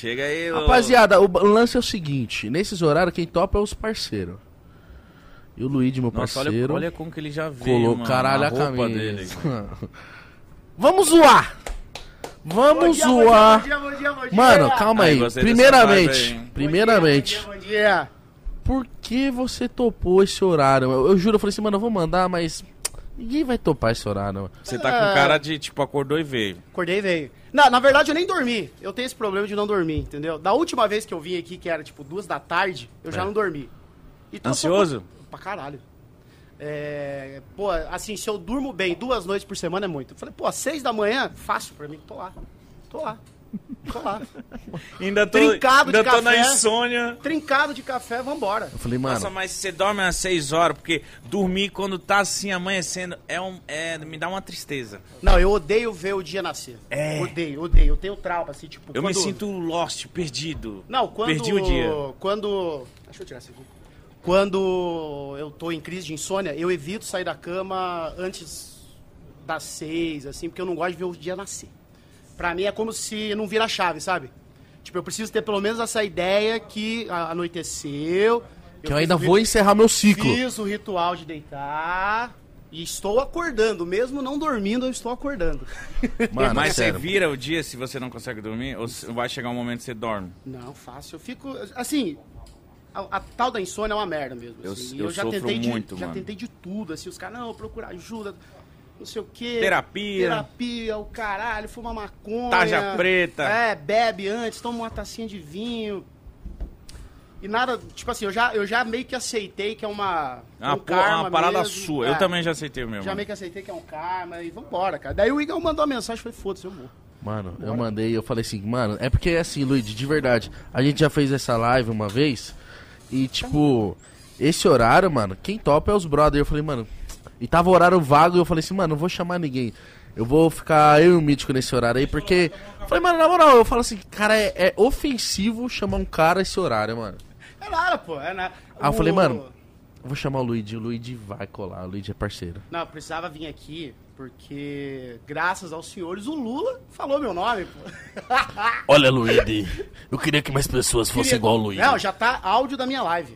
Chega aí, rapaziada, o lance é o seguinte, nesses horários quem topa é os parceiros. E o Luigi, meu parceiro... Olha como que ele já veio, mano, caralho, a a roupa camisa. dele. Vamos zoar! Vamos zoar! Bom dia. Mano, calma aí. Gostei dessa vibe Primeiramente, Bom dia. por que você topou esse horário? Eu juro, eu falei assim, mano, eu vou mandar, mas ninguém vai topar esse horário. Você tá com cara de, tipo, acordou e veio. Acordei e veio. Não, na verdade eu nem dormi. Eu tenho esse problema de não dormir, entendeu? Da última vez que eu vim aqui, que era tipo 2 da tarde, eu já não dormi. E tô Ansioso? Pra caralho. Pô, assim, se eu durmo bem 2 noites por semana é muito. Eu falei, pô, 6 da manhã, fácil pra mim. Tô lá. Ainda Trincado de ainda tô na café. insônia. Trincado de café, vambora. Eu falei, mano, Nossa, mas você dorme às 6 horas, porque dormir quando tá assim amanhecendo me dá uma tristeza. Não, eu odeio ver o dia nascer. Odeio. Eu tenho trauma, assim, tipo... Eu me sinto lost, perdido. Não, quando... Perdi o dia. Deixa eu tirar isso aqui. Quando eu tô em crise de insônia, eu evito sair da cama antes das 6, assim, porque eu não gosto de ver o dia nascer. Pra mim é como se não vira a chave, sabe? Tipo, eu preciso ter pelo menos essa ideia que anoiteceu. que eu ainda vou encerrar meu ciclo. Fiz o ritual de deitar e estou acordando. Mesmo não dormindo, eu estou acordando. Mano, Mas você sério. vira o dia se você não consegue dormir? Ou vai chegar um momento que você dorme? Não, fácil. Eu fico... Assim, a tal da insônia é uma merda mesmo. Assim. Eu já sofro tentei muito, Já mano. tentei de tudo, assim. Os caras, não, procura ajuda, não sei o quê. Terapia, o caralho, fuma maconha. Tarja preta. Bebe antes, toma uma tacinha de vinho. E nada, tipo assim, eu já meio que aceitei que é uma Uma parada mesmo. sua. Eu também já aceitei o meu. Já meio que aceitei que é um karma e vambora, cara. Daí o Igor mandou uma mensagem, falei, foda-se, eu vou. Mano, eu mandei, eu falei assim, mano, é porque assim, Luigi, de verdade, a gente já fez essa live uma vez e, tipo, esse horário, mano, quem topa é os brothers. Eu falei, mano, e tava o horário vago e eu falei assim, mano, não vou chamar ninguém. Eu vou ficar eu e o Mítico nesse horário aí, porque... Eu falei, mano, na moral, eu falo assim, cara, é ofensivo chamar um cara esse horário, mano. É nada, pô, é nada. Aí eu falei, mano, eu vou chamar o Luigi vai colar, o Luigi é parceiro. Não, eu precisava vir aqui, porque, graças aos senhores, o Lula falou meu nome, pô. Olha, Luigi, eu queria que mais pessoas fossem igual o Luigi. Não, já tá áudio da minha live.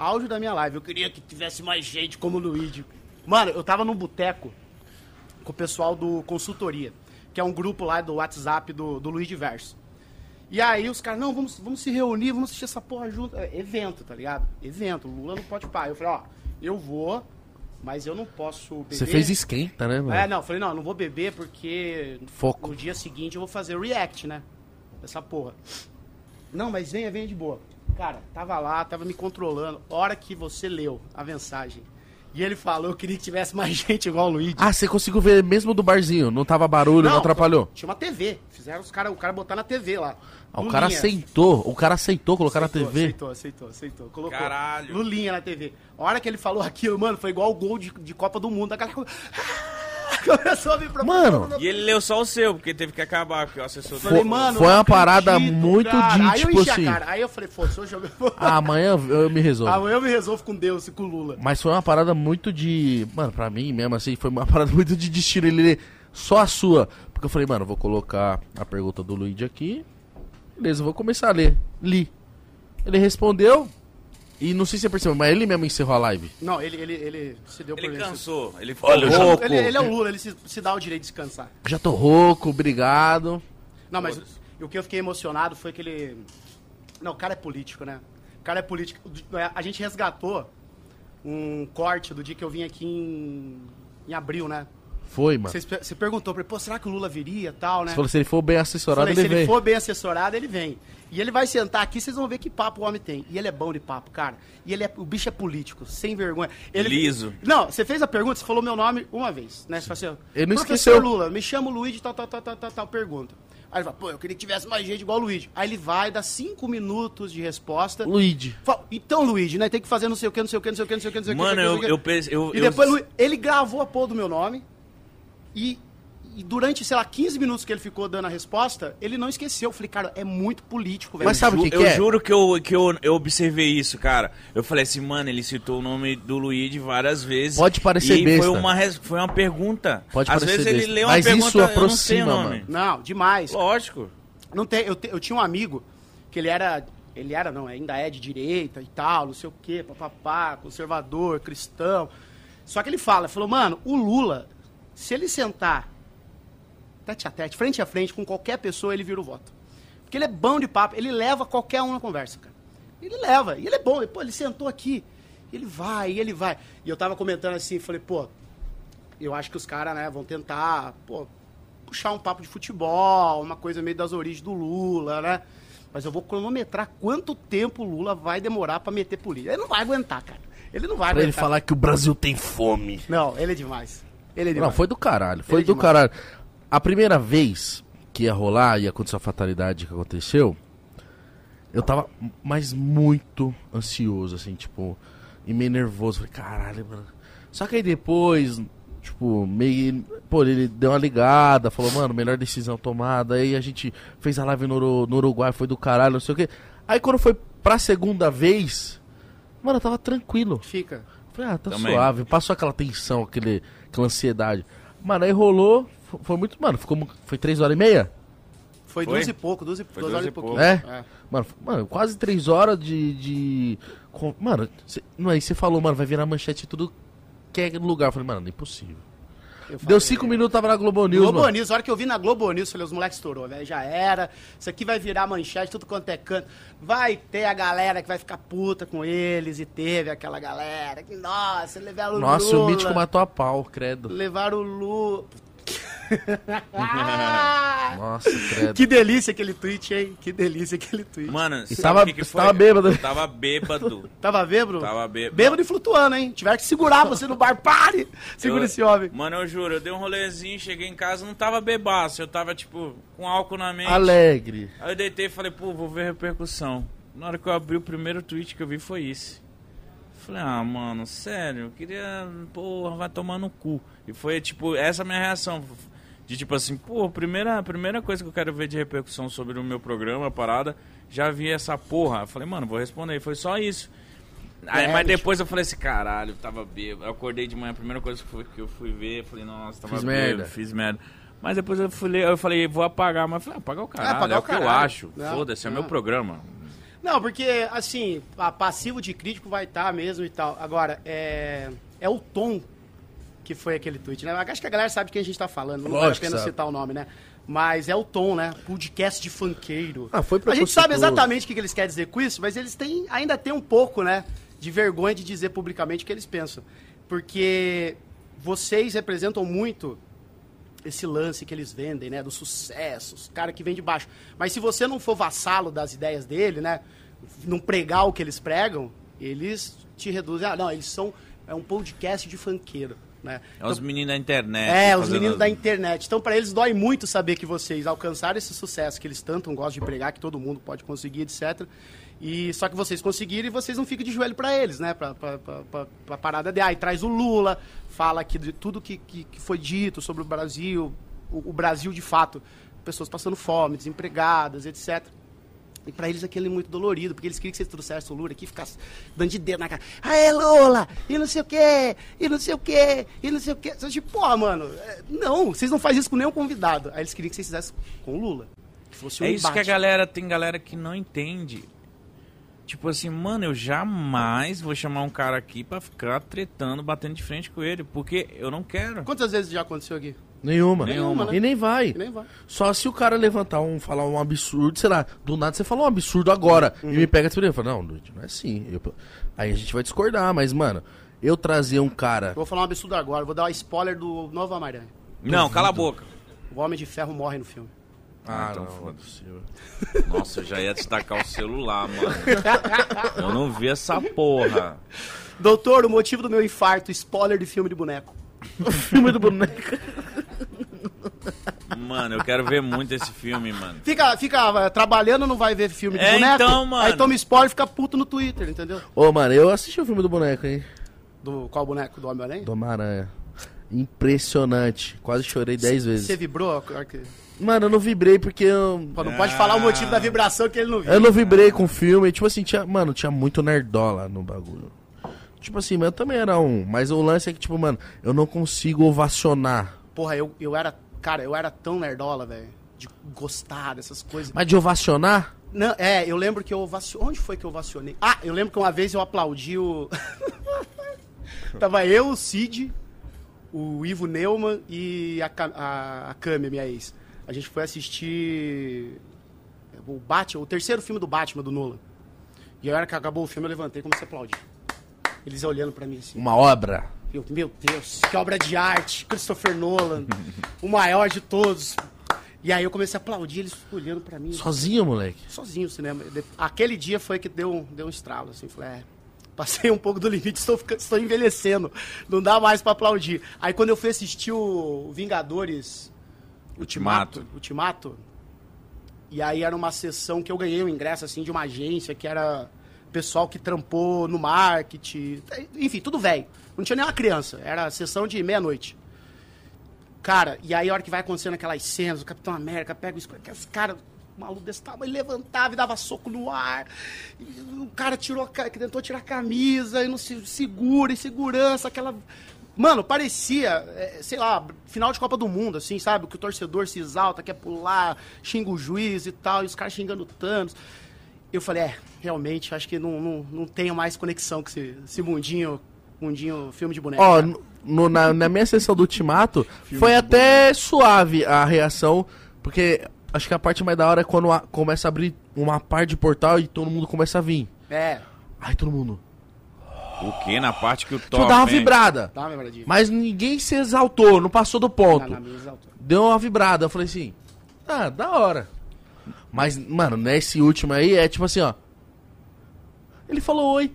Eu queria que tivesse mais gente como o Luigi. Mano, eu tava num boteco com o pessoal do Consultoria, que é um grupo lá do WhatsApp do Luigi Verso. E aí os caras, não, vamos se reunir, vamos assistir essa porra junto. Evento, tá ligado? Evento, Lula não pode parar. Eu falei, ó, eu vou, mas eu não posso beber. Você fez esquenta, né, mano? Não, eu falei, não, eu não vou beber porque Foco. no dia seguinte eu vou fazer react, né? Dessa porra. Não, mas venha de boa. Cara, tava lá, tava me controlando. Hora que você leu a mensagem. E ele falou, eu queria que tivesse mais gente igual o Luigi. Ah, você conseguiu ver mesmo do barzinho? Não tava barulho, não atrapalhou? Tinha uma TV. Fizeram o cara botar na TV lá. Ah, o cara aceitou colocar na TV. Aceitou. Colocou. Caralho. Lulinha na TV. A hora que ele falou aquilo, mano, foi igual o gol de Copa do Mundo. A galera começou a vir pra Mano. E ele leu só o seu, porque teve que acabar, porque o assessor Falei, dele... mano, Foi não uma parada acredito, muito cara. de, Aí eu tipo enchi assim... a cara. Aí eu falei, foda-se, hoje eu... amanhã eu me resolvo. Amanhã eu me resolvo com Deus e com o Lula. Mas foi uma parada muito de... Mano, pra mim mesmo, assim, foi uma parada muito de destino. Ele lê só a sua. Porque eu falei, mano, eu vou colocar a pergunta do Luigi aqui. Beleza, eu vou começar a ler. Li. Ele respondeu. E não sei se você percebeu, mas ele mesmo encerrou a live. Não, ele se deu por Ele isso. cansou, ele ficou Olha, eu já- louco. Ele é o Lula, ele se dá o direito de descansar. Já tô rouco, obrigado. Não, mas o que eu fiquei emocionado foi que ele... Não, o cara é político, né? O cara é político. A gente resgatou um corte do dia que eu vim aqui em abril, né? Foi, mano. Você perguntou pra ele, pô, será que o Lula viria e tal, né? Você falou, se ele for bem assessorado, Falei, ele se vem. ele for bem assessorado, ele vem. E ele vai sentar aqui, vocês vão ver que papo o homem tem. E ele é bom de papo, cara. E o bicho é político, sem vergonha. Liso. Não, você fez a pergunta, você falou meu nome uma vez, né? Você falou assim, Ele não professor esqueceu. Lula, me chamo Luigi, tal, pergunta. Aí ele fala, pô, eu queria que tivesse mais gente igual o Luigi. Aí ele vai, dá 5 minutos de resposta. Luigi. Fala, então, Luigi, né, tem que fazer não sei o que. Mano, E depois ele gravou a porra do meu nome e durante, sei lá, 15 minutos que ele ficou dando a resposta, ele não esqueceu. Eu falei, cara, é muito político, velho. Mas sabe o que Eu é? juro que eu observei isso, cara. Eu falei assim, mano, ele citou o nome do Luigi várias vezes. Pode parecer e besta. Foi uma pergunta. Pode Às parecer vezes ele besta. lê uma Mas pergunta, isso eu não sei o aproxima, nome. mano. Não, demais. Lógico. Não tem, eu tinha um amigo porque ainda é de direita e tal, não sei o quê, papapá, conservador, cristão. Só que ele falou, mano, o Lula, se ele sentar tete a tete, frente a frente, com qualquer pessoa, ele vira o voto. Porque ele é bom de papo, ele leva qualquer um na conversa, cara. Ele leva, e ele é bom, ele sentou aqui, ele vai. E eu tava comentando assim, falei, eu acho que os caras, né, vão tentar, puxar um papo de futebol, uma coisa meio das origens do Lula, né? Mas eu vou cronometrar quanto tempo o Lula vai demorar pra meter política. Ele não vai aguentar, cara. Ele não vai Pra aguentar. ele falar que o Brasil tem fome. Não, ele é demais. Não, foi do caralho. Foi Ele é do demais. caralho. A primeira vez que ia rolar, ia acontecer a fatalidade que aconteceu, eu tava mais muito ansioso, assim, tipo, e meio nervoso. Falei, caralho, mano. Só que aí depois, tipo, meio... Pô, ele deu uma ligada, falou, mano, melhor decisão tomada. Aí a gente fez a live no Uruguai, foi do caralho, não sei o quê. Aí quando foi pra segunda vez, mano, eu tava tranquilo. Fica. Falei, tá Também. suave. Passou aquela tensão, aquela ansiedade. Mano, aí rolou, foi muito... Mano, foi 3h30? Foi Foi? 12 e pouco, 12 horas e pouquinho. É? Mano, quase 3 horas Mano, aí você falou, mano, vai virar manchete em tudo que é lugar. Eu falei, mano, não é impossível. Deu 5 minutos, tava na Globo News, Globo mano. News, a hora que eu vi na Globo News, falei, os moleques estourou, velho, já era. Isso aqui vai virar manchete, tudo quanto é canto. Vai ter a galera que vai ficar puta com eles, e teve aquela galera que, nossa, levaram o Lula. Nossa, o Mítico matou a pau, credo. Levaram o Lula. Nossa, credo. Que delícia aquele tweet, hein? Que delícia aquele tweet. Mano, E sabe tava- o que você foi? tava bêbado. Eu tava bêbado. Tava bêbado? Tava bêbado. Bêbado e flutuando, hein? Tiver que segurar você no bar, pare! Segura esse homem. Mano, eu juro, eu dei um rolezinho, cheguei em casa, não tava bebaço, eu tava, tipo, com álcool na mente. Alegre. Aí eu deitei e falei, vou ver a repercussão. Na hora que eu abri o primeiro tweet que eu vi foi esse. Falei, mano, sério, eu queria, vai tomar no cu. E foi, tipo, essa a minha reação. De tipo assim, a primeira coisa que eu quero ver de repercussão sobre o meu programa, a parada, já vi essa porra. Eu falei, mano, vou responder. E foi só isso. Aí, mas depois eu falei assim, caralho, eu tava bêbado. Eu acordei de manhã, a primeira coisa que eu fui ver, eu falei, nossa, tava bêbado, fiz merda. Mas depois eu fui ler, eu falei, vou apagar. Mas eu falei, apagar o caralho, apagar é o o que eu caralho. acho. Foda-se, é meu programa. Não, porque, assim, passivo de crítico vai estar mesmo e tal. Agora, é o tom que foi aquele tweet, né? Acho que a galera sabe de quem a gente tá falando, não vale a pena citar o nome, né? Mas é o tom, né? Podcast de funkeiro. Foi A gente sabe exatamente o que eles querem dizer com isso, mas eles ainda têm um pouco, né? De vergonha de dizer publicamente o que eles pensam. Porque vocês representam muito esse lance que eles vendem, né? Dos sucessos, cara que vem de baixo. Mas se você não for vassalo das ideias dele, né? Não pregar o que eles pregam, eles te reduzem. Não, eles são... É um podcast de funkeiro. Né? É os meninos da internet. Os meninos da internet. Então, pra eles, dói muito saber que vocês alcançaram esse sucesso que eles tanto gostam de pregar, que todo mundo pode conseguir, etc. E só que vocês conseguiram e vocês não ficam de joelho pra eles, né? Pra parada de... Aí traz o Lula, fala aqui de tudo que foi dito sobre o Brasil, o Brasil de fato, pessoas passando fome, desempregadas, etc. E pra eles aquilo é muito dolorido, porque eles queriam que vocês trouxessem o Lula aqui e ficassem dando de dedo na cara. Aê, Lula! E não sei o quê! E não sei o quê! E não sei o quê! Você tipo, mano, não, vocês não fazem isso com nenhum convidado. Aí eles queriam que vocês fizessem com o Lula. Que fosse um isso embate. que tem galera que não entende. Tipo assim, mano, eu jamais vou chamar um cara aqui pra ficar tretando, batendo de frente com ele, porque eu não quero. Quantas vezes já aconteceu aqui? Nenhuma. Né? E nem vai. E nem vai. Só se o cara levantar falar um absurdo, sei lá, do nada você falou um absurdo agora e me pega e fala, não, Luiz, não é assim. Aí a gente vai discordar, mas, mano, eu trazer um cara... Eu vou falar um absurdo agora, vou dar um spoiler do Novo Homem-Aranha. Não, cala a boca. O Homem de Ferro morre no filme. Então não, foda-se. Nossa, eu já ia destacar o celular, mano. Eu não vi essa porra. Doutor, o motivo do meu infarto, spoiler de filme de boneco. O filme do boneco. Mano, eu quero ver muito esse filme, mano. Fica trabalhando, não vai ver filme de boneco. Então, mano. Aí toma spoiler e fica puto no Twitter, entendeu? Ô, mano, eu assisti o filme do boneco, hein? Qual boneco? Do Homem-Aranha? Do Homem-Aranha. Impressionante. Quase chorei 10 vezes. Você vibrou? Mano, eu não vibrei porque eu... Pô, não pode falar o motivo da vibração que ele não viu. Eu não vibrei com o filme. Tipo assim, tinha muito nerdola no bagulho. Tipo assim, mas eu também era um. Mas o lance é que, tipo, mano, eu não consigo ovacionar. Porra, eu era... Cara, eu era tão nerdola, velho. De gostar dessas coisas. Mas de ovacionar? Não, eu lembro que eu ovacionei. Onde foi que eu ovacionei? Ah, eu lembro que uma vez eu aplaudi o... Tava eu, o Cid, o Ivo Neumann e a Cami, minha ex. A gente foi assistir o terceiro filme do Batman, do Nolan. E a hora que acabou o filme, eu levantei e comecei a aplaudir. Eles olhando pra mim assim. Uma obra. Meu Deus, que obra de arte. Christopher Nolan, o maior de todos. E aí eu comecei a aplaudir, eles olhando pra mim. Sozinho, moleque? Sozinho o cinema. Aquele dia foi que deu um estralo, assim. Falei, passei um pouco do limite, estou envelhecendo. Não dá mais pra aplaudir. Aí quando eu fui assistir o Vingadores Ultimato, e aí era uma sessão que eu ganhei um ingresso, assim, de uma agência, que era pessoal que trampou no marketing, enfim, tudo velho. Não tinha nem uma criança, era a sessão de meia-noite. Cara, e aí a hora que vai acontecendo aquelas cenas, o Capitão América pega aqueles caras, maluco desse tamanho, levantava e dava soco no ar. E o cara tentou tirar a camisa e não se segura, e segurança, aquela... Mano, parecia, sei lá, final de Copa do Mundo, assim, sabe? Que o torcedor se exalta, quer pular, xinga o juiz e tal, e os caras xingando o Thanos. Eu falei, realmente, acho que não tenho mais conexão com esse mundinho filme de boneco. Ó, na minha sessão do Ultimato, foi até suave a reação, porque acho que a parte mais da hora é quando começa a abrir uma parte de portal e todo mundo começa a vir. Aí todo mundo... O quê? Na parte que o Thor Dá uma vibrada. Dá uma vibradinha. Mas ninguém se exaltou, não passou do ponto. Na minha exaltou. Deu uma vibrada. Eu falei assim, da hora. Mas, mano, nesse último aí é tipo assim, ó. Ele falou oi.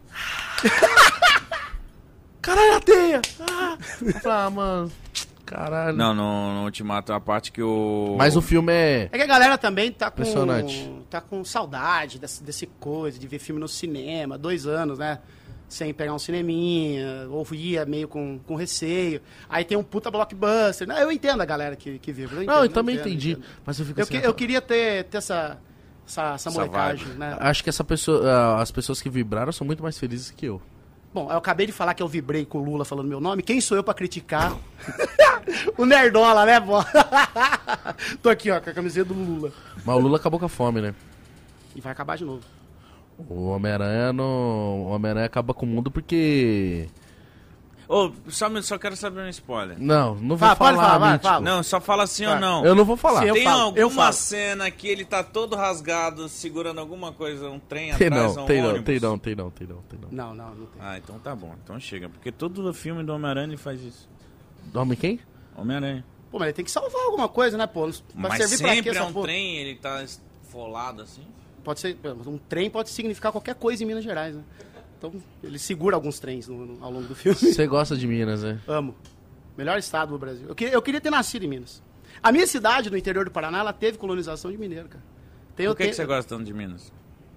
Caralho, a teia. Eu falei, mano, caralho. Não, no Ultimato, a parte que o... Mas o filme é... É que a galera também tá impressionante. Tá com saudade desse coisa, de ver filme no cinema, 2 anos, né? Sem pegar um cineminha, ou ia meio com receio. Aí tem um puta blockbuster. Não, eu entendo a galera que vive. Eu também entendi. Mas eu fico assim... Eu queria ter essa molecagem, né? Acho que as pessoas que vibraram são muito mais felizes que eu. Bom, eu acabei de falar que eu vibrei com o Lula falando meu nome. Quem sou eu pra criticar? O Nerdola, né, pô? Tô aqui, ó, com a camiseta do Lula. Mas o Lula acabou com a fome, né? E vai acabar de novo. O Homem-Aranha acaba com o mundo porque... Só quero saber um spoiler. Não vou falar, fala. Não, só fala sim ou não. Eu não vou falar. Sim, Tem eu alguma falo. cena que ele tá todo rasgado, segurando alguma coisa, um trem Tem atrás, não, um tem ônibus? não, tem não. Não tem. Ah, então tá bom. Então chega. Porque todo filme do Homem-Aranha ele faz isso. Homem quem? Homem-Aranha. Pô, mas ele tem que salvar alguma coisa, né, pô? Vai Mas servir pra quê sempre essa um porra? trem, ele tá esfolado assim. Pode ser, um trem pode significar qualquer coisa em Minas Gerais, né? Então, ele segura alguns trens ao longo do filme. Você gosta de Minas, né? Amo. Melhor estado do Brasil. Eu queria ter nascido em Minas. A minha cidade, no interior do Paraná, ela teve colonização de mineiro, cara. Por que você gosta tanto de Minas?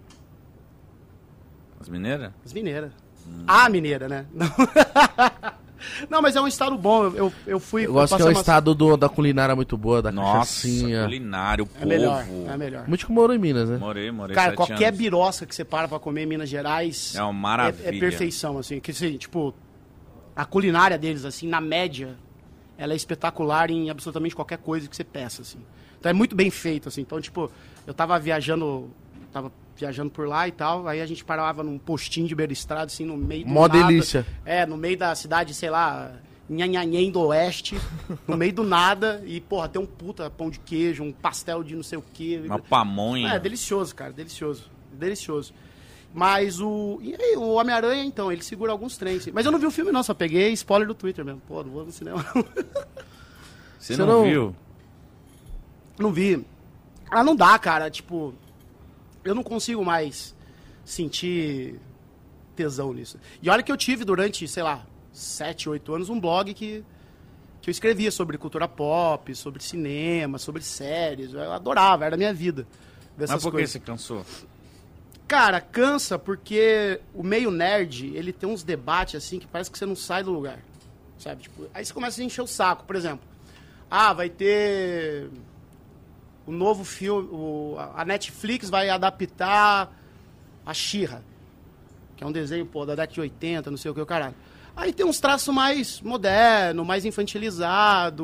As mineiras? As mineiras. A mineira, né? Não, mas é um estado bom. Eu fui... Eu gosto que é um estado da culinária muito boa, da Nossa, cachaçinha. culinário, povo. É melhor. Muito que morou em Minas, né? Morei Cara, 7 qualquer anos. birosca que você para pra comer em Minas Gerais... É uma maravilha. É perfeição, assim. Que, assim, tipo, a culinária deles, assim, na média, ela é espetacular em absolutamente qualquer coisa que você peça, assim. Então é muito bem feito, assim. Então, tipo, eu tava viajando por lá e tal, aí a gente parava num postinho de beira-estrada, assim, no meio do Mó nada. delícia. No meio da cidade, sei lá, Nhanhanhem do Oeste, no meio do nada, e, porra, tem um puta pão de queijo, um pastel de não sei o quê. Uma pamonha. É, delicioso, cara, delicioso. Mas e aí, o Homem-Aranha, então, ele segura alguns trens. Assim. Mas eu não vi o filme, não, só peguei spoiler do Twitter mesmo. Pô, não vou no cinema. Você não viu? Não vi. Não dá, cara, tipo... Eu não consigo mais sentir tesão nisso. E olha que eu tive durante, sei lá, 7, 8 anos, um blog que eu escrevia sobre cultura pop, sobre cinema, sobre séries. Eu adorava, era a minha vida. Mas por que você cansou? Cara, cansa porque o meio nerd, ele tem uns debates assim que parece que você não sai do lugar. Sabe? Tipo, aí você começa a encher o saco. Por exemplo, vai ter... O novo filme, a Netflix vai adaptar a She-Ra, que é um desenho, pô, da década de 80, não sei o que, o caralho. Aí tem uns traços mais modernos, mais infantilizado.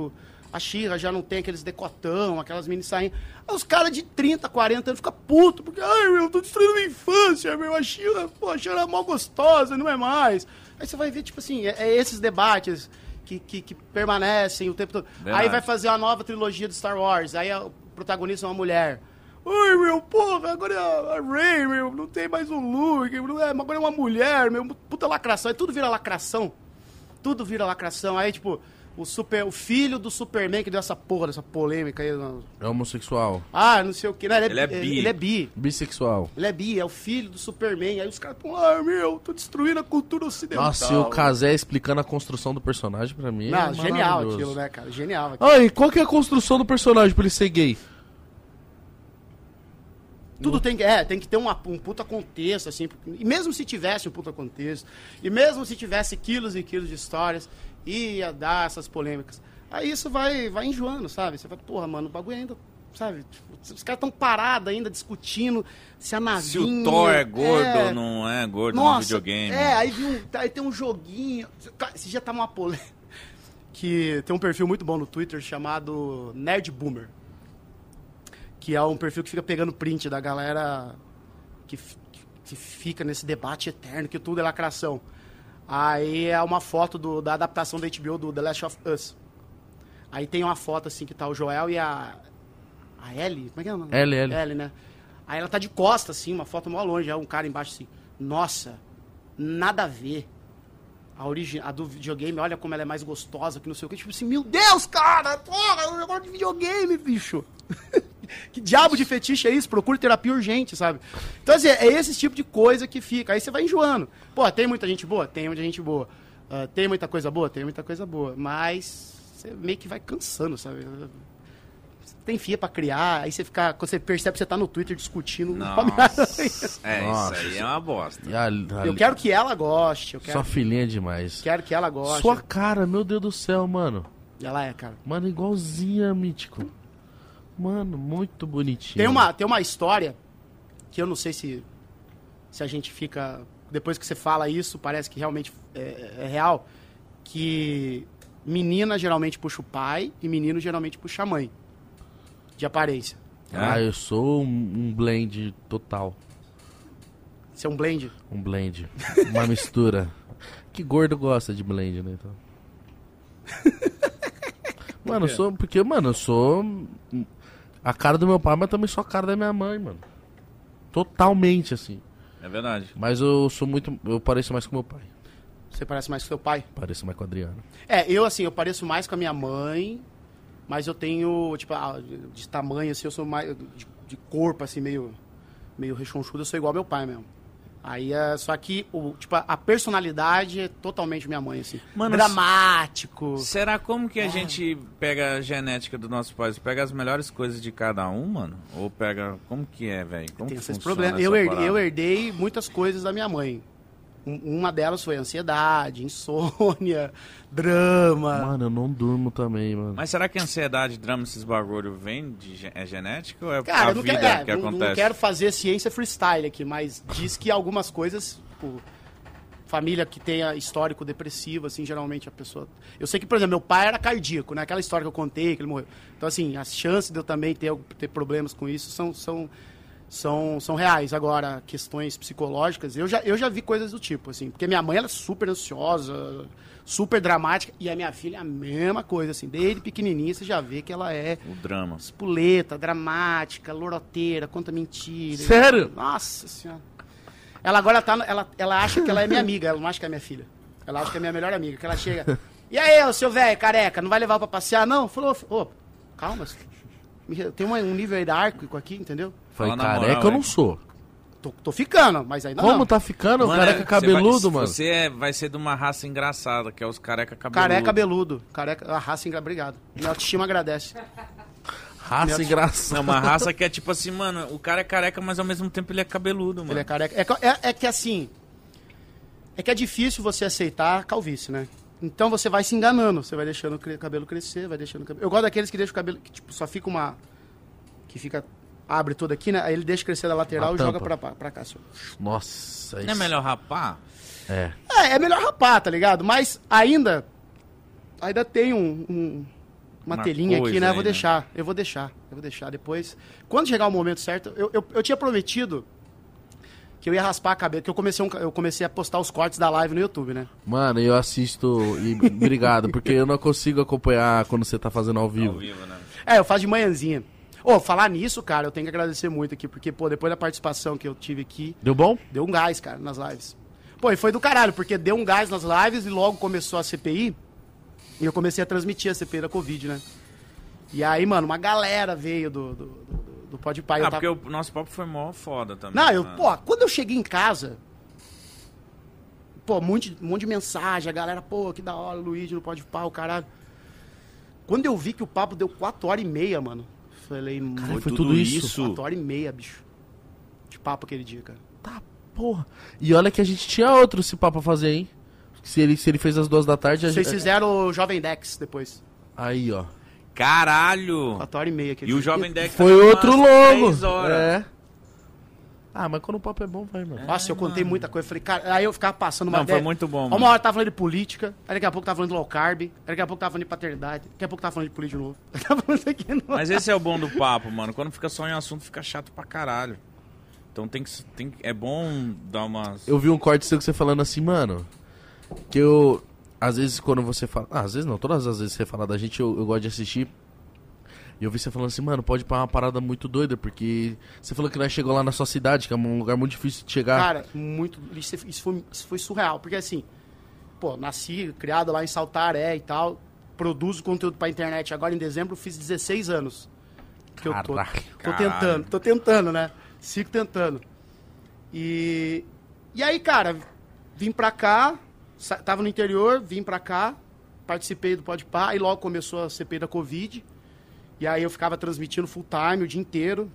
A She-Ra já não tem aqueles decotão, aquelas mini sainhas. Aí os caras de 30, 40 anos ficam putos, porque, eu tô destruindo minha infância, a She-Ra, pô, a She-Ra é mó gostosa, não é mais. Aí você vai ver, tipo assim, esses debates que permanecem o tempo todo. Verdade. Aí vai fazer uma nova trilogia do Star Wars, aí o protagonista é uma mulher. Ai, porra, agora é a Rey, não tem mais um Luke, agora é uma mulher, puta lacração, aí tudo vira lacração. Tudo vira lacração, aí, tipo, o filho do Superman que deu essa porra, dessa polêmica aí. É homossexual. Não sei o que, né? Ele é bi. Ele é bi. Bissexual. Ele é bi, é o filho do Superman. Aí os caras tô destruindo a cultura ocidental. Nossa, e o Kazé explicando a construção do personagem pra mim. Não, é genial maravilhoso. aquilo, né, cara? Genial aquilo. Ai, qual que é a construção do personagem pra ele ser gay? Tudo tem que ter um puta contexto, assim. E mesmo se tivesse um puta contexto, e mesmo se tivesse quilos e quilos de histórias, ia dar essas polêmicas. Aí isso vai enjoando, sabe? Você vai, porra, mano, o bagulho ainda, sabe? Tipo, os caras tão parados ainda discutindo se a navinha... Se o Thor é gordo ou não é gordo no videogame. Aí tem um joguinho... Esse dia tá uma polêmica. Que tem um perfil muito bom no Twitter chamado Nerd Boomer. Que é um perfil que fica pegando print da galera que fica nesse debate eterno, que tudo é lacração. Aí é uma foto da adaptação da HBO do The Last of Us. Aí tem uma foto assim que tá o Joel e a Ellie, como é que é o nome? Ellie. Ellie, né? Aí ela tá de costas, assim, uma foto mó longe, aí um cara embaixo assim, nossa, nada a ver. A do videogame, olha como ela é mais gostosa, que não sei o que. Tipo assim, meu Deus, cara, porra, é um negócio de videogame, bicho. Que diabo de fetiche é isso? Procure terapia urgente, sabe? Então, assim, é esse tipo de coisa que fica. Aí você vai enjoando. Pô, tem muita gente boa? Tem muita gente boa. Tem muita coisa boa? Tem muita coisa boa. Mas você meio que vai cansando, sabe? Tem fia pra criar, aí quando você percebe que você tá no Twitter discutindo... Nossa, isso Nossa. aí é uma bosta. E Eu quero que ela goste. Sua filhinha é demais. Quero que ela goste. Sua cara, meu Deus do céu, mano. Ela é, cara. Mano, igualzinha, Mítico. Mano, muito bonitinho. Tem uma história que eu não sei se a gente fica... Depois que você fala isso, parece que realmente é real. Que menina geralmente puxa o pai e menino geralmente puxa a mãe. De aparência. Eu sou um blend total. Você é um blend? Um blend. Uma mistura. Que gordo gosta de blend, né? Então. Mano, eu sou a cara do meu pai, mas também sou a cara da minha mãe, mano. Totalmente, assim. É verdade. Mas eu pareço mais com meu pai. Você parece mais com seu pai? Pareço mais com o Adriano. Eu pareço mais com a minha mãe, mas eu tenho, tipo, de tamanho, assim, eu sou mais, de corpo, assim, meio rechonchudo, eu sou igual ao meu pai mesmo. Aí, só que, a personalidade é totalmente minha mãe, assim. Mano, dramático. Será como que a gente pega a genética dos nossos pais? Pega as melhores coisas de cada um, mano? Ou pega... Como que é, velho? Tem esses problemas. Eu herdei muitas coisas da minha mãe. Uma delas foi ansiedade, insônia, drama. Mano, eu não durmo também, mano. Mas será que a ansiedade, drama, esses bagulho vem é genético ou é Cara, a vida que acontece? Não quero fazer ciência freestyle aqui, mas diz que algumas coisas, tipo, família que tenha histórico depressivo, assim, geralmente a pessoa... Eu sei que, por exemplo, meu pai era cardíaco, né? Aquela história que eu contei, que ele morreu. Então, assim, as chances de eu também ter problemas com isso são reais. Agora, questões psicológicas, eu já vi coisas do tipo, assim, porque minha mãe, ela é super ansiosa, super dramática, e a minha filha é a mesma coisa, assim, desde pequenininha você já vê que ela é... O drama. Espuleta, dramática, loroteira, conta mentira. Sério? Nossa senhora. Ela agora ela acha que ela é minha amiga, ela não acha que é minha filha. Ela acha que é minha melhor amiga, que ela chega... E aí, ô seu velho, careca, não vai levar pra passear, não? Falou, calma, tem um nível hierárquico aqui, entendeu? Falei, Fala na careca moral, eu não sou. Tô ficando, mas ainda não. Como tá ficando? Mano, Careca cabeludo, mano. Você vai ser de uma raça engraçada, que é os careca cabeludo. Careca cabeludo. A raça obrigado. Minha autoestima agradece. Raça engraçada. É uma raça que é tipo assim, mano, o cara é careca, mas ao mesmo tempo ele é cabeludo, mano. Ele é careca. É que assim... É que é difícil você aceitar a calvície, né? Então você vai se enganando. Você vai deixando o cabelo crescer, vai deixando o cabelo... Eu gosto daqueles que deixam o cabelo... Que tipo, só fica uma... Que fica... Abre tudo aqui, né? Aí ele deixa crescer da lateral e joga pra cá. Assim. Nossa, isso... Não é melhor rapar? É melhor rapar, tá ligado? Mas ainda tem uma telinha aqui, né? aí, Eu vou deixar depois. Quando chegar o momento certo, eu tinha prometido que eu ia raspar a cabeça, que eu comecei a postar os cortes da live no YouTube, né? Mano, eu assisto e obrigado, porque eu não consigo acompanhar quando você tá fazendo ao vivo. Né? Eu faço de manhãzinha. Falar nisso, cara, eu tenho que agradecer muito aqui, porque, depois da participação que eu tive aqui... Deu bom? Deu um gás, cara, nas lives. E foi do caralho, porque deu um gás nas lives e logo começou a CPI, e eu comecei a transmitir a CPI da Covid, né? E aí, mano, uma galera veio do Podpah. Porque o nosso papo foi mó foda também. Não, quando eu cheguei em casa, um monte de mensagem, a galera, que da hora, o Luigi no Podpah, o caralho. Quando eu vi que o papo deu 4h30, mano, falei, Caralho, foi tudo isso? 4h30, bicho, de papo aquele dia, cara. Tá, porra. E olha que a gente tinha outro esse papo pra fazer, hein? Se ele fez às 2 da tarde... Vocês fizeram o Jovem Dex depois. Aí, ó. Caralho! 4h30 aquele E o dia. Jovem Dex foi outro longo. 3 horas. É. Mas quando o papo é bom, vai, mano. Nossa, eu contei muita coisa. Falei, cara, aí eu ficava passando uma Não, foi muito bom, mano. Uma hora tava falando de política, aí daqui a pouco tava falando de low carb, aí daqui a pouco tava falando de paternidade, daqui a pouco tava falando de política de novo. Mas esse é o bom do papo, mano. Quando fica só em assunto, fica chato pra caralho. Então é bom dar umas... Eu vi um corte seu que você falando assim, mano, que eu... Às vezes quando você fala... às vezes não, todas as vezes que você fala da gente, eu gosto de assistir. E eu vi você falando assim, mano, pode parar uma parada muito doida, porque você falou que nós chegou lá na sua cidade, que é um lugar muito difícil de chegar. Cara, isso foi surreal, porque assim, nasci, criado lá em Saltaré e tal, produzo conteúdo pra internet, agora em dezembro eu fiz 16 anos. Que eu tô tentando, né? Sigo tentando. E aí, cara, vim pra cá, tava no interior, vim pra cá, participei do Podpah, e logo começou a CPI da Covid. E aí eu ficava transmitindo full time o dia inteiro.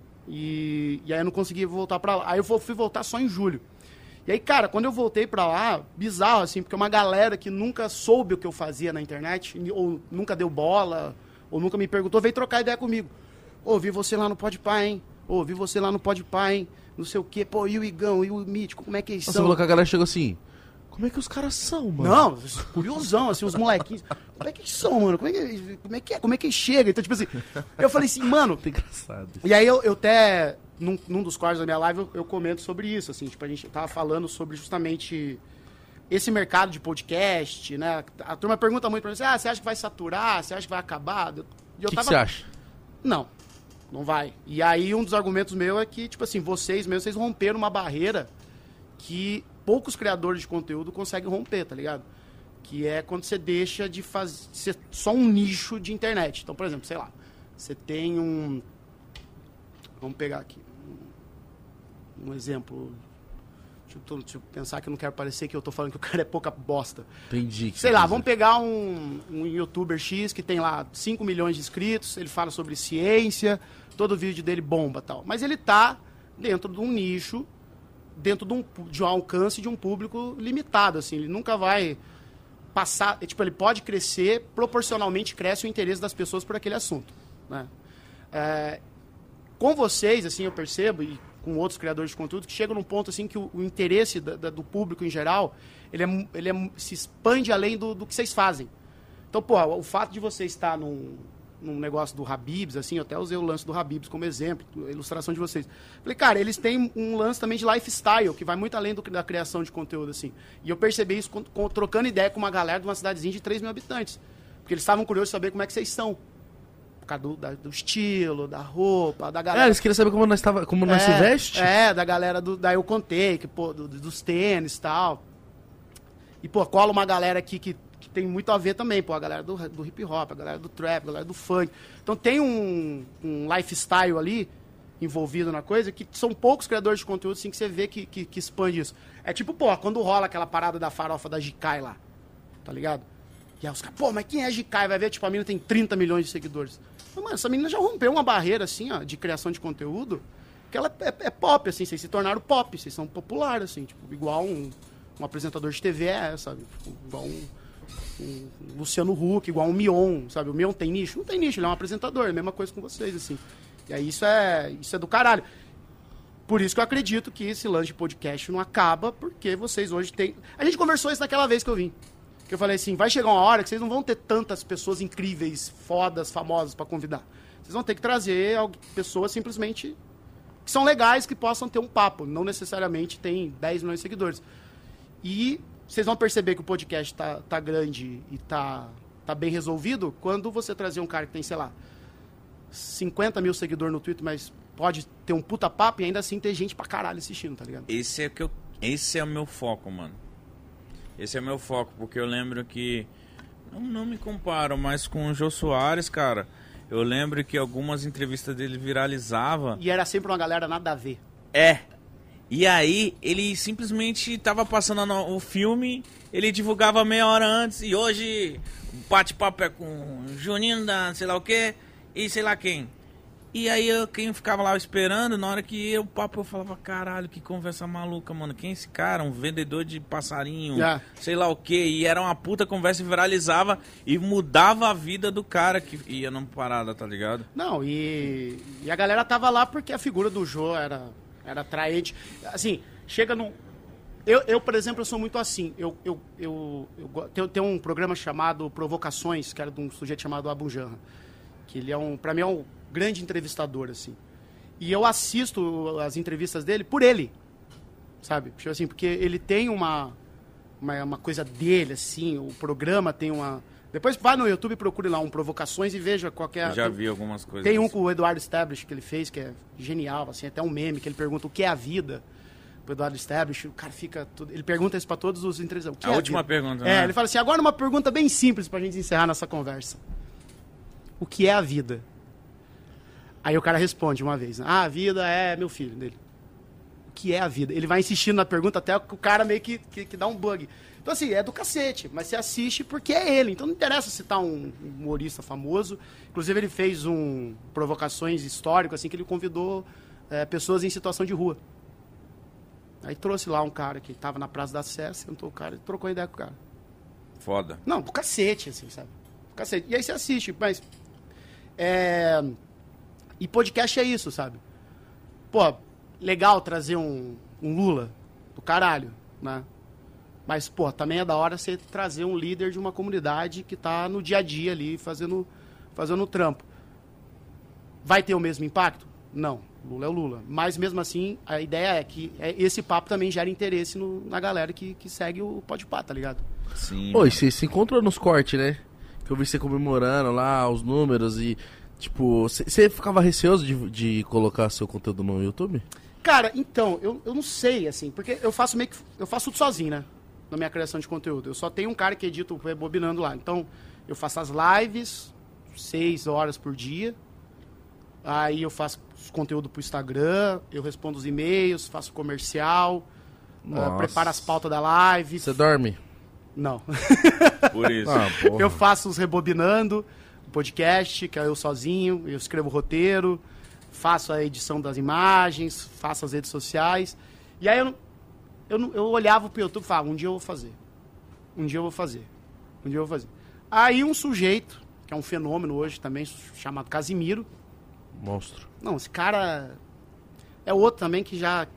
E aí eu não conseguia voltar pra lá. Aí eu fui voltar só em julho. E aí, cara, quando eu voltei pra lá, bizarro, assim, porque uma galera que nunca soube o que eu fazia na internet, ou nunca deu bola, ou nunca me perguntou, veio trocar ideia comigo. Vi você lá no Podpah, hein? Vi você lá no Podpah, hein? Não sei o quê. E o Igão, e o Mítico, como é que eles são? Você falou que a galera chegou assim... Como é que os caras são, mano? Não, curiosão, assim, os molequinhos. Como é que eles são, mano? Como é que chega? Então, tipo assim, eu falei assim, mano... Engraçado. E aí eu até, num dos cortes da minha live, eu comento sobre isso, assim, tipo, a gente tava falando sobre justamente esse mercado de podcast, né? A turma pergunta muito pra mim, você acha que vai saturar? Você acha que vai acabar? O que você acha? Não vai. E aí um dos argumentos meus é que, tipo assim, vocês romperam uma barreira que poucos criadores de conteúdo conseguem romper, tá ligado? Que é quando você deixa de ser só um nicho de internet. Então, por exemplo, sei lá, você tem um... Vamos pegar aqui um exemplo. Deixa eu pensar que eu não quero parecer que eu tô falando que o cara é pouca bosta. Entendi. Sei lá, vamos pegar um youtuber X que tem lá 5 milhões de inscritos, ele fala sobre ciência, todo vídeo dele bomba e tal. Mas ele tá dentro de um nicho, dentro de um alcance de um público limitado, assim. Ele nunca vai passar... Tipo, ele pode crescer, proporcionalmente cresce o interesse das pessoas por aquele assunto, né? Com vocês, assim, eu percebo, e com outros criadores de conteúdo, que chegam num ponto, assim, que o interesse do público em geral, ele se expande além do que vocês fazem. Então, o fato de você estar num negócio do Habib's, assim, eu até usei o lance do Habib's como exemplo, a ilustração de vocês. Falei, cara, eles têm um lance também de lifestyle, que vai muito além da criação de conteúdo, assim. E eu percebi isso trocando ideia com uma galera de uma cidadezinha de 3 mil habitantes. Porque eles estavam curiosos de saber como é que vocês são. Por causa do estilo, da roupa, da galera... eles queriam saber como nós se veste? Da galera daí eu contei, que, dos tênis e tal. E, cola uma galera aqui que tem muito a ver também, a galera do hip hop, a galera do trap, a galera do funk. Então tem um lifestyle ali envolvido na coisa, que são poucos criadores de conteúdo assim, que você vê que expande isso. É tipo, quando rola aquela parada da farofa da Gicai lá, tá ligado? E aí os caras, mas quem é a Gicai? Vai ver, tipo, a menina tem 30 milhões de seguidores. Mas, mano, essa menina já rompeu uma barreira, assim, ó, de criação de conteúdo, que ela é pop, assim, vocês se tornaram pop, vocês são populares, assim, tipo, igual um apresentador de TV sabe? Tipo, igual um Luciano Huck, igual um Mion, sabe? O Mion tem nicho? Não tem nicho, ele é um apresentador, é a mesma coisa com vocês, assim. E aí isso é do caralho. Por isso que eu acredito que esse lance de podcast não acaba, porque vocês hoje têm... A gente conversou isso naquela vez que eu vim. Que eu falei assim, vai chegar uma hora que vocês não vão ter tantas pessoas incríveis, fodas, famosas pra convidar. Vocês vão ter que trazer pessoas simplesmente que são legais, que possam ter um papo. Não necessariamente tem 10 milhões de seguidores. E vocês vão perceber que o podcast tá grande e tá bem resolvido quando você trazer um cara que tem, sei lá, 50 mil seguidores no Twitter, mas pode ter um puta papo e ainda assim ter gente pra caralho assistindo, tá ligado? Esse é o meu foco, mano. Esse é o meu foco, porque eu lembro que... Não me comparo, mas com o Jô Soares, cara, eu lembro que algumas entrevistas dele viralizavam. E era sempre uma galera nada a ver. E aí, ele simplesmente tava passando o filme, ele divulgava meia hora antes, e hoje o bate-papo é com Juninho da sei lá o quê, e sei lá quem. E aí, quem ficava lá esperando, na hora que o papo, eu falava, caralho, que conversa maluca, mano. Quem é esse cara? Um vendedor de passarinho, sei lá o quê. E era uma puta conversa, viralizava e mudava a vida do cara que ia numa parada, tá ligado? Não, e a galera tava lá porque a figura do Jô era atraente. Assim, chega num... Eu, por exemplo, eu sou muito assim. Eu tenho um programa chamado Provocações, que era de um sujeito chamado Abu Janra. Que ele pra mim é um grande entrevistador, assim. E eu assisto as entrevistas dele por ele, sabe? Tipo assim, porque ele tem uma coisa dele, assim, o programa tem uma... Depois vai no YouTube e procure lá Provocações e veja qual que é... Eu já vi algumas coisas. Tem um com o Eduardo Stablish que ele fez, que é genial, assim, até um meme, que ele pergunta o que é a vida, o Eduardo Stablish, o cara fica... Ele pergunta isso pra todos os entrevistados. A última pergunta, né? Ele fala assim, agora uma pergunta bem simples pra gente encerrar nossa conversa. O que é a vida? Aí o cara responde uma vez, a vida é meu filho dele. O que é a vida? Ele vai insistindo na pergunta até o cara meio que dá um bug. Então assim, é do cacete, mas você assiste porque é ele. Então não interessa citar um humorista famoso. Inclusive ele fez Provocações histórico, assim, que ele convidou pessoas em situação de rua. Aí trouxe lá um cara que tava na Praça da Sé, sentou o cara e trocou ideia com o cara. Foda. Não, do cacete, assim, sabe? Do cacete. E aí você assiste, mas... E podcast é isso, sabe? Pô, legal trazer um Lula do caralho, né? Mas, pô, também é da hora você trazer um líder de uma comunidade que tá no dia a dia ali, fazendo trampo. Vai ter o mesmo impacto? Não. Lula é o Lula. Mas, mesmo assim, a ideia é que esse papo também gera interesse na galera que segue o Podpah, tá ligado? Sim. Pô, e você se encontrou nos cortes, né? Que eu vi você comemorando lá os números e... Tipo, você ficava receoso de colocar seu conteúdo no YouTube? Cara, então, eu não sei, assim, porque eu faço tudo sozinho, né? Na minha criação de conteúdo. Eu só tenho um cara que edita o Rebobinando lá. Então, eu faço as lives, 6 horas por dia. Aí eu faço conteúdo pro Instagram, eu respondo os e-mails, faço comercial, preparo as pautas da live. Você dorme? Não. Por isso. Eu faço os Rebobinando, podcast, que é eu sozinho, eu escrevo o roteiro, faço a edição das imagens, faço as redes sociais. E aí eu olhava pro YouTube e falava, um dia eu vou fazer. Aí um sujeito, que é um fenômeno hoje também, chamado Casimiro. Monstro. Não, esse cara é outro também que já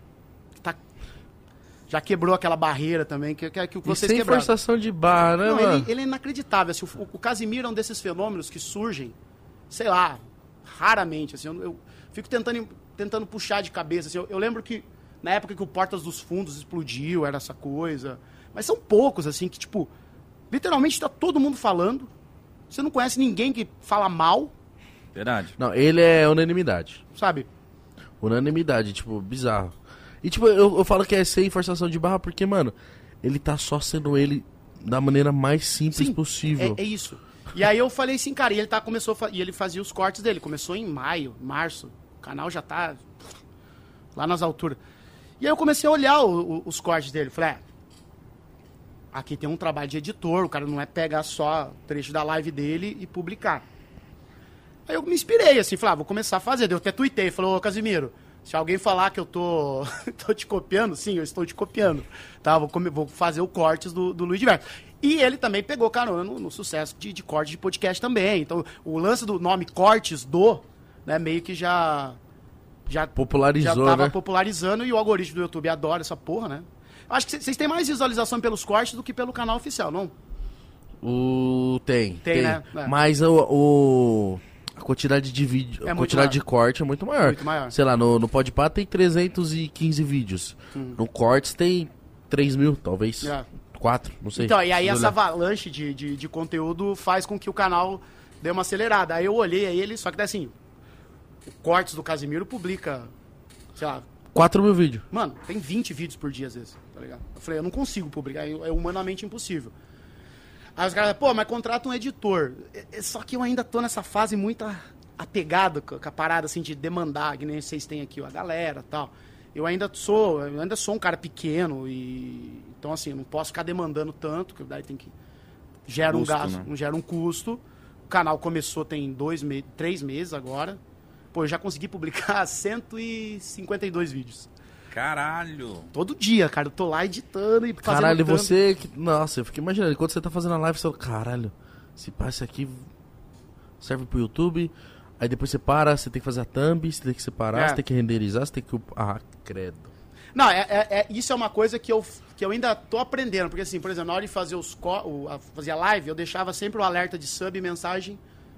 quebrou aquela barreira também, que vocês sem quebraram. forçação de barra, né, Não, mano? ele é inacreditável. Assim, o Casimiro é um desses fenômenos que surgem, sei lá, raramente. Assim, eu fico tentando puxar de cabeça. Assim, eu lembro que na época que o Portas dos Fundos explodiu, era essa coisa. Mas são poucos, assim, que, tipo, literalmente tá todo mundo falando. Você não conhece ninguém que fala mal, Verdade. Não, ele é unanimidade. sabe? Unanimidade, tipo, bizarro. E, tipo, eu falo que é sem forçação de barra porque, mano, ele tá só sendo ele da maneira mais simples Sim, possível. É isso. E aí eu falei assim, cara, e ele fazia os cortes dele. Começou em maio, março. O canal já tá lá nas alturas. E aí eu comecei a olhar os cortes dele. Falei, aqui tem um trabalho de editor. O cara não é pegar só trecho da live dele e publicar. Aí eu me inspirei, assim, falei, vou começar a fazer. Eu até tuitei, falei, ô Casimiro, se alguém falar que eu tô te copiando, sim, eu estou te copiando. Tá? Vou fazer o cortes do Luiz Diverso. E ele também pegou carona no sucesso de corte de podcast também. Então, o lance do nome Cortes né, meio que já popularizou, já tava né? popularizando e o algoritmo do YouTube adora essa porra, né? Acho que vocês têm mais visualização pelos cortes do que pelo canal oficial, não? Tem, né? É. Mas a quantidade de vídeo, É a muito quantidade maior. de corte é muito maior. Muito maior. Sei lá, no Podpah tem 315 vídeos. No Cortes tem 3.000, talvez. É. 4, não sei. Então, e aí Preciso essa olhar. avalanche de conteúdo faz com que o canal dê uma acelerada. Aí eu olhei a ele, só que daí assim, o Cortes do Casimiro publica, sei lá, 4.000 vídeos. mano, tem 20 vídeos por dia às vezes, tá ligado? Eu falei, eu não consigo publicar, é humanamente impossível. Aí os caras, pô, mas contrata um editor. Só que eu ainda tô nessa fase muito apegado com a parada, assim, de demandar, que nem vocês têm aqui, ó, a galera e tal. Eu ainda sou um cara pequeno e... Então, assim, eu não posso ficar demandando tanto, que daí tem que... Gera um Custo, gasto, né? não gera um custo. O canal começou tem 3 meses agora. Pô, eu já consegui publicar 152 vídeos. Caralho. Todo dia, cara. Eu tô lá editando e fazendo... Caralho, thumb. você... Nossa, eu fico imaginando, quando você tá fazendo a live, você fala, caralho, se pá, isso aqui serve pro YouTube, aí depois você para, você tem que fazer a thumb, você tem que separar, É. você tem que renderizar, você tem que... Ah, credo. Não, isso é uma coisa que eu ainda tô aprendendo. Porque, assim, por exemplo, na hora de fazer fazer a live, eu deixava sempre o alerta de sub e mensagem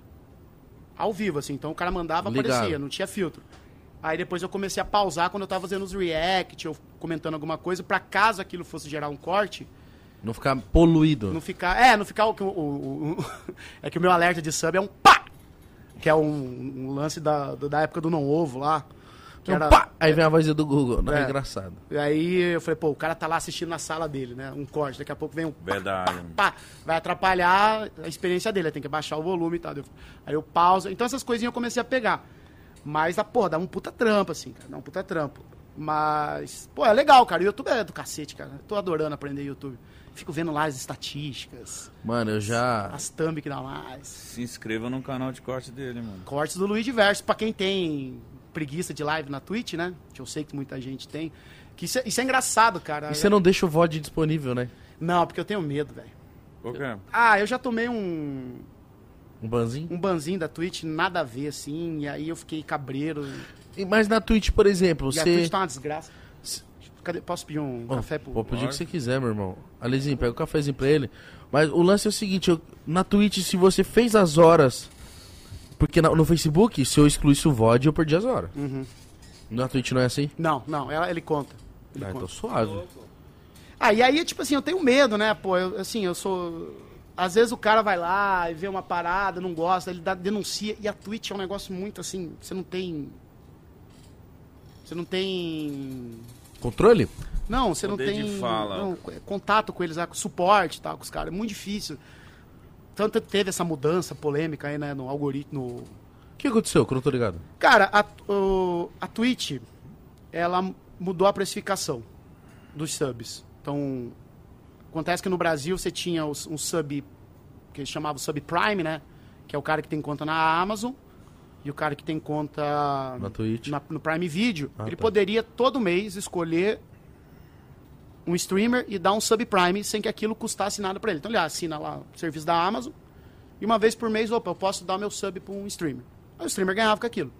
ao vivo, assim. Então o cara mandava, Ligado. aparecia, não tinha filtro. Aí depois eu comecei a pausar quando eu tava fazendo os react, ou comentando alguma coisa, pra caso aquilo fosse gerar um corte, Não ficar poluído. não ficar é que o meu alerta de sub é um pá! Que é um lance da época do Não Ovo lá. Que Então, era- pá! Aí vem a vozinha do Google, não é É. engraçado. E aí eu falei, pô, o cara tá lá assistindo na sala dele, né? Um corte, daqui a pouco vem um pá, Verdade. pá, vai atrapalhar a experiência dele, tem que baixar o volume e tal. Aí eu pauso. Então essas coisinhas eu comecei a pegar. Mas, porra, dá um puta trampo, assim, cara. Dá um puta trampo. Mas, pô, é legal, cara. O YouTube é do cacete, cara. Eu tô adorando aprender YouTube. Fico vendo lá as estatísticas, Mano, eu já... as thumb que dá mais. Se inscreva no canal de corte dele, mano. Cortes do Luigi Verso. Pra quem tem preguiça de live na Twitch, né? Que eu sei que muita gente tem. Que isso é engraçado, cara. E você não deixa o VOD disponível, né? Não, porque eu tenho medo, velho. Por quê? Ah, eu já tomei um Um banzinho? da Twitch, nada a ver, assim, e aí eu fiquei cabreiro. Mas na Twitch, por exemplo, E a você... Twitch tá uma desgraça. Cadê? Posso pedir um Oh, café pro... pode pedir o que você quiser, meu irmão. Alizinho, pega o cafezinho pra ele. Mas o lance é o seguinte, na Twitch, se você fez as horas... Porque no Facebook, se eu excluísse o VOD, eu perdi as horas. Uhum. Na Twitch não é assim? Não, ele conta. Ele Ah, conta. então suave. Ah, e aí, tipo assim, eu tenho medo, né, pô, eu sou... Às vezes o cara vai lá e vê uma parada, não gosta, ele denuncia, e a Twitch é um negócio muito assim, você não tem... Controle? Não, você não Poder tem de fala. contato com eles, com suporte, tal, com os caras. É muito difícil. Tanto teve essa mudança polêmica aí, né, no algoritmo. O que aconteceu? Que eu não tô ligado. Cara, a Twitch, ela mudou a precificação dos subs. Então, acontece que no Brasil você tinha um sub, que eles chamavam sub Prime, né? Que é o cara que tem conta na Amazon e o cara que tem conta Na Twitch. no Prime Video. Ah, Ele tá. poderia todo mês escolher um streamer e dar um subprime sem que aquilo custasse nada pra ele. Então ele assina lá o serviço da Amazon e uma vez por mês, opa, eu posso dar meu sub pra um streamer. Aí o streamer ganhava com aquilo.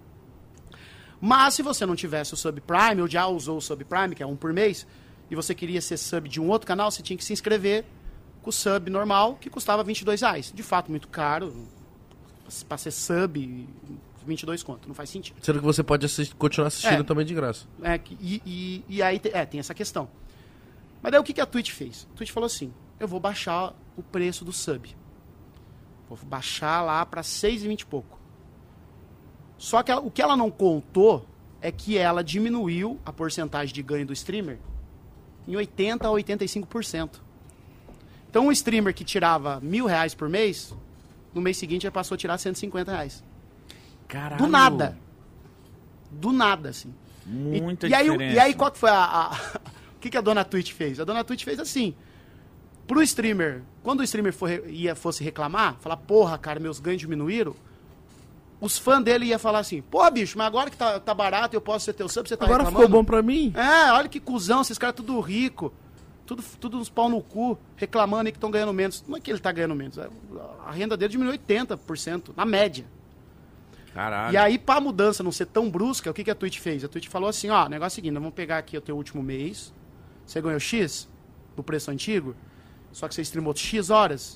Mas se você não tivesse o subprime, ou já usou o subprime, que é um por mês, e você queria ser sub de um outro canal, você tinha que se inscrever com o sub normal, que custava R$22. De fato, muito caro. Pra ser sub, 22 conto. Não faz sentido. Sendo que você pode continuar assistindo É. também de graça. E aí tem essa questão. Mas daí o que a Twitch fez? A Twitch falou assim, eu vou baixar o preço do sub. Vou baixar lá pra 6,20 e pouco. Só que o que ela não contou é que ela diminuiu a porcentagem de ganho do streamer em 80% a 85%. Então um streamer que tirava R$1.000 por mês, no mês seguinte ele passou a tirar R$150. Caralho. Do nada. Do nada, assim. Muita e aí, diferença. e aí, qual que foi o que a dona Twitch fez? A dona Twitch fez assim. Pro streamer, quando o streamer fosse reclamar, falar, porra, cara, meus ganhos diminuíram, os fãs dele iam falar assim, porra, bicho, mas agora que tá barato, eu posso ser teu sub, você tá Agora reclamando? ficou bom pra mim. É, olha que cuzão, esses caras tudo rico, tudo uns pau no cu, reclamando aí que estão ganhando menos. Não é que ele tá ganhando menos, a renda dele diminuiu 80%, na média. Caralho. E aí, pra mudança não ser tão brusca, o que a Twitch fez? A Twitch falou assim, ó, negócio é o seguinte, nós vamos pegar aqui o teu último mês, você ganhou X, no preço antigo, só que você streamou X horas,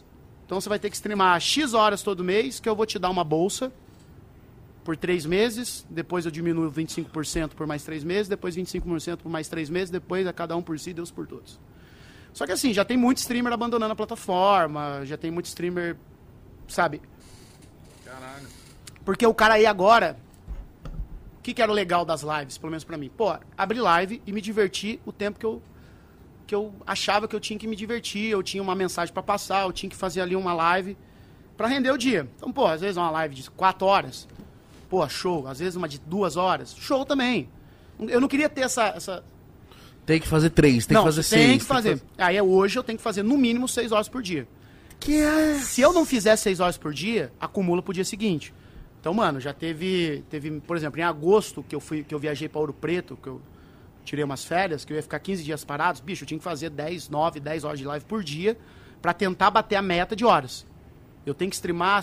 Então você vai ter que streamar X horas todo mês, que eu vou te dar uma bolsa por 3 meses, depois eu diminuo 25% por mais 3 meses, depois 25% por mais 3 meses, depois a cada um por si, Deus por todos. Só que assim, já tem muito streamer abandonando a plataforma, já tem muito streamer, sabe? Caralho. Porque o cara aí agora, o que era o legal das lives, pelo menos pra mim? Pô, abrir live e me divertir o tempo que eu achava que eu tinha que me divertir, eu tinha uma mensagem pra passar, eu tinha que fazer ali uma live pra render o dia. Então, pô, às vezes uma live de 4 horas, pô, show. Às vezes uma de 2 horas, show também. Eu não queria ter essa... Tem que fazer 3, tem que fazer 6. Tem que fazer. Aí hoje eu tenho que fazer no mínimo 6 horas por dia. Se eu não fizer 6 horas por dia, acumula pro dia seguinte. Então, mano, já teve, por exemplo, em agosto, que eu viajei pra Ouro Preto, que eu tirei umas férias, que eu ia ficar 15 dias parados, bicho, eu tinha que fazer 10 horas de live por dia pra tentar bater a meta de horas. Eu tenho que streamar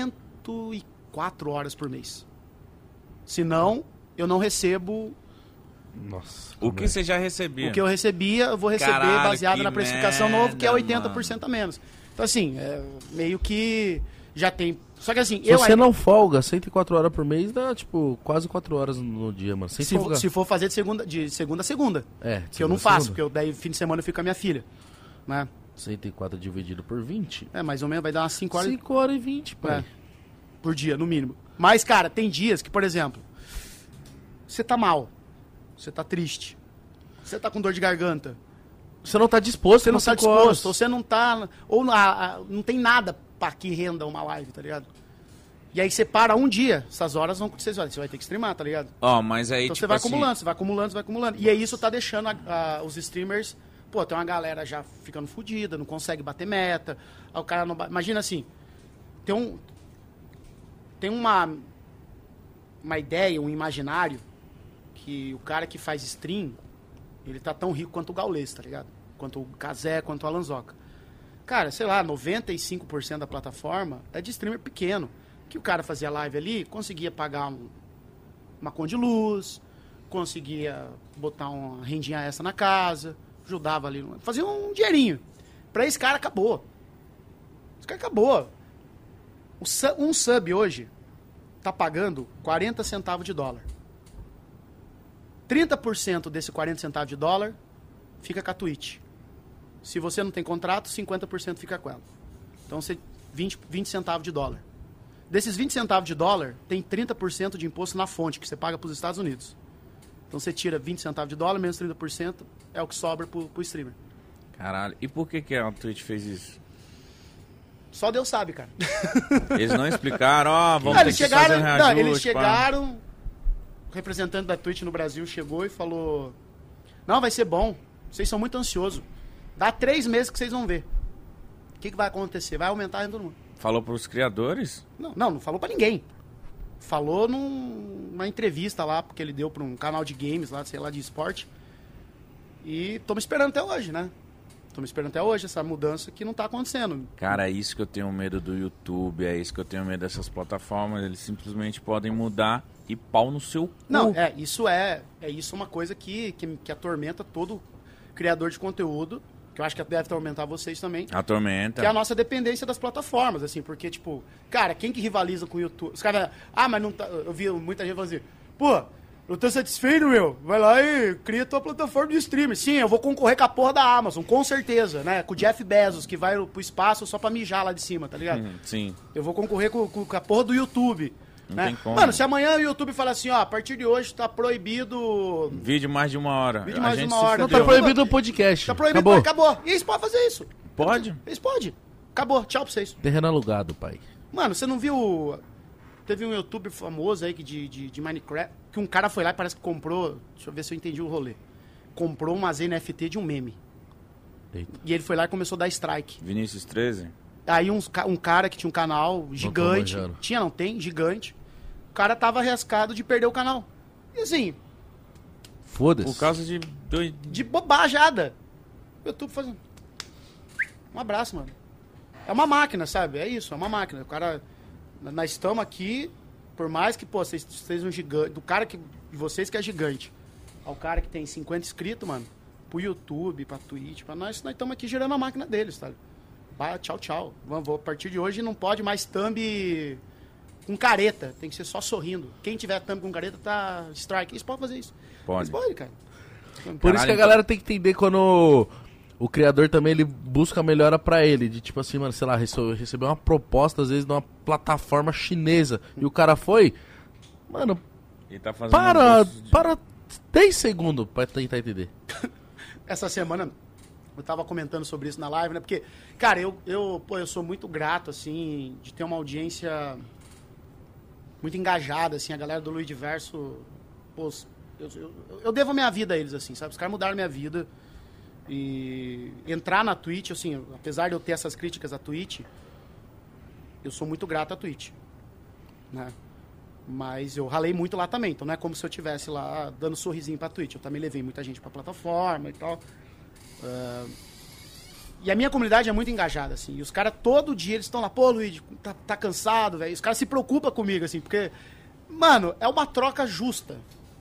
104 horas por mês. Senão, eu não recebo... Nossa. O que você já recebia? O que eu recebia, eu vou receber baseado na precificação nova, que é 80% mano. a menos. Então, assim, meio que já tem... Só que assim, Se você não folga 104 horas por mês, dá, tipo, quase 4 horas no dia, mano. Sem folgar. Se for fazer de segunda a segunda. É, Que eu não faço, porque daí fim de semana eu fico com a minha filha. Né? 104 dividido por 20. Mais ou menos, vai dar umas 5 horas... 5 horas e 20, pai. Por dia, no mínimo. Mas, cara, tem dias que, por exemplo, você tá mal, você tá triste, você tá com dor de garganta, Você não tá disposto, você não tá 5 horas. disposto, ou você não tá... Ou não tem nada pra que renda uma live, tá ligado? E aí você para um dia, essas horas vão acontecer, você vai ter que streamar, tá ligado? Ó, mas aí, Então tipo você vai assim, acumulando, você vai acumulando, você vai acumulando. E aí isso tá deixando os streamers... Pô, tem uma galera já ficando fodida, não consegue bater meta. Aí o cara não... Imagina assim, tem uma ideia, um imaginário, que o cara que faz stream, ele tá tão rico quanto o Gaules, tá ligado? Quanto o Cazé, quanto o Alanzoca. Cara, sei lá, 95% da plataforma é de streamer pequeno. Que o cara fazia live ali, conseguia pagar uma conta de luz, conseguia botar uma rendinha extra na casa, ajudava ali, fazia um dinheirinho. Pra esse cara, acabou. Esse cara acabou. Um sub hoje tá pagando 40 centavos de dólar. 30% desse 40 centavos de dólar fica com a Twitch. Se você não tem contrato, 50% fica com ela. Então, 20 centavos de dólar. Desses 20 centavos de dólar, tem 30% de imposto na fonte, que você paga para os Estados Unidos. Então, você tira 20 centavos de dólar, menos 30%, é o que sobra pro streamer. Caralho, e por que a Twitch fez isso? Só Deus sabe, cara. Eles não explicaram, vamos ter Eles que fazer um reajuste. eles chegaram, o representante da Twitch no Brasil chegou e falou: não, vai ser bom, vocês são muito ansiosos. Dá 3 meses que vocês vão ver. O que vai acontecer? Vai aumentar a renda todo mundo. Falou pros criadores? Não falou pra ninguém. Falou numa entrevista lá, porque ele deu pra um canal de games lá, sei lá, de esporte. E tô me esperando até hoje, né? Tô me esperando até hoje essa mudança que não tá acontecendo. Cara, é isso que eu tenho medo do YouTube, é isso que eu tenho medo dessas plataformas, eles simplesmente podem mudar e pau no seu cu. Não, isso é uma coisa que atormenta todo criador de conteúdo, que eu acho que deve atormentar vocês também. Atormenta. Que é a nossa dependência das plataformas, assim, porque, tipo, cara, quem que rivaliza com o YouTube? Os caras, mas não tá... Eu vi muita gente falando assim, pô, eu tô satisfeito, meu, vai lá e cria tua plataforma de streaming. Sim, eu vou concorrer com a porra da Amazon, com certeza, né? Com o Jeff Bezos, que vai pro espaço só pra mijar lá de cima, tá ligado? Sim. Eu vou concorrer com a porra do YouTube. Não né? tem como. Mano, se amanhã o YouTube falar assim, a partir de hoje tá proibido... Vídeo mais de 1 hora. Vídeo mais de A gente 1 se hora. Não, fudeu. tá proibido o podcast. Tá proibido, acabou. E eles podem fazer isso. Pode? Eles podem. Acabou, tchau pra vocês. Terreno alugado, pai. Mano, você não viu... Teve um youtuber famoso aí de Minecraft, que um cara foi lá e parece que comprou... Deixa eu ver se eu entendi o rolê. Comprou umas NFT de um meme. Eita. E ele foi lá e começou a dar strike. Vinícius 13? Aí um cara que tinha um canal gigante... manjando. Tem, gigante. O cara tava arriscado de perder o canal. E assim... Foda-se. Por causa de... De bobajada. O YouTube fazendo... Um abraço, mano. É uma máquina, sabe? É isso, é uma máquina. O cara... Nós estamos aqui, por mais que, pô, vocês sejam gigantes... Do cara de vocês que é gigante, ao cara que tem 50 inscritos, mano, pro YouTube, pra Twitch, pra nós estamos aqui gerando a máquina deles, tá? tchau, tchau. A partir de hoje não pode mais thumb com careta. Tem que ser só sorrindo. Quem tiver thumb com careta tá strike. Eles podem fazer isso. Pode. Eles podem, cara. Por isso que a galera tem que entender quando o criador também ele busca a melhora pra ele. De tipo assim, mano, sei lá, receber uma proposta às vezes de uma plataforma chinesa. E o cara foi, mano, Ele tá fazendo para 10 segundos pra tentar entender. Essa semana eu tava comentando sobre isso na live, né? Porque, cara, eu sou muito grato, assim, de ter uma audiência muito engajada, assim, a galera do Luidiverso, pô, eu devo a minha vida a eles, assim, sabe? Os caras mudaram minha vida. E entrar na Twitch, assim, apesar de eu ter essas críticas à Twitch, eu sou muito grato à Twitch, né? Mas eu ralei muito lá também, então não é como se eu estivesse lá dando sorrisinho pra Twitch. Eu também levei muita gente pra plataforma e tal. E a minha comunidade é muito engajada, assim. E os caras, todo dia, eles estão lá, pô, Luigi, tá cansado, velho. Os caras se preocupam comigo, assim, porque, mano, é uma troca justa.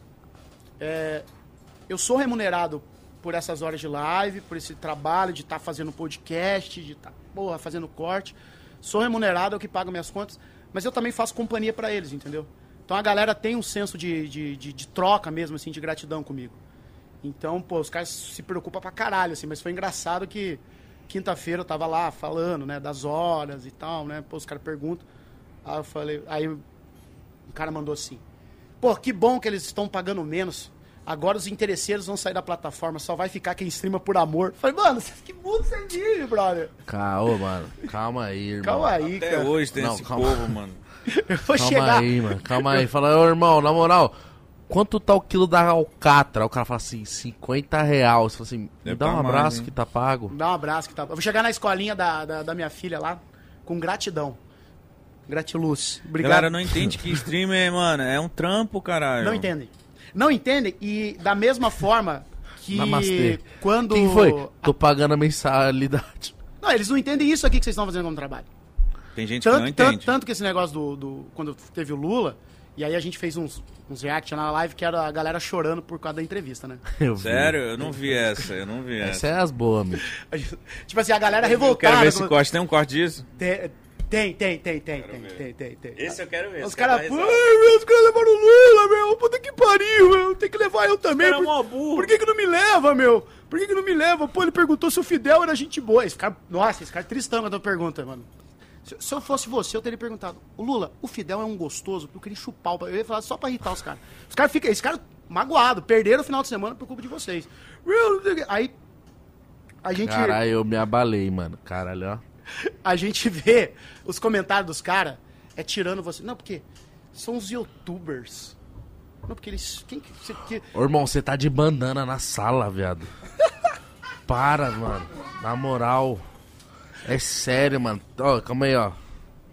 Eu sou remunerado por essas horas de live, por esse trabalho de estar fazendo podcast, de estar, fazendo corte. Sou remunerado, é o que paga minhas contas. Mas eu também faço companhia pra eles, entendeu? Então a galera tem um senso de troca mesmo, assim, de gratidão comigo. Então, pô, os caras se preocupam pra caralho, assim. Mas foi engraçado que quinta-feira eu tava lá falando, né, das horas e tal, né? Pô, os caras perguntam. Aí eu falei... Aí o cara mandou assim... Pô, que bom que eles estão pagando menos. Agora os interesseiros vão sair da plataforma, só vai ficar quem streama por amor. Falei, mano, que mundo você vive, brother? Calma aí, irmão. Calma aí, Até cara. hoje tem esse povo, mano. Eu vou Calma chegar. aí, mano. Calma aí. Fala, ô irmão, na moral, quanto tá o quilo da alcatra? O cara fala assim, R$50. Você fala assim, me Deve dá um tá mais, abraço hein? que tá pago. Dá um abraço que tá. Eu vou chegar na escolinha da minha filha lá com gratidão. Gratiluz. Obrigado. Galera não entende que streamer, mano, é um trampo, caralho. Não entendem. Não entendem e da mesma forma que Namastê. quando... Quem foi? Tô pagando a mensalidade. Não, eles não entendem isso aqui que vocês estão fazendo como trabalho. Tem gente que não entende. Tanto que esse negócio quando teve o Lula, e aí a gente fez uns react na live que era a galera chorando por causa da entrevista, né? Eu vi. Sério? Eu não vi essa, Essa é as boas, amigo. Tipo assim, a galera Eu revoltada. quero ver esse corte. Tem um corte disso? Tem. Esse eu quero ver. Os caras, os caras levaram o Lula, meu. Puta que pariu, meu. Tem que levar eu também. Cara, mó burro. Por que não me leva, meu? Por que não me leva? Pô, ele perguntou se o Fidel era gente boa. Esse cara tristão quando eu pergunto, mano. Se eu fosse você, eu teria perguntado, o Lula, o Fidel é um gostoso? Porque eu queria chupar o... Eu ia falar só pra irritar os caras. Os caras ficam... Esse cara magoado. Perderam o final de semana por culpa de vocês. Aí... A gente... Caralho, eu me abalei, mano. Caralho, ó. A gente vê os comentários dos caras tirando você. Não, porque são os youtubers. Não, porque eles... Ô, irmão, você tá de bandana na sala, viado. Para, mano. Na moral. É sério, mano. Ó, calma aí, ó.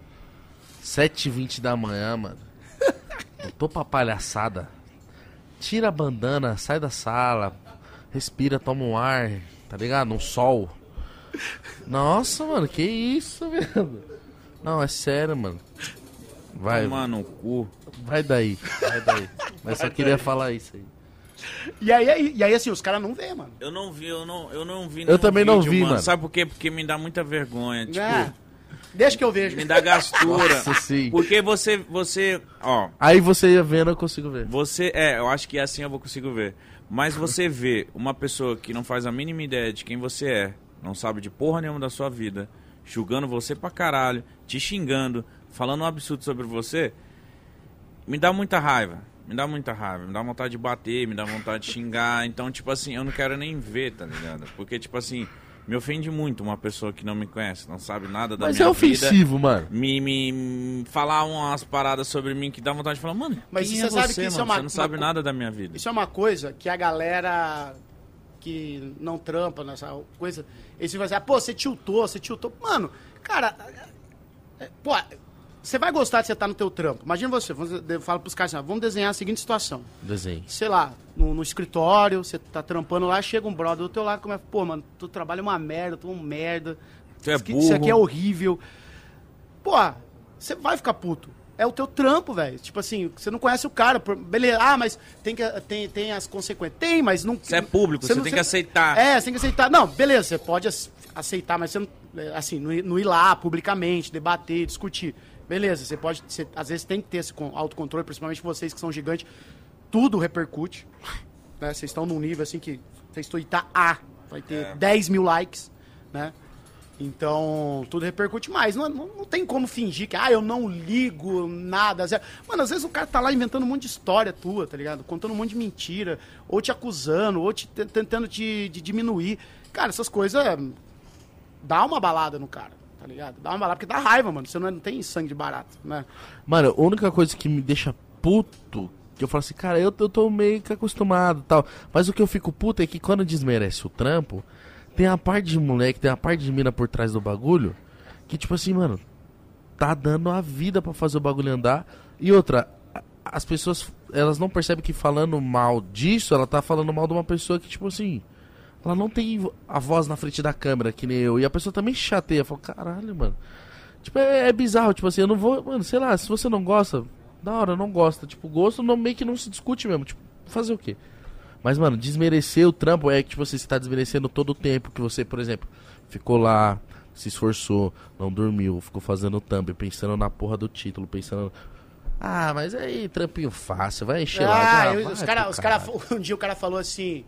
7h20 da manhã, mano. Eu tô pra palhaçada. Tira a bandana, sai da sala. Respira, toma um ar. Tá ligado? Um sol. Nossa, mano, que isso, velho? Não, é sério, mano. Vai. Tomar no cu. Vai daí. Mas só queria falar isso aí. E aí assim, os caras não vê, mano. Eu não vi Eu também não vi, mano. Sabe por quê? Porque me dá muita vergonha, tipo... Deixa que eu vejo. Me dá gastura. Nossa, sim. Porque você, ó... Aí você ia vendo, eu consigo ver. Eu acho que assim eu consigo ver. Mas você vê uma pessoa que não faz a mínima ideia de quem você é, não sabe de porra nenhuma da sua vida, julgando você pra caralho, te xingando, falando um absurdo sobre você, me dá muita raiva. Me dá vontade de bater, me dá vontade de xingar. Então, tipo assim, eu não quero nem ver, tá ligado? Porque, tipo assim, me ofende muito uma pessoa que não me conhece, não sabe nada da Mas minha é vida. ofensivo, mano. Me falar umas paradas sobre mim que dá vontade de falar, mano, mas quem você é sabe você, que isso mano? é uma, Você não sabe nada da minha vida. Isso é uma coisa que a galera que não trampa nessa coisa, eles vão dizer, pô, você tiltou. Mano, cara, pô, você vai gostar de você estar no teu trampo. Imagina você, eu falo pros caras assim, vamos desenhar a seguinte situação. Desenho. Sei lá, no escritório, você tá trampando lá, chega um brother do teu lado, começa, pô, mano, tu trabalho é uma merda, tu é um merda. Tu é burro. Isso aqui é horrível. Pô, você vai ficar puto. É o teu trampo, velho. Tipo assim, você não conhece o cara. Beleza, mas tem as consequências. Tem, mas não... Você é público, você tem que aceitar. Você tem que aceitar. Não, beleza, você pode aceitar, mas você não... assim, não ir lá publicamente, debater, discutir. Beleza, você às vezes tem que ter esse autocontrole, principalmente vocês que são gigantes. Tudo repercute. Né? Vocês estão num nível assim que vocês tweetar vai ter 10 mil likes, né? Então, tudo repercute mais. Não tem como fingir que, eu não ligo nada. Mano, às vezes o cara tá lá inventando um monte de história tua, tá ligado? Contando um monte de mentira, ou te acusando, ou tentando te diminuir. Cara, essas coisas dá uma balada no cara, tá ligado? Dá uma balada, porque dá raiva, mano. Você não tem sangue de barato, né? Mano, a única coisa que me deixa puto, que eu falo assim, cara, eu tô meio que acostumado e tal. Mas o que eu fico puto é que quando desmerece o trampo, tem a parte de moleque, tem a parte de mina por trás do bagulho, que tipo assim, mano, tá dando a vida pra fazer o bagulho andar. E outra, as pessoas, elas não percebem que falando mal disso, ela tá falando mal de uma pessoa que, tipo assim, ela não tem a voz na frente da câmera, que nem eu. E a pessoa também chateia, fala, caralho, mano. Tipo, é bizarro, tipo assim, eu não vou, mano, sei lá, se você não gosta, da hora, não gosta. Tipo, gosto meio que não se discute mesmo, tipo, fazer o quê? Mas, mano, desmerecer o trampo é que, tipo, você está desmerecendo todo o tempo que você, por exemplo, ficou lá, se esforçou, não dormiu, ficou fazendo thumb, pensando na porra do título, pensando... mas aí, trampinho fácil, vai encher lá. Um dia o cara falou assim...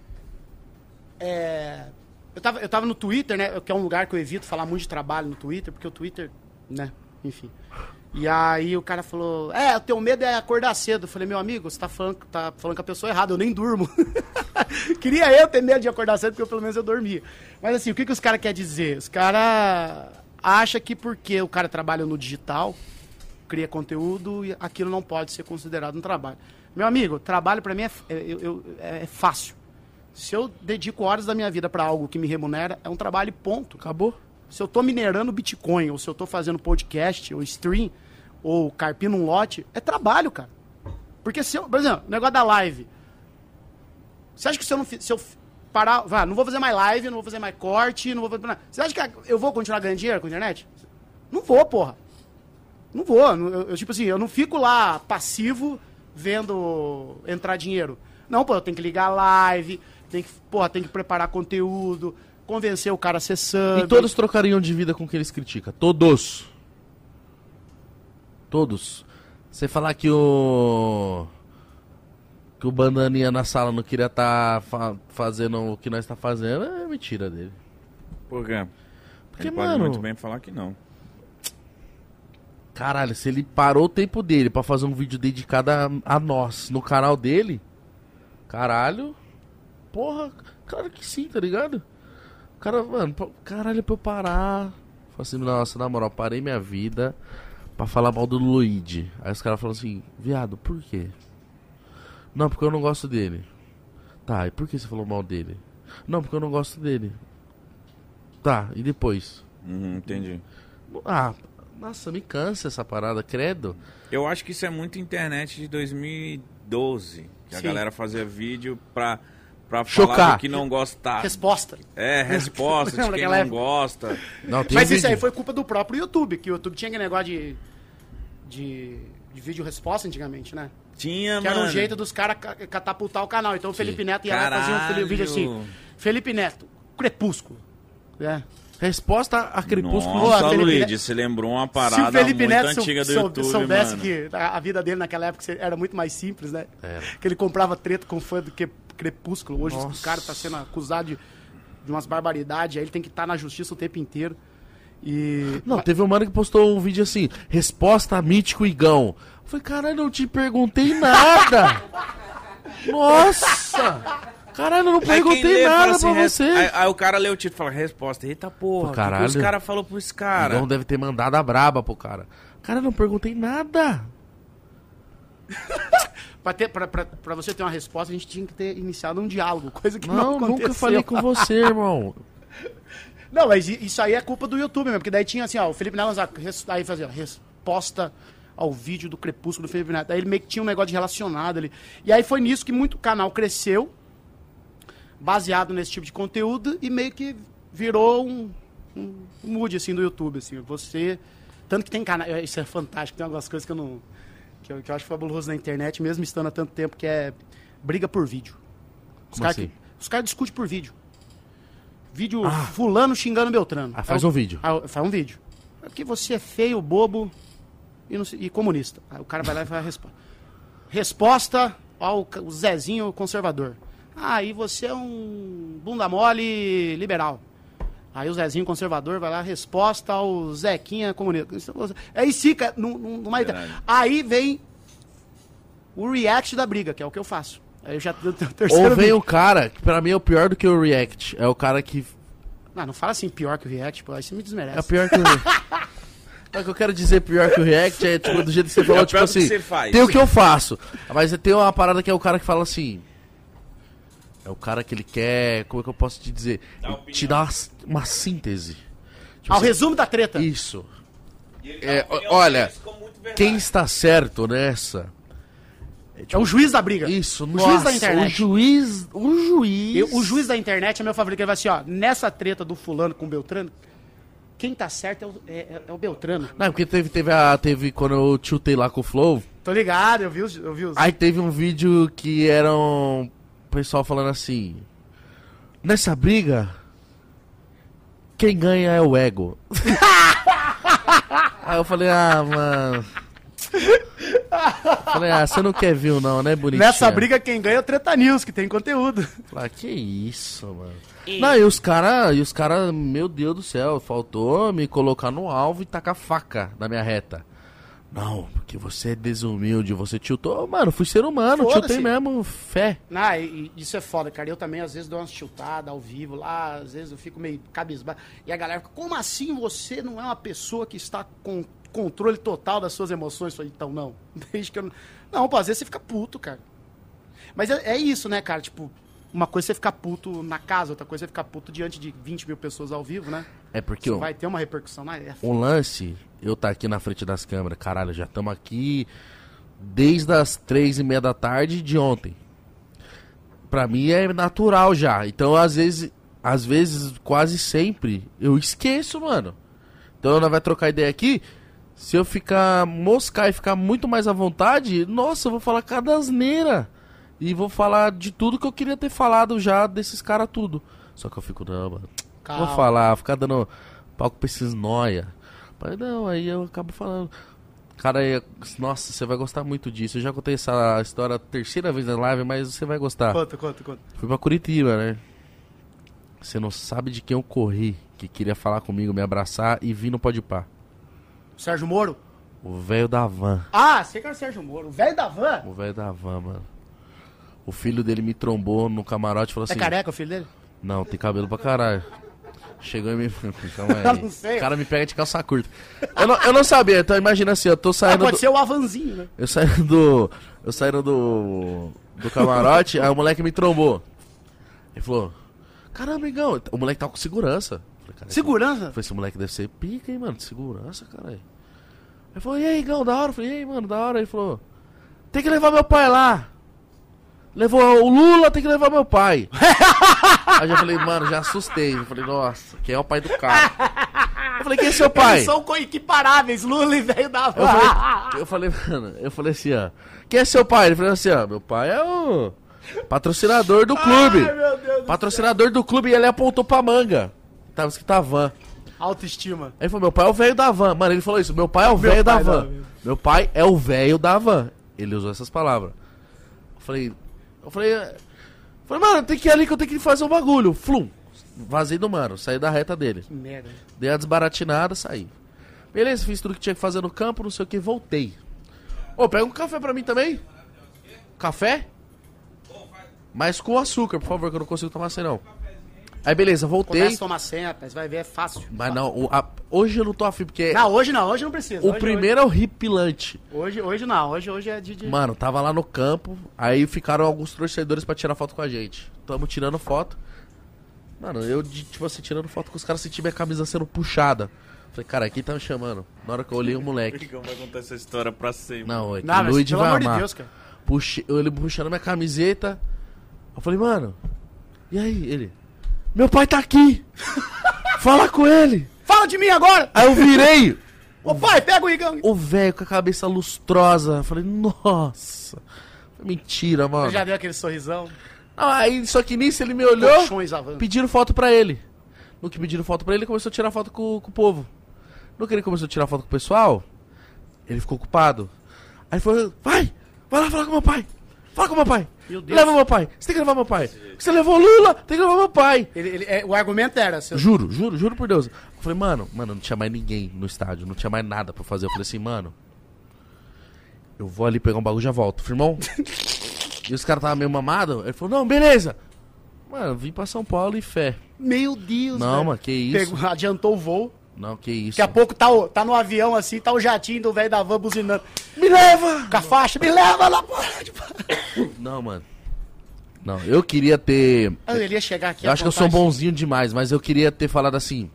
Eu tava no Twitter, né, que é um lugar que eu evito falar muito de trabalho no Twitter, porque o Twitter, né, enfim... E aí o cara falou, o teu medo é acordar cedo. Eu falei, meu amigo, você tá falando com a pessoa errada, eu nem durmo. Queria eu ter medo de acordar cedo, porque pelo menos eu dormia. Mas assim, o que os caras querem dizer? Os caras acham que porque o cara trabalha no digital, cria conteúdo, e aquilo não pode ser considerado um trabalho. Meu amigo, trabalho pra mim é fácil. Se eu dedico horas da minha vida pra algo que me remunera, é um trabalho e ponto. Acabou. Se eu tô minerando Bitcoin, ou se eu tô fazendo podcast, ou stream, ou carpindo um lote, é trabalho, cara. Porque se eu, por exemplo, o negócio da live. Você acha que se eu parar, não vou fazer mais live, não vou fazer mais corte, não vou fazer nada. Você acha que eu vou continuar ganhando dinheiro com a internet? Não vou, porra. Não vou. Eu tipo assim, eu não fico lá passivo vendo entrar dinheiro. Não, pô, eu tenho que ligar a live, tenho que preparar conteúdo, convencer o cara acessando. E todos trocariam de vida com o que eles criticam. Todos. Você falar que o Bananinha na sala não queria estar fazendo o que nós tá fazendo, é mentira dele. Por quê? Porque, ele mano... pode muito bem falar que não. Caralho, se ele parou o tempo dele pra fazer um vídeo dedicado a nós no canal dele, caralho, porra, claro que sim, tá ligado? Cara, mano, caralho, pra eu parar. Falei assim, nossa, na moral, parei minha vida pra falar mal do Luigi. Aí os caras falam assim, viado, por quê? Não, porque eu não gosto dele. Tá, e por que você falou mal dele? Não, porque eu não gosto dele. Tá, e depois? Entendi. Nossa, me cansa essa parada, credo. Eu acho que isso é muito internet de 2012. Que a galera fazia vídeo pra chocar. Falar do que não gostar. Resposta. Resposta de quem não gosta. Não, mas isso aí foi culpa do próprio YouTube, que o YouTube tinha aquele negócio de vídeo-resposta antigamente, né? Tinha, mano. Que era um jeito dos caras catapultar o canal. Então o Felipe Neto ia lá e fazia um vídeo assim. Felipe Neto, Crepúsculo. Resposta a Crepúsculo. Nossa, Luigi, você lembrou uma parada muito antiga do YouTube, soubesse mano. Que a vida dele naquela época era muito mais simples, né? Que ele comprava treta com fã do que Crepúsculo. Hoje o cara tá sendo acusado de umas barbaridades, aí ele tem que estar na justiça o tempo inteiro. Não, teve um mano que postou um vídeo assim, resposta a Mítico Igão. Eu falei, caralho, não te perguntei nada. Nossa! Caralho, eu não perguntei nada assim, pra você. Aí o cara leu o título e fala, resposta. Eita porra, o que os caras falaram pro esse cara? Igão deve ter mandado a braba pro cara. Cara, eu não perguntei nada. Pra você ter uma resposta, a gente tinha que ter iniciado um diálogo, coisa que não aconteceu. Nunca falei com você, irmão. Não, mas isso aí é culpa do YouTube mesmo, porque daí tinha assim, ó, o Felipe Neto aí fazia resposta ao vídeo do Crepúsculo do Felipe Neto. Aí ele meio que tinha um negócio de relacionado ali. E aí foi nisso que muito canal cresceu, baseado nesse tipo de conteúdo, e meio que virou um mood, assim, do YouTube, assim. Você... Tanto que tem canal... Isso é fantástico, tem algumas coisas que eu não... Que eu acho fabuloso na internet, mesmo estando há tanto tempo, que é briga por vídeo. Os caras discutem por vídeo. Vídeo fulano xingando Beltrano. Faz um vídeo. Faz um vídeo. Porque você é feio, bobo e comunista. Aí o cara vai lá e faz a resposta. Resposta ao Zezinho conservador. Aí você é um bunda mole liberal. Aí o Zezinho conservador vai lá, resposta ao Zequinha comunista. Aí fica numa... Aí vem o react da briga, que é o que eu faço. Aí eu já tenho o terceiro. Ou vem o cara, que pra mim é o pior do que o react. É o cara que... Não fala assim pior que o react, pô, aí você me desmerece. É pior que o react. O que eu quero dizer pior que o react é tipo, do jeito que você falou, tipo assim, tem o que eu faço. Mas tem uma parada que é o cara que fala assim... É o cara que ele quer, como é que eu posso te dizer? Te dá uma síntese. Tipo assim, resumo da treta. Isso. Olha, quem está certo nessa... É o juiz da briga. Isso, juiz da internet. O juiz da internet é meu favorito. Ele vai assim, ó, nessa treta do fulano com o Beltrano, quem tá certo é o Beltrano. Não, porque teve quando eu tiltei lá com o Flow. Tô ligado, eu vi os... Aí teve um vídeo que era o pessoal falando assim, nessa briga, quem ganha é o ego. Aí eu falei, mano... Falei, você não quer ver não, né, bonitinho? Nessa briga quem ganha é o Treta News, que tem conteúdo. Falei, que isso, mano. Não, e os cara, meu Deus do céu, faltou me colocar no alvo e tacar faca na minha reta. Não, porque você é desumilde, você tiltou. Mano, fui ser humano, tiltei mesmo, fé. Não, isso é foda, cara. Eu também, às vezes, dou umas tiltadas ao vivo lá, às vezes eu fico meio cabisbaixo. E a galera fica, como assim você não é uma pessoa que está com controle total das suas emoções? Eu falei, então, não. Desde que eu não... Não, pô, às vezes você fica puto, cara. Mas é isso, né, cara? Tipo, uma coisa é você ficar puto na casa, outra coisa é ficar puto diante de 20 mil pessoas ao vivo, né? É porque... Vai ter uma repercussão, né? Um lance, eu tá aqui na frente das câmeras, caralho, já estamos aqui desde as 3:30 da tarde de ontem. Pra mim é natural já. Então, às vezes, quase sempre, eu esqueço, mano. Então, nós vai trocar ideia aqui. Se eu ficar moscar e ficar muito mais à vontade, nossa, eu vou falar cada asneira. E vou falar de tudo que eu queria ter falado já desses caras tudo. Só que eu fico, não, mano. Calma. Vou falar, ficar dando palco pra esses noia. Mas não, aí eu acabo falando. Cara, nossa, você vai gostar muito disso. Eu já contei essa história a terceira vez na live, mas você vai gostar. Conta. Fui pra Curitiba, né? Você não sabe de quem eu corri, que queria falar comigo, me abraçar e vir no Podpah. Sérgio Moro? O velho da van. Sei que era o Sérgio Moro. O velho da van? O velho da van, mano. O filho dele me trombou no camarote e falou assim... É careca o filho dele? Não, tem cabelo pra caralho. Chegou e me... Calma aí. Eu não sei. O cara me pega de calça curta. Eu não sabia, então imagina assim, eu tô saindo... Pode ser o Avanzinho, né? Eu saindo do camarote, aí o moleque me trombou. Ele falou... Caramba, amigão, o moleque tá com segurança. Falei, segurança? Eu falei, esse moleque deve ser pica, hein, mano, segurança, caralho. Ele falou, e aí, Gão, da hora? Eu falei, e aí, mano, da hora? Ele falou, tem que levar meu pai lá. Levou o Lula, tem que levar meu pai. Aí eu já falei, mano, já assustei. Eu falei, nossa, quem é o pai do cara? Eu falei, quem é seu pai? Eles são equiparáveis, Lula e velho da van. Eu falei, mano, assim, ó. Quem é seu pai? Ele falou assim, ó, meu pai é o patrocinador do clube. Ai, meu Deus patrocinador do clube, e ele apontou pra manga. Tava escrito a van. Autoestima. Aí ele falou, meu pai é o velho da van. Mano, ele falou isso, meu pai é o velho da van. Meu pai é o velho da van. Ele usou essas palavras. Eu falei, mano, tem que ir ali que eu tenho que fazer um bagulho. Flum. Vazei do mano, saí da reta dele. Que merda. Dei a desbaratinada, saí. Beleza, fiz tudo que tinha que fazer no campo, não sei o que, voltei. Ô, pega um café pra mim também. Café? Mas com açúcar, por favor, que eu não consigo tomar sem não. Aí beleza, voltei. Começa a tomar sem, rapaz, vai ver, é fácil. Mas não, hoje eu não tô afim, porque... Não, hoje não precisa. O primeiro é horripilante. Hoje não, hoje é de... Mano, tava lá no campo, aí ficaram alguns torcedores pra tirar foto com a gente. Tamo tirando foto. Mano, eu, tipo assim, tirando foto com os caras, senti minha camisa sendo puxada. Falei, cara, quem tá me chamando? Na hora que eu olhei o moleque. Por que vai contar essa história pra sempre? Não, é que Não, o Luigi vai amar. Pelo amor de Deus, cara. Ele puxando minha camiseta. Eu falei, mano, e aí? Ele... Meu pai tá aqui! Fala com ele! Fala de mim agora! Aí eu virei! Ô pai, pega o Igão! O velho com a cabeça lustrosa. Eu falei, nossa! Mentira, mano. Você já deu aquele sorrisão? Não, aí, só que nisso ele me olhou, Colchões avante. pediram foto pra ele. No que pediram foto pra ele começou a tirar foto com o povo. No que ele começou a tirar foto com o pessoal, ele ficou ocupado. Aí falou, vai lá falar com meu pai. Fala com meu pai. Meu Deus. Leva meu pai. Você tem que levar meu pai. Você levou o Lula, tem que levar meu pai. O argumento era... Juro por Deus. Eu falei, mano, não tinha mais ninguém no estádio, não tinha mais nada pra fazer. Eu falei assim, mano, eu vou ali pegar um bagulho e já volto, firmão. E os caras estavam meio mamados. Ele falou, não, beleza. Mano, vim pra São Paulo e fé. Meu Deus, não, velho. Mano, que isso. Adiantou o voo. Não, que isso. Daqui a pouco tá no avião assim, tá o jatinho do velho da van buzinando. Me leva! Com a faixa, me leva lá, porra. Não, mano. Não, eu queria ter... Ele ia chegar aqui. Eu acho que eu sou bonzinho demais, mas eu queria ter falado assim...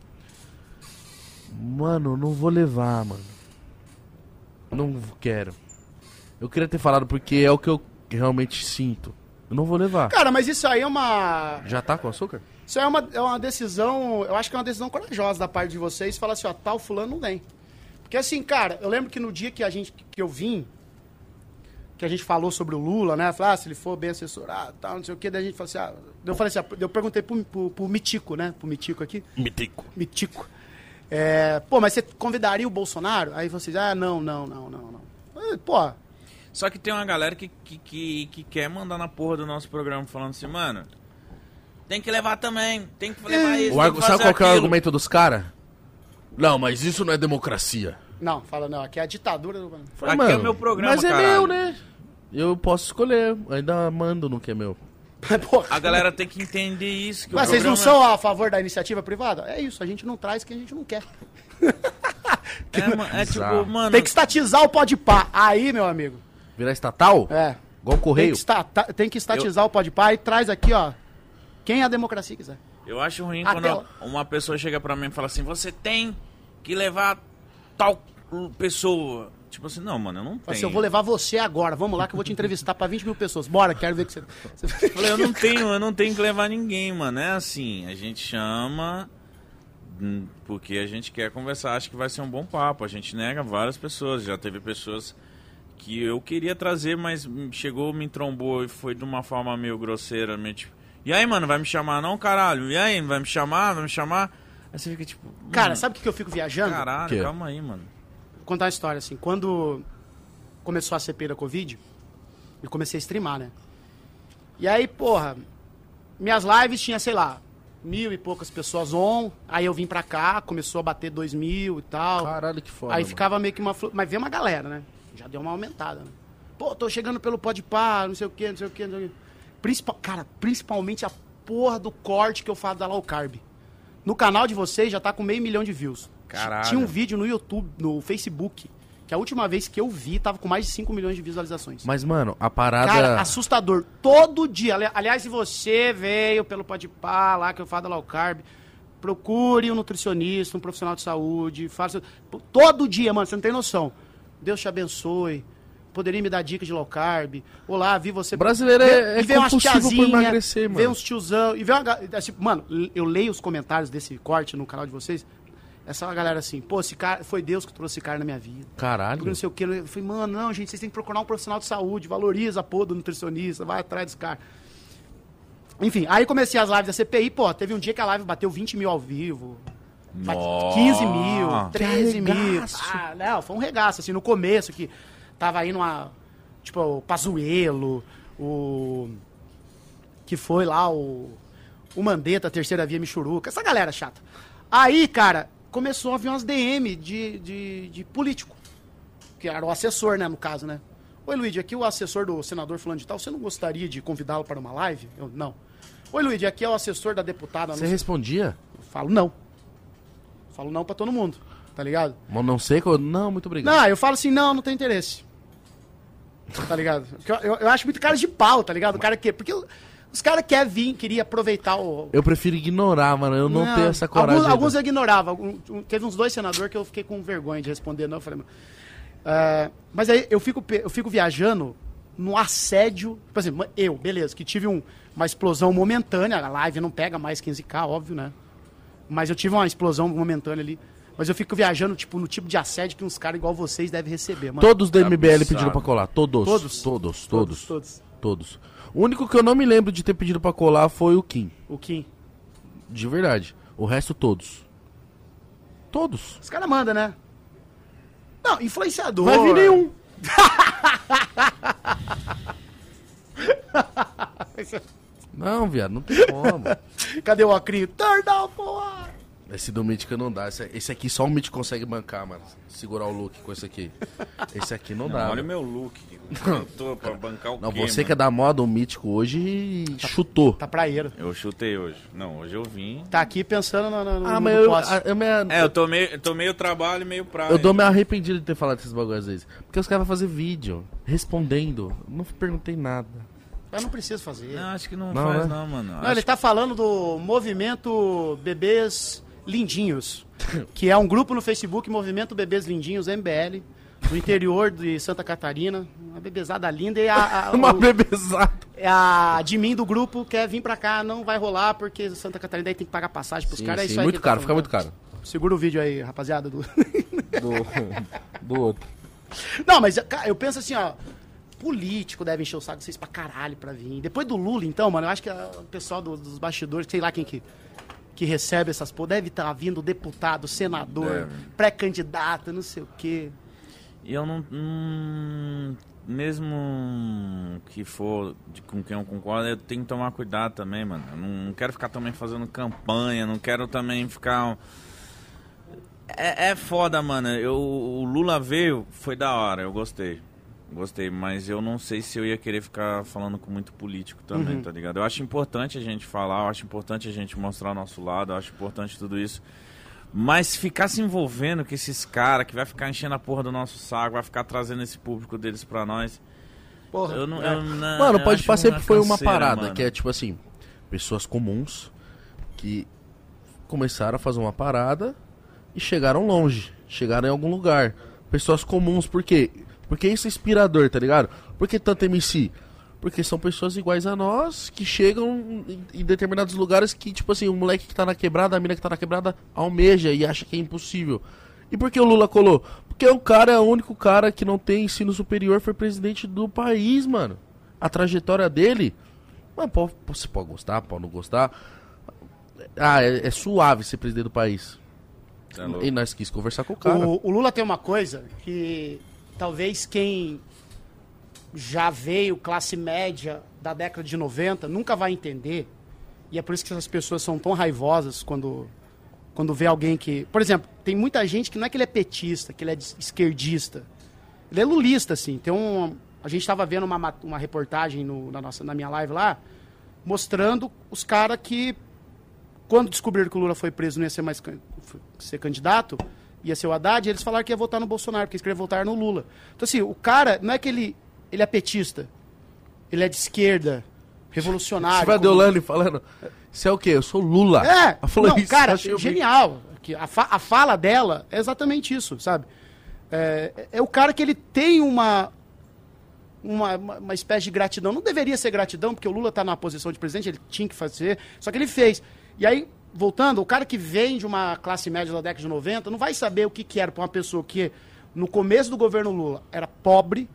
Mano, não vou levar, mano. Não quero. Eu queria ter falado porque é o que eu realmente sinto. Eu não vou levar. Cara, mas isso aí é uma... Já tá com açúcar? Isso aí é uma decisão... Eu acho que é uma decisão corajosa da parte de vocês. Falar assim, ó, tal fulano não vem. Porque assim, cara, eu lembro que no dia que eu vim... Que a gente falou sobre o Lula, né? Falar, se ele for bem assessorado, tal, não sei o quê. Daí a gente falou assim, eu falei assim, eu perguntei pro Mitico, né? Pro Mitico aqui. Mitico. Pô, mas você convidaria o Bolsonaro? Aí vocês, não. Pô... Só que tem uma galera que quer mandar na porra do nosso programa falando assim, mano, tem que levar também, tem que levar isso, tem que fazer sabe qual que é o aquilo. argumento dos caras? Não, mas isso não é democracia. Não, aqui é a ditadura do... Aqui é o meu programa, mas é caralho. meu, né? Eu posso escolher, ainda mando no que é meu. A galera tem que entender isso. Que mas o vocês não programa... são a favor da iniciativa privada? É isso, a gente não traz quem a gente não quer. tipo, mano... Tem que estatizar o Podpah. Aí, meu amigo... Virar estatal? É. Igual o Correio? Tem que estatizar o Podpah e traz aqui, ó, quem a democracia quiser. Eu acho ruim quando uma pessoa chega pra mim e fala assim, você tem que levar tal pessoa. Tipo assim, não, mano, eu não tenho. Assim, eu vou levar você agora, vamos lá que eu vou te entrevistar pra 20 mil pessoas. Bora, quero ver que você... Eu falei, eu não tenho que levar ninguém, mano. É assim, a gente chama porque a gente quer conversar, acho que vai ser um bom papo. A gente nega várias pessoas, já teve pessoas... que eu queria trazer, mas chegou, me trombou e foi de uma forma meio grosseira, meio tipo, e aí, mano, vai me chamar não, caralho? E aí, vai me chamar? Aí você fica tipo... Cara, sabe o que eu fico viajando? Caralho, calma aí, mano. Vou contar uma história, assim, quando começou a CPI da Covid, eu comecei a streamar, né? E aí, porra, minhas lives tinha, sei lá, 1.000 e poucas pessoas aí eu vim pra cá, começou a bater 2.000 e tal. Caralho, que foda, Aí mano. ficava meio que uma... Mas veio uma galera, né? Já deu uma aumentada, né? Pô, tô chegando pelo Podpah, não sei o quê. Cara, principalmente a porra do corte que eu faço da Low Carb. No canal de vocês já tá com 500 mil de views. Caralho. Tinha um vídeo no YouTube, no Facebook, que a última vez que eu vi tava com mais de 5 milhões de visualizações. Mas, mano, a parada... Cara, assustador. Todo dia. Aliás, se você veio pelo Podpah lá, que eu falo da Low Carb, procure um nutricionista, um profissional de saúde. Faça... Todo dia, mano, você não tem noção. Deus te abençoe. Poderia me dar dica de low carb. Olá, vi você... Brasileiro é compulsivo por emagrecer, mano. Vê uns tiozão. E vê uma... Assim, mano, eu leio os comentários desse corte no canal de vocês. Essa galera assim, pô, esse cara... Foi Deus que trouxe esse cara na minha vida. Caralho. Não sei o quê. Eu falei, mano, não, gente, vocês têm que procurar um profissional de saúde. Valoriza a porra do nutricionista. Vai atrás desse cara. Enfim, aí comecei as lives da CPI. Pô, teve um dia que a live bateu 20 mil ao vivo. Nossa. 15 mil, 13 mil. regaço. Não, foi um regaço, assim, no começo, que tava indo tipo, o Pazuello, que foi lá o Mandetta, a Terceira Via Michuruca, essa galera chata. Aí, cara, começou a vir umas DM de político, que era o assessor, né, no caso, né. Oi, Luigi, aqui o assessor do senador fulano de tal, você não gostaria de convidá-lo para uma live? Eu, não. Oi, Luigi, aqui é o assessor da deputada... Você respondia? Eu falo não. Falo não pra todo mundo, tá ligado? Mas não sei qual... Não, muito obrigado. Não, eu falo assim, não tem interesse. Tá ligado? Eu acho muito cara de pau, tá ligado? O cara que... Porque os caras queria aproveitar o... Eu prefiro ignorar, mano. Eu não tenho essa coragem. Alguns eu ignorava. Teve uns 2 senadores que eu fiquei com vergonha de responder, não. Eu falei, mas aí eu fico viajando no assédio... Por exemplo, beleza, que tive uma explosão momentânea. A live não pega mais 15K, óbvio, né? Mas eu tive uma explosão momentânea ali. Mas eu fico viajando, tipo, no tipo de assédio que uns caras igual vocês devem receber, mano. Todos do MBL pediram pra colar. Todos. O único que eu não me lembro de ter pedido pra colar foi o Kim. O Kim. De verdade. O resto, todos. Todos. Os caras mandam, né? Não, influenciador. Vai vir nenhum. Não, viado, não tem como. Cadê o Acrinho? Turn down, porra! Esse do Mítica não dá. Esse aqui só o Mítico consegue bancar, mano. Segurar o look com esse aqui. Esse aqui não dá. Olha mano. o meu look. Eu tô pra bancar o Não, quê, você mano? que é da moda, o Mítico hoje chutou. Tá praeiro. Eu chutei hoje. Não, hoje eu vim. Tá aqui pensando no Ah, no mas posse. Eu tô meio trabalho e meio praia. eu dou meio arrependido de ter falado esses bagulho às vezes. Porque os caras vão fazer vídeo respondendo. Não perguntei nada. Eu não preciso fazer. Não, acho que não, Não, faz né? não, mano. Não, ele tá falando do movimento Bebês Lindinhos, que é um grupo no Facebook, Movimento Bebês Lindinhos, MBL, do interior de Santa Catarina. Uma bebezada linda e Uma bebezada. a de mim do grupo quer vir pra cá, não vai rolar porque Santa Catarina daí tem que pagar passagem pros Sim, caras. É sim, isso aí muito que ele tá caro, fica falando. muito caro. Segura o vídeo aí, rapaziada. Do outro. Não, mas cara, eu penso assim, ó. Político deve encher o saco de vocês pra caralho pra vir. Depois do Lula, então, mano, eu acho que o pessoal dos bastidores, sei lá quem que recebe essas porra, deve estar vindo deputado, senador, Deve. pré-candidato, não sei o quê. E eu não. Mesmo que for com quem eu concordo, eu tenho que tomar cuidado também, mano. Eu não quero ficar também fazendo campanha, não quero também ficar. É foda, mano. O Lula veio, foi da hora, eu gostei. Gostei, mas eu não sei se eu ia querer ficar falando com muito político também, tá ligado? Eu acho importante a gente falar, eu acho importante a gente mostrar o nosso lado, eu acho importante tudo isso. Mas ficar se envolvendo com esses caras que vai ficar enchendo a porra do nosso saco, vai ficar trazendo esse público deles pra nós. Porra. Eu não, é. Mano, eu pode acho passar sempre foi uma canseira, parada, mano. que é tipo assim, pessoas comuns que começaram a fazer uma parada e chegaram longe, chegaram em algum lugar. Pessoas comuns, por quê? Porque isso é inspirador, tá ligado? Por que tanto MC? Porque são pessoas iguais a nós que chegam em determinados lugares que, tipo assim, o moleque que tá na quebrada, a mina que tá na quebrada almeja e acha que é impossível. E por que o Lula colou? Porque o cara é o único cara que não tem ensino superior, foi presidente do país, mano. A trajetória dele, mano, você pode gostar, pode não gostar. Ah, é suave ser presidente do país. Tá louco. E nós quis conversar com o cara. O Lula tem uma coisa que talvez quem já veio classe média da década de 90 nunca vai entender. E é por isso que essas pessoas são tão raivosas quando vê alguém que... Por exemplo, tem muita gente que não é que ele é petista, que ele é esquerdista. Ele é lulista, assim. A gente estava vendo uma reportagem na minha live lá, mostrando os caras que, quando descobriram que o Lula foi preso, não ia ser mais ser candidato, ia ser o Haddad, eles falaram que ia votar no Bolsonaro, porque eles queriam votar no Lula. Então, assim, o cara, não é que ele é petista, ele é de esquerda, revolucionário. Você vai Deolane falando, você é o quê? Eu sou Lula. É, Ela falou não, isso, cara, eu achei genial. Que a fala dela é exatamente isso, sabe? É o cara que ele tem uma espécie de gratidão. Não deveria ser gratidão, porque o Lula tá na posição de presidente, ele tinha que fazer, só que ele fez. E aí, voltando, o cara que vem de uma classe média da década de 90 não vai saber o que era para uma pessoa que, no começo do governo Lula, era pobre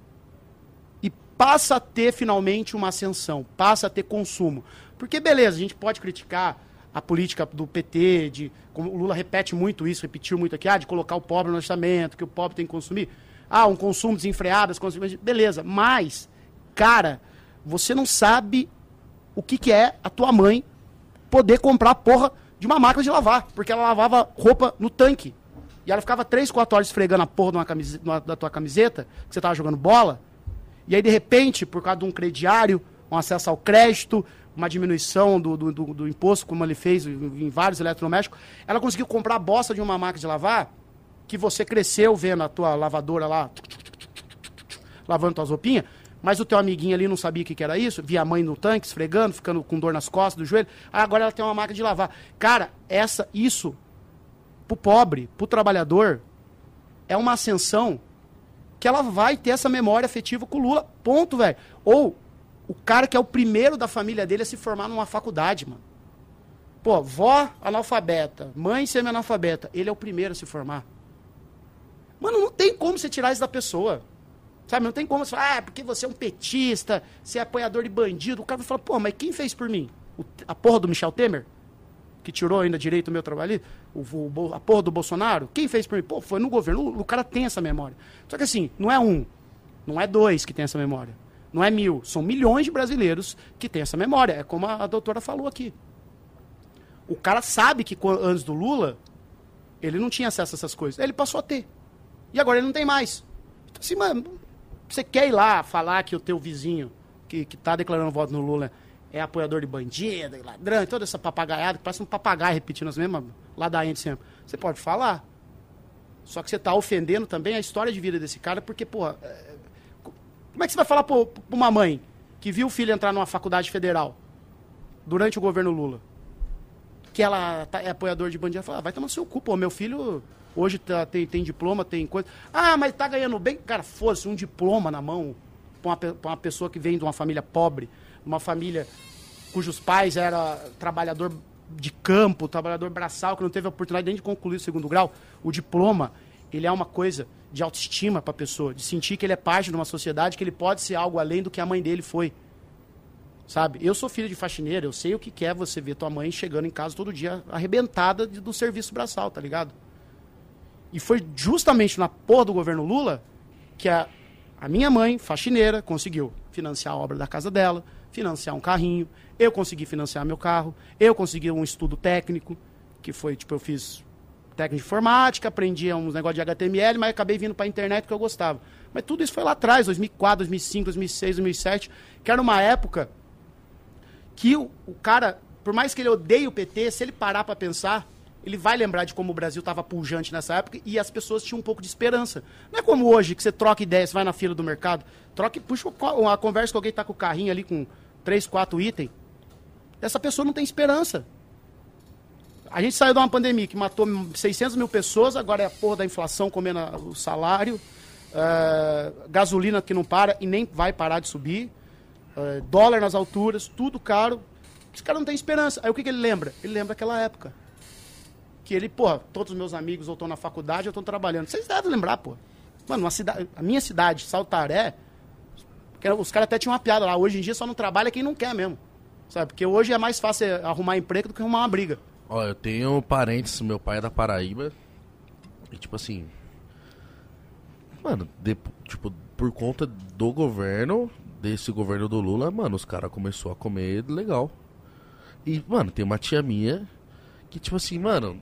e passa a ter, finalmente, uma ascensão, passa a ter consumo. Porque, beleza, a gente pode criticar a política do PT, como o Lula repete muito isso, repetiu muito aqui, de colocar o pobre no orçamento, que o pobre tem que consumir. Um consumo desenfreado, beleza. Mas, cara, você não sabe o que é a tua mãe poder comprar a porra de uma máquina de lavar, porque ela lavava roupa no tanque. E ela ficava 3, 4 horas esfregando a porra da tua camiseta, que você tava jogando bola, e aí, de repente, por causa de um crediário, um acesso ao crédito, uma diminuição do imposto, como ele fez em vários eletrodomésticos, ela conseguiu comprar a bosta de uma máquina de lavar, que você cresceu vendo a tua lavadora lá, lavando tuas roupinhas, mas o teu amiguinho ali não sabia o que era isso, via a mãe no tanque, esfregando, ficando com dor nas costas, do joelho, agora ela tem uma máquina de lavar. Cara, isso, pro pobre, pro trabalhador, é uma ascensão que ela vai ter essa memória afetiva com o Lula, ponto, velho. Ou o cara que é o primeiro da família dele a se formar numa faculdade, mano. Pô, vó analfabeta, mãe semi-analfabeta, ele é o primeiro a se formar. Mano, não tem como você tirar isso da pessoa. Sabe, não tem como você falar, porque você é um petista, você é apoiador de bandido. O cara vai falar, pô, mas quem fez por mim? A porra do Michel Temer? que tirou ainda direito do meu trabalho, a porra do Bolsonaro, quem fez por mim? Pô, foi no governo. O cara tem essa memória. Só que assim, não é um, não é dois que tem essa memória. Não é 1000, são milhões de brasileiros que têm essa memória. É como a doutora falou aqui. O cara sabe que antes do Lula, ele não tinha acesso a essas coisas. Ele passou a ter. E agora ele não tem mais. Então assim, mano, você quer ir lá falar que o teu vizinho, que tá declarando voto no Lula, é apoiador de bandido, ladrão, toda essa papagaiada, que parece um papagaio repetindo as mesmas ladainhas de sempre. Você pode falar. Só que você tá ofendendo também a história de vida desse cara, porque, porra... Como é que você vai falar pra uma mãe que viu o filho entrar numa faculdade federal durante o governo Lula, que ela é apoiador de bandido? Ela fala, vai tomar seu cu, pô, meu filho hoje tem diploma, tem coisa... Ah, mas tá ganhando bem? Cara, fosse um diploma na mão pra uma pessoa que vem de uma família pobre, uma família cujos pais eram trabalhador de campo, trabalhador braçal, que não teve a oportunidade nem de concluir o 2º grau. O diploma, ele é uma coisa de autoestima para a pessoa, de sentir que ele é parte de uma sociedade, que ele pode ser algo além do que a mãe dele foi. Sabe? Eu sou filho de faxineiro, eu sei o que é você ver tua mãe chegando em casa todo dia arrebentada do serviço braçal, tá ligado? E foi justamente na porra do governo Lula que a minha mãe, faxineira, conseguiu financiar a obra da casa dela, financiar um carrinho, eu consegui financiar meu carro, eu consegui um estudo técnico, que foi, tipo, eu fiz técnica de informática, aprendi uns negócios de HTML, mas acabei vindo pra internet porque eu gostava. Mas tudo isso foi lá atrás, 2004, 2005, 2006, 2007, que era uma época que o cara, por mais que ele odeie o PT, se ele parar pra pensar, ele vai lembrar de como o Brasil estava pujante nessa época e as pessoas tinham um pouco de esperança. Não é como hoje, que você troca ideia, você vai na fila do mercado, troca e puxa uma conversa com alguém que tá com o carrinho ali com 3, 4 itens. Essa pessoa não tem esperança. A gente saiu de uma pandemia que matou 600 mil pessoas, agora é a porra da inflação comendo o salário, gasolina que não para e nem vai parar de subir, dólar nas alturas, tudo caro. Esse cara não tem esperança. Aí o que ele lembra? Ele lembra aquela época. Que ele, porra, todos os meus amigos ou estão na faculdade ou estão trabalhando. Vocês devem lembrar, pô. Mano, a minha cidade, Saltaré, os caras até tinham uma piada lá. Hoje em dia só não trabalha quem não quer mesmo. Sabe? Porque hoje é mais fácil arrumar emprego do que arrumar uma briga. Ó, eu tenho parentes, meu pai é da Paraíba. E tipo assim... Mano, tipo, por conta do governo, desse governo do Lula, mano, os caras começaram a comer legal. E, mano, tem uma tia minha que, tipo assim, mano...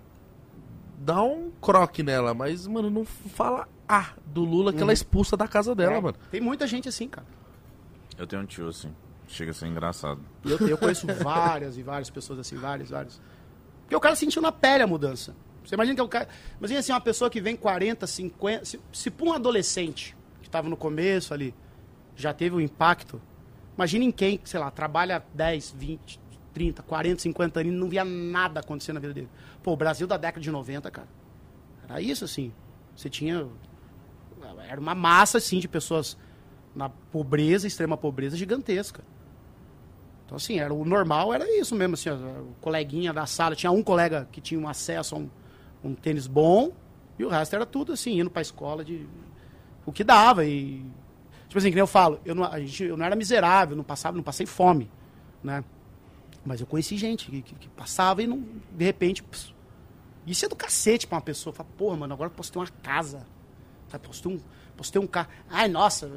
Dá um croque nela, mas, mano, não fala do Lula que ela é expulsa da casa dela, mano. Tem muita gente assim, cara. Eu tenho um tio assim. Chega a ser engraçado. Eu conheço várias e várias pessoas assim, várias. Porque o cara sentiu na pele a mudança. Você imagina que é o cara... Imagina assim, uma pessoa que vem 40, 50... Se por um adolescente que estava no começo ali, já teve um impacto, imagina em quem, sei lá, trabalha 10, 20, 30, 40, 50 anos e não via nada acontecer na vida dele. Pô, o Brasil da década de 90, cara. Era isso, assim. Você tinha... Era uma massa, assim, de pessoas na pobreza, extrema pobreza gigantesca. Então, assim, o normal era isso mesmo, assim, o coleguinha da sala, tinha um colega que tinha um acesso a um tênis bom, e o resto era tudo, assim, indo pra escola o que dava, e... Tipo assim, que nem eu falo, eu não era miserável, não passei fome, né? Mas eu conheci gente que passava e, não, de repente... Isso é do cacete pra uma pessoa, fala, porra, mano, agora eu posso ter uma casa, posso ter um carro. Ai, nossa.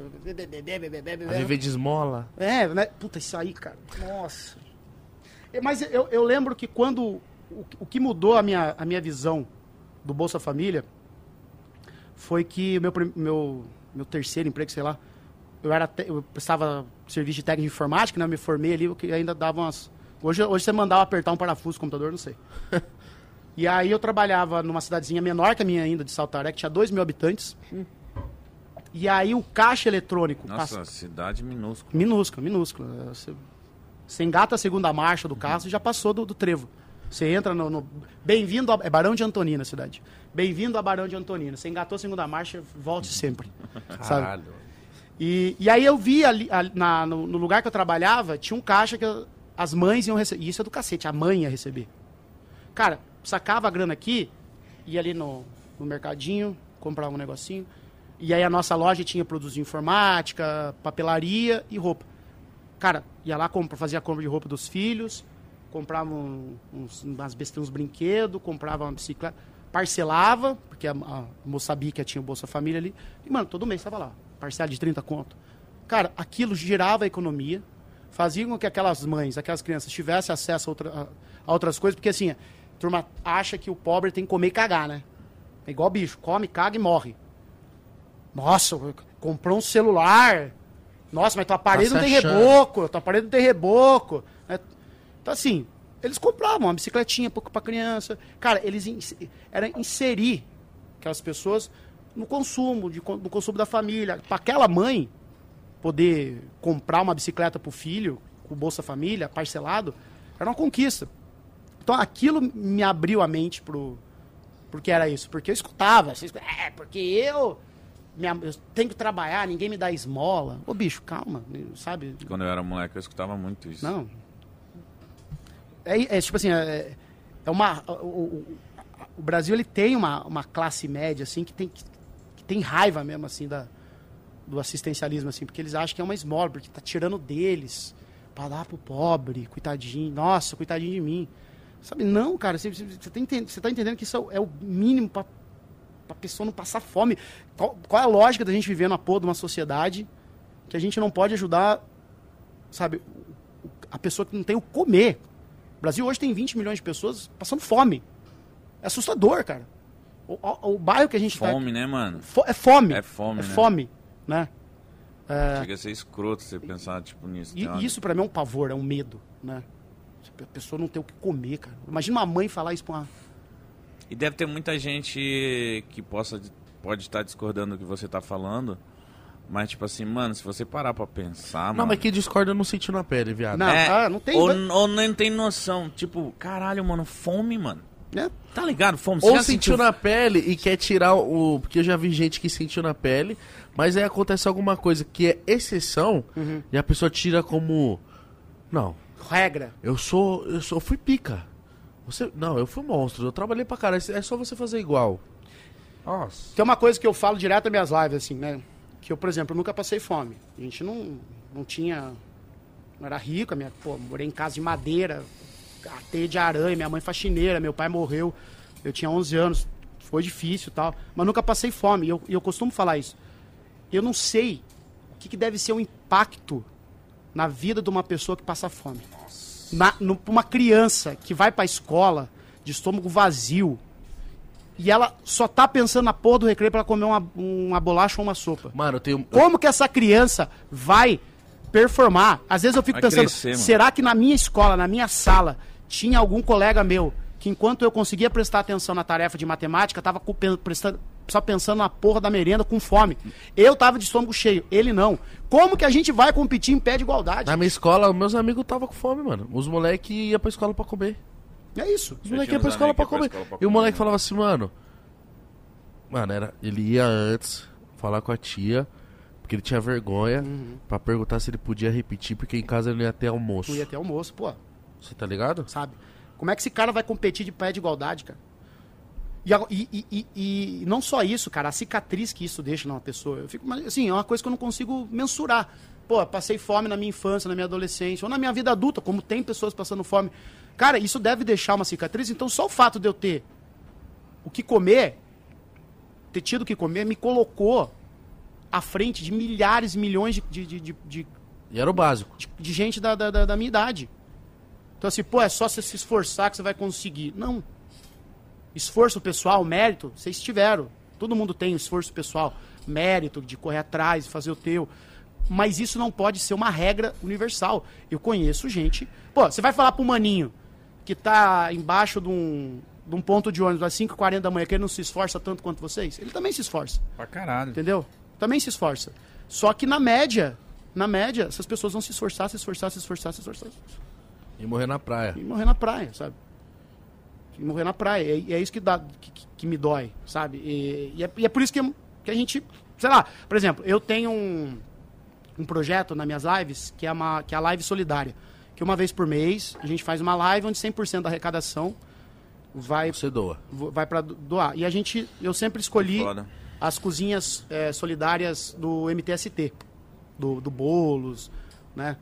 A viver de esmola. Né? Puta, isso aí, cara. Nossa. Mas eu lembro que quando... O que mudou a minha visão do Bolsa Família foi que meu terceiro emprego, sei lá, eu prestava serviço de técnico de informática, né? Eu me formei ali, que ainda dava umas... Hoje você mandava apertar um parafuso no computador, não sei. E aí eu trabalhava numa cidadezinha menor que a minha ainda, de Saltaré, que tinha 2.000 habitantes. E aí o caixa eletrônico... Nossa, cidade minúscula. Minúscula. Você engata a segunda marcha do carro, você já passou do trevo. Você entra no bem-vindo a... É Barão de Antonina a cidade. Bem-vindo a Barão de Antonina. Você engatou a segunda marcha, volte sempre. Caralho. Sabe? E aí eu vi ali, no lugar que eu trabalhava, tinha um caixa que as mães iam receber. Isso é do cacete, a mãe ia receber. Cara, sacava a grana aqui, ia ali no mercadinho, comprava um negocinho. E aí a nossa loja tinha produtos de informática, papelaria e roupa. Cara, ia lá, fazia a compra de roupa dos filhos, comprava uns brinquedos, comprava uma bicicleta, parcelava, porque a moça sabia que tinha o Bolsa Família ali, e, mano, todo mês tava lá, parcela de 30 conto. Cara, aquilo girava a economia, fazia com que aquelas mães, aquelas crianças tivessem acesso a outras coisas, porque assim, a turma acha que o pobre tem que comer e cagar, né? É igual bicho, come, caga e morre. Nossa, comprou um celular. Nossa, mas tua parede não tem reboco. Tua parede não tem reboco. Então, assim, eles compravam uma bicicletinha pra criança. Cara, era inserir aquelas pessoas no consumo, no consumo da família. Pra aquela mãe poder comprar uma bicicleta pro filho, com o Bolsa Família, parcelado, era uma conquista. Então, aquilo me abriu a mente porque era isso. Porque eu escutava. Porque eu tenho que trabalhar, ninguém me dá esmola. Ô, bicho, calma, sabe? Quando eu era moleque, eu escutava muito isso. Não. Tipo assim, o Brasil, ele tem uma classe média, assim, que tem raiva mesmo, assim, do assistencialismo, assim, porque eles acham que é uma esmola, porque tá tirando deles pra dar pro pobre, coitadinho. Nossa, coitadinho de mim. Sabe, não, cara, você tá entendendo que isso é o mínimo pra pessoa não passar fome. Qual é a lógica da gente viver na porra de uma sociedade que a gente não pode ajudar, sabe, a pessoa que não tem o comer? O Brasil hoje tem 20 milhões de pessoas passando fome. É assustador, cara. O bairro que a gente fome, né, mano? É fome. É fome, é né? Fome, né? Chega a ser escroto você pensar, tipo, nisso. E isso pra mim é um pavor, é um medo, né? A pessoa não tem o que comer, cara. Imagina uma mãe falar isso pra uma... E deve ter muita gente que pode estar discordando do que você tá falando, mas tipo assim, mano, se você parar pra pensar, Não, mano... mas quem discorda não sentiu na pele, viado. Não, não tem... Ou não tem noção. Tipo, caralho, mano, fome, mano. Tá ligado? Fome. Ou sentiu na pele e quer tirar porque eu já vi gente que sentiu na pele, mas aí acontece alguma coisa que é exceção e a pessoa tira como... Não. Regra. Eu fui pica. Não, eu fui monstro. Eu trabalhei pra caralho. É só você fazer igual. Nossa. Tem uma coisa que eu falo direto nas minhas lives, assim, né? Que eu, por exemplo, eu nunca passei fome. A gente não tinha... Não era rico. Morei em casa de madeira, teia de aranha, minha mãe faxineira, meu pai morreu. Eu tinha 11 anos. Foi difícil e tal. Mas nunca passei fome. E eu costumo falar isso. Eu não sei o que deve ser o impacto na vida de uma pessoa que passa fome. Uma criança que vai pra escola de estômago vazio e ela só tá pensando na porra do recreio pra comer uma bolacha ou uma sopa. Mano, Como que essa criança vai performar? Às vezes eu fico pensando, será que na minha escola, na minha sala, tinha algum colega meu que enquanto eu conseguia prestar atenção na tarefa de matemática, tava só pensando na porra da merenda com fome. Eu tava de estômago cheio, ele não. Como que a gente vai competir em pé de igualdade? Na minha escola, meus amigos estavam com fome, mano. Os moleques iam pra escola pra comer. É isso. Os moleques iam pra escola pra comer. E o moleque falava assim, mano, ele ia antes falar com a tia, porque ele tinha vergonha, pra perguntar se ele podia repetir, porque em casa ele não ia ter almoço. Não ia ter almoço, pô. Você tá ligado? Sabe? Como é que esse cara vai competir de pé de igualdade, cara? E não só isso, cara, a cicatriz que isso deixa numa pessoa, eu fico, assim, é uma coisa que eu não consigo mensurar. Pô, passei fome na minha infância, na minha adolescência, ou na minha vida adulta, como tem pessoas passando fome. Cara, isso deve deixar uma cicatriz, então só o fato de eu ter o que comer, ter tido o que comer, me colocou à frente de milhares, milhões de E era o básico. de gente da minha idade. Então assim, pô, é só você se esforçar que você vai conseguir. Não. Esforço pessoal, mérito, vocês tiveram. Todo mundo tem esforço pessoal, mérito de correr atrás, fazer o teu. Mas isso não pode ser uma regra universal. Eu conheço gente... Pô, você vai falar pro maninho que tá embaixo de um ponto de ônibus às 5h40 da manhã, que ele não se esforça tanto quanto vocês? Ele também se esforça. Pra caralho. Entendeu? Também se esforça. Só que na média, essas pessoas vão se esforçar. E morrer na praia. E morrer na praia, sabe? E morrer na praia. E é isso que me dói, sabe? E é por isso que a gente... Sei lá, por exemplo, eu tenho um projeto nas minhas lives, que é a live solidária. Que uma vez por mês, a gente faz uma live onde 100% da arrecadação Você doa. vai para doar. E eu sempre escolhi Foda. as cozinhas solidárias do MTST, do Boulos, né?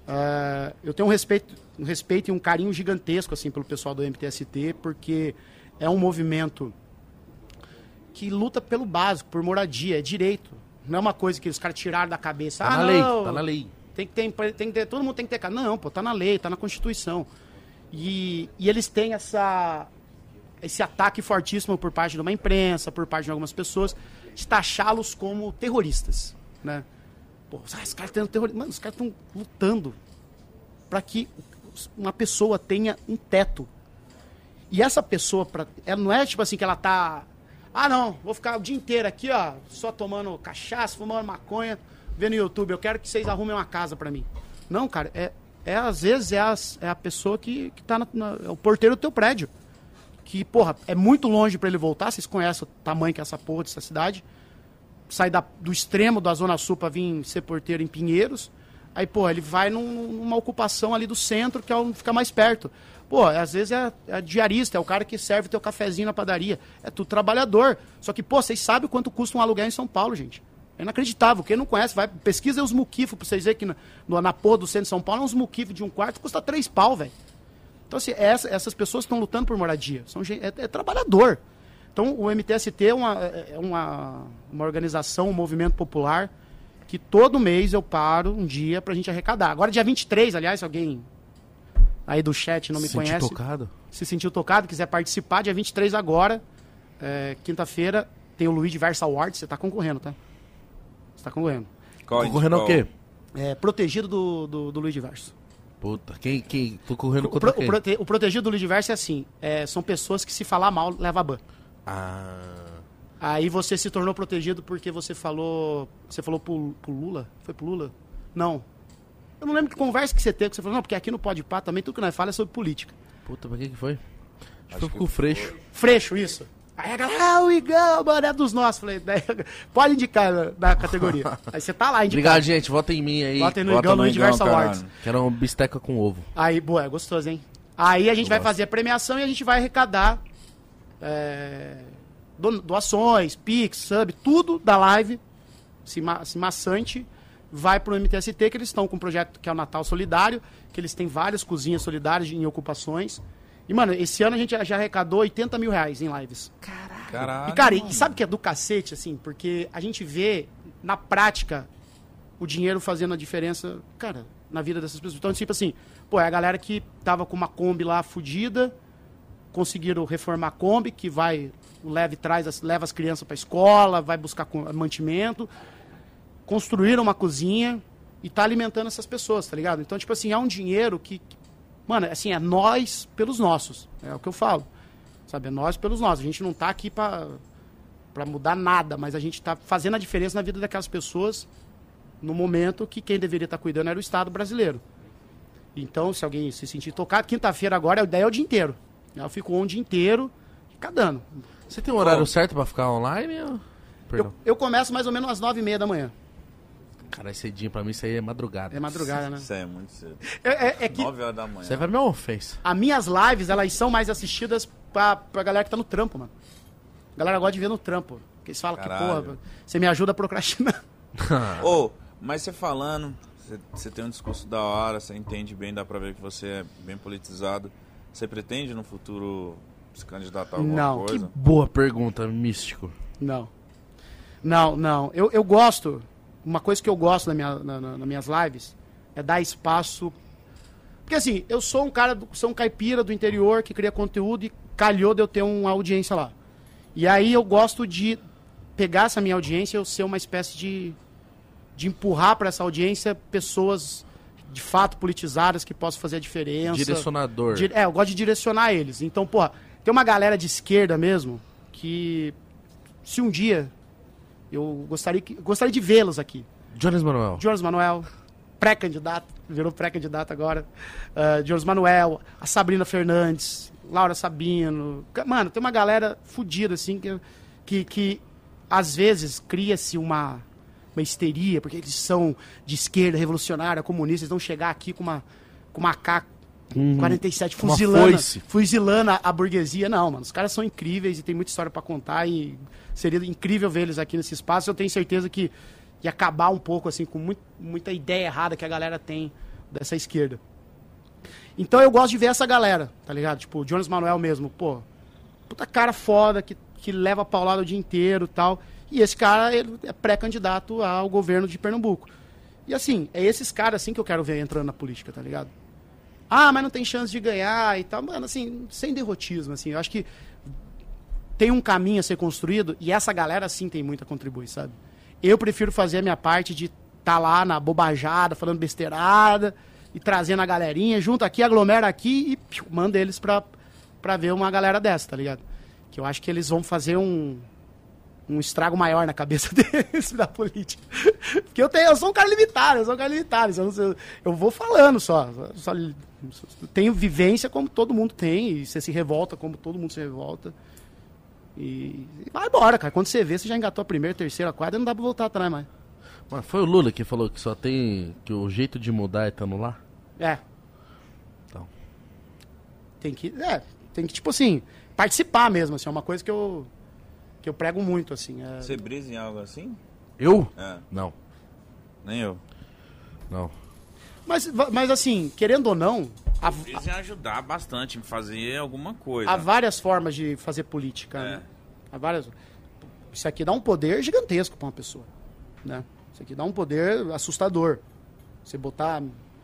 Eu tenho um respeito e um carinho gigantesco assim, pelo pessoal do MTST, porque é um movimento que luta pelo básico, por moradia, é direito. Não é uma coisa que os caras tiraram da cabeça. Tá na lei, tá na lei. Tem que ter, todo mundo tem que ter casa. Não, pô, tá na lei, tá na Constituição. E eles têm esse ataque fortíssimo por parte de uma imprensa, por parte de algumas pessoas, de taxá-los como terroristas, né? Pô, os caras têm terrorismo. Mano, os caras estão lutando para que uma pessoa tenha um teto. E essa pessoa, ela não é tipo assim que ela tá... Ah, não, vou ficar o dia inteiro aqui, ó, só tomando cachaça, fumando maconha, vendo YouTube. Eu quero que vocês arrumem uma casa para mim. Não, cara, às vezes é a pessoa que tá é o porteiro do teu prédio. Que, porra, é muito longe para ele voltar. Vocês conhecem o tamanho que é essa porra dessa cidade. Sai do extremo da Zona Sul pra vir ser porteiro em Pinheiros. Aí, pô, ele vai numa ocupação ali do centro, que fica mais perto. Pô, às vezes é diarista, é o cara que serve teu cafezinho na padaria. É tudo trabalhador. Só que, pô, vocês sabem quanto custa um aluguel em São Paulo, gente. É inacreditável. Quem não conhece, pesquisa aí os muquifos pra vocês verem que na porra do centro de São Paulo, uns muquifos de um quarto custa 3 pau, velho. Então, assim, essas pessoas estão lutando por moradia. É trabalhador. Então, o MTST é uma organização, um movimento popular que todo mês eu paro um dia pra gente arrecadar. Agora, dia 23, aliás, se alguém aí do chat não me conhece, se sentiu tocado, quiser participar, dia 23 agora, quinta-feira, tem o Luigi Versa Awards. Você tá concorrendo, tá? Você tá concorrendo. Concorrendo ao quê? Protegido do Luigi Verso. Puta, quem tô correndo contra quem? O protegido do Ludiverso é assim, são pessoas que se falar mal, leva ban. Aí você se tornou protegido porque você falou pro Lula? Foi pro Lula? Não. Eu não lembro que conversa que você teve, que você falou, não, porque aqui no Podpah também tudo que nós falamos é sobre política. Puta, pra que foi? Acho que foi com o Freixo. Freixo, isso. Aí a galera, o Igão, mano, é dos nossos. Falei, pode indicar na categoria. Aí você tá lá indicado. Obrigado, gente. Votem em mim aí. Votem no Igão, no Universal Awards. Quero uma bisteca com ovo. Aí, boa, é gostoso, hein? Aí a gente vai fazer a premiação e a gente vai arrecadar doações, Pix, sub, tudo da live, se maçante, vai pro MTST, que eles estão com um projeto que é o Natal Solidário, que eles têm várias cozinhas solidárias em ocupações. E, mano, esse ano a gente já arrecadou 80 mil reais em lives. Caralho. E, cara, e sabe o que é do cacete, assim? Porque a gente vê, na prática, o dinheiro fazendo a diferença, cara, na vida dessas pessoas. Então, tipo assim, pô, é a galera que tava com uma Kombi lá fodida, conseguiram reformar a Kombi, que leva as crianças pra escola, vai buscar mantimento, construíram uma cozinha e tá alimentando essas pessoas, tá ligado? Então, tipo assim, é um dinheiro que mano, assim, é nós pelos nossos. É o que eu falo. Sabe, é nós pelos nossos. A gente não tá aqui pra mudar nada, mas a gente tá fazendo a diferença na vida daquelas pessoas no momento que quem deveria estar cuidando era o Estado brasileiro. Então, se alguém se sentir tocado, quinta-feira agora, a ideia é o dia inteiro. Eu fico um dia inteiro, fica dando. Você tem um horário certo pra ficar online? Eu começo mais ou menos às 9h30 da manhã. Cara, cedinho pra mim isso aí é madrugada. É madrugada, né? Isso aí é muito cedo. É que 9 horas da manhã. Isso aí vai me dar uma ofensa. As minhas lives, elas são mais assistidas pra galera que tá no trampo, mano. A galera gosta de ver no trampo. Porque eles falam que, porra, você me ajuda a procrastinar. Mas você falando, você tem um discurso da hora, você entende bem, dá pra ver que você é bem politizado. Você pretende no futuro se candidatar a alguma coisa? Que boa pergunta, místico. Não. Eu gosto... Uma coisa que eu gosto nas minhas lives é dar espaço. Porque assim, eu sou um caipira do interior que cria conteúdo e calhou de eu ter uma audiência lá. E aí eu gosto de pegar essa minha audiência e eu ser uma espécie de empurrar para essa audiência pessoas de fato politizadas que possam fazer a diferença. Direcionador. Eu gosto de direcionar eles. Então, porra, tem uma galera de esquerda mesmo que, se um dia... Eu gostaria de vê-los aqui. Jones Manuel, pré-candidato, virou pré-candidato agora. Jones Manuel, a Sabrina Fernandes, Laura Sabino. Mano, tem uma galera fodida, assim, que às vezes cria-se uma histeria, porque eles são de esquerda, revolucionária, comunista, eles vão chegar aqui com uma AK-47 fuzilando a burguesia. Não, mano, os caras são incríveis e tem muita história pra contar e seria incrível ver eles aqui nesse espaço. Eu tenho certeza que ia acabar um pouco, assim, com muita ideia errada que a galera tem dessa esquerda. Então eu gosto de ver essa galera, tá ligado? Tipo, o Jones Manuel mesmo, pô, puta cara foda, que leva paulada o dia inteiro e tal. E esse cara, ele é pré-candidato ao governo de Pernambuco. E assim, é esses caras assim que eu quero ver entrando na política, tá ligado? Ah, mas não tem chance de ganhar e tal. Mano, assim, sem derrotismo, assim. Eu acho que tem um caminho a ser construído e essa galera, sim, tem muito a contribuir, sabe? Eu prefiro fazer a minha parte de estar lá na bobajada, falando besteirada e trazendo a galerinha, junto aqui, aglomera aqui e manda eles pra ver uma galera dessa, tá ligado? Que eu acho que eles vão fazer um estrago maior na cabeça deles da política. Porque eu sou um cara limitado, eu vou falando só tenho vivência como todo mundo tem, e você se revolta como todo mundo se revolta. E vai embora, cara. Quando você vê, você já engatou a primeira, terceira, quarta, não dá pra voltar atrás mais. Mas foi o Lula que falou que só tem... que o jeito de mudar é estando lá? É. Então. Tem que, tipo assim, participar mesmo, assim. É uma coisa que eu prego muito, assim. Você brisa em algo assim? Eu? É. Não. Nem eu. Não. Mas assim, querendo ou não... Brisa em ajudar bastante, em fazer alguma coisa. Há várias formas de fazer política, né? Há várias... Isso aqui dá um poder gigantesco pra uma pessoa, né? Isso aqui dá um poder assustador. Você botar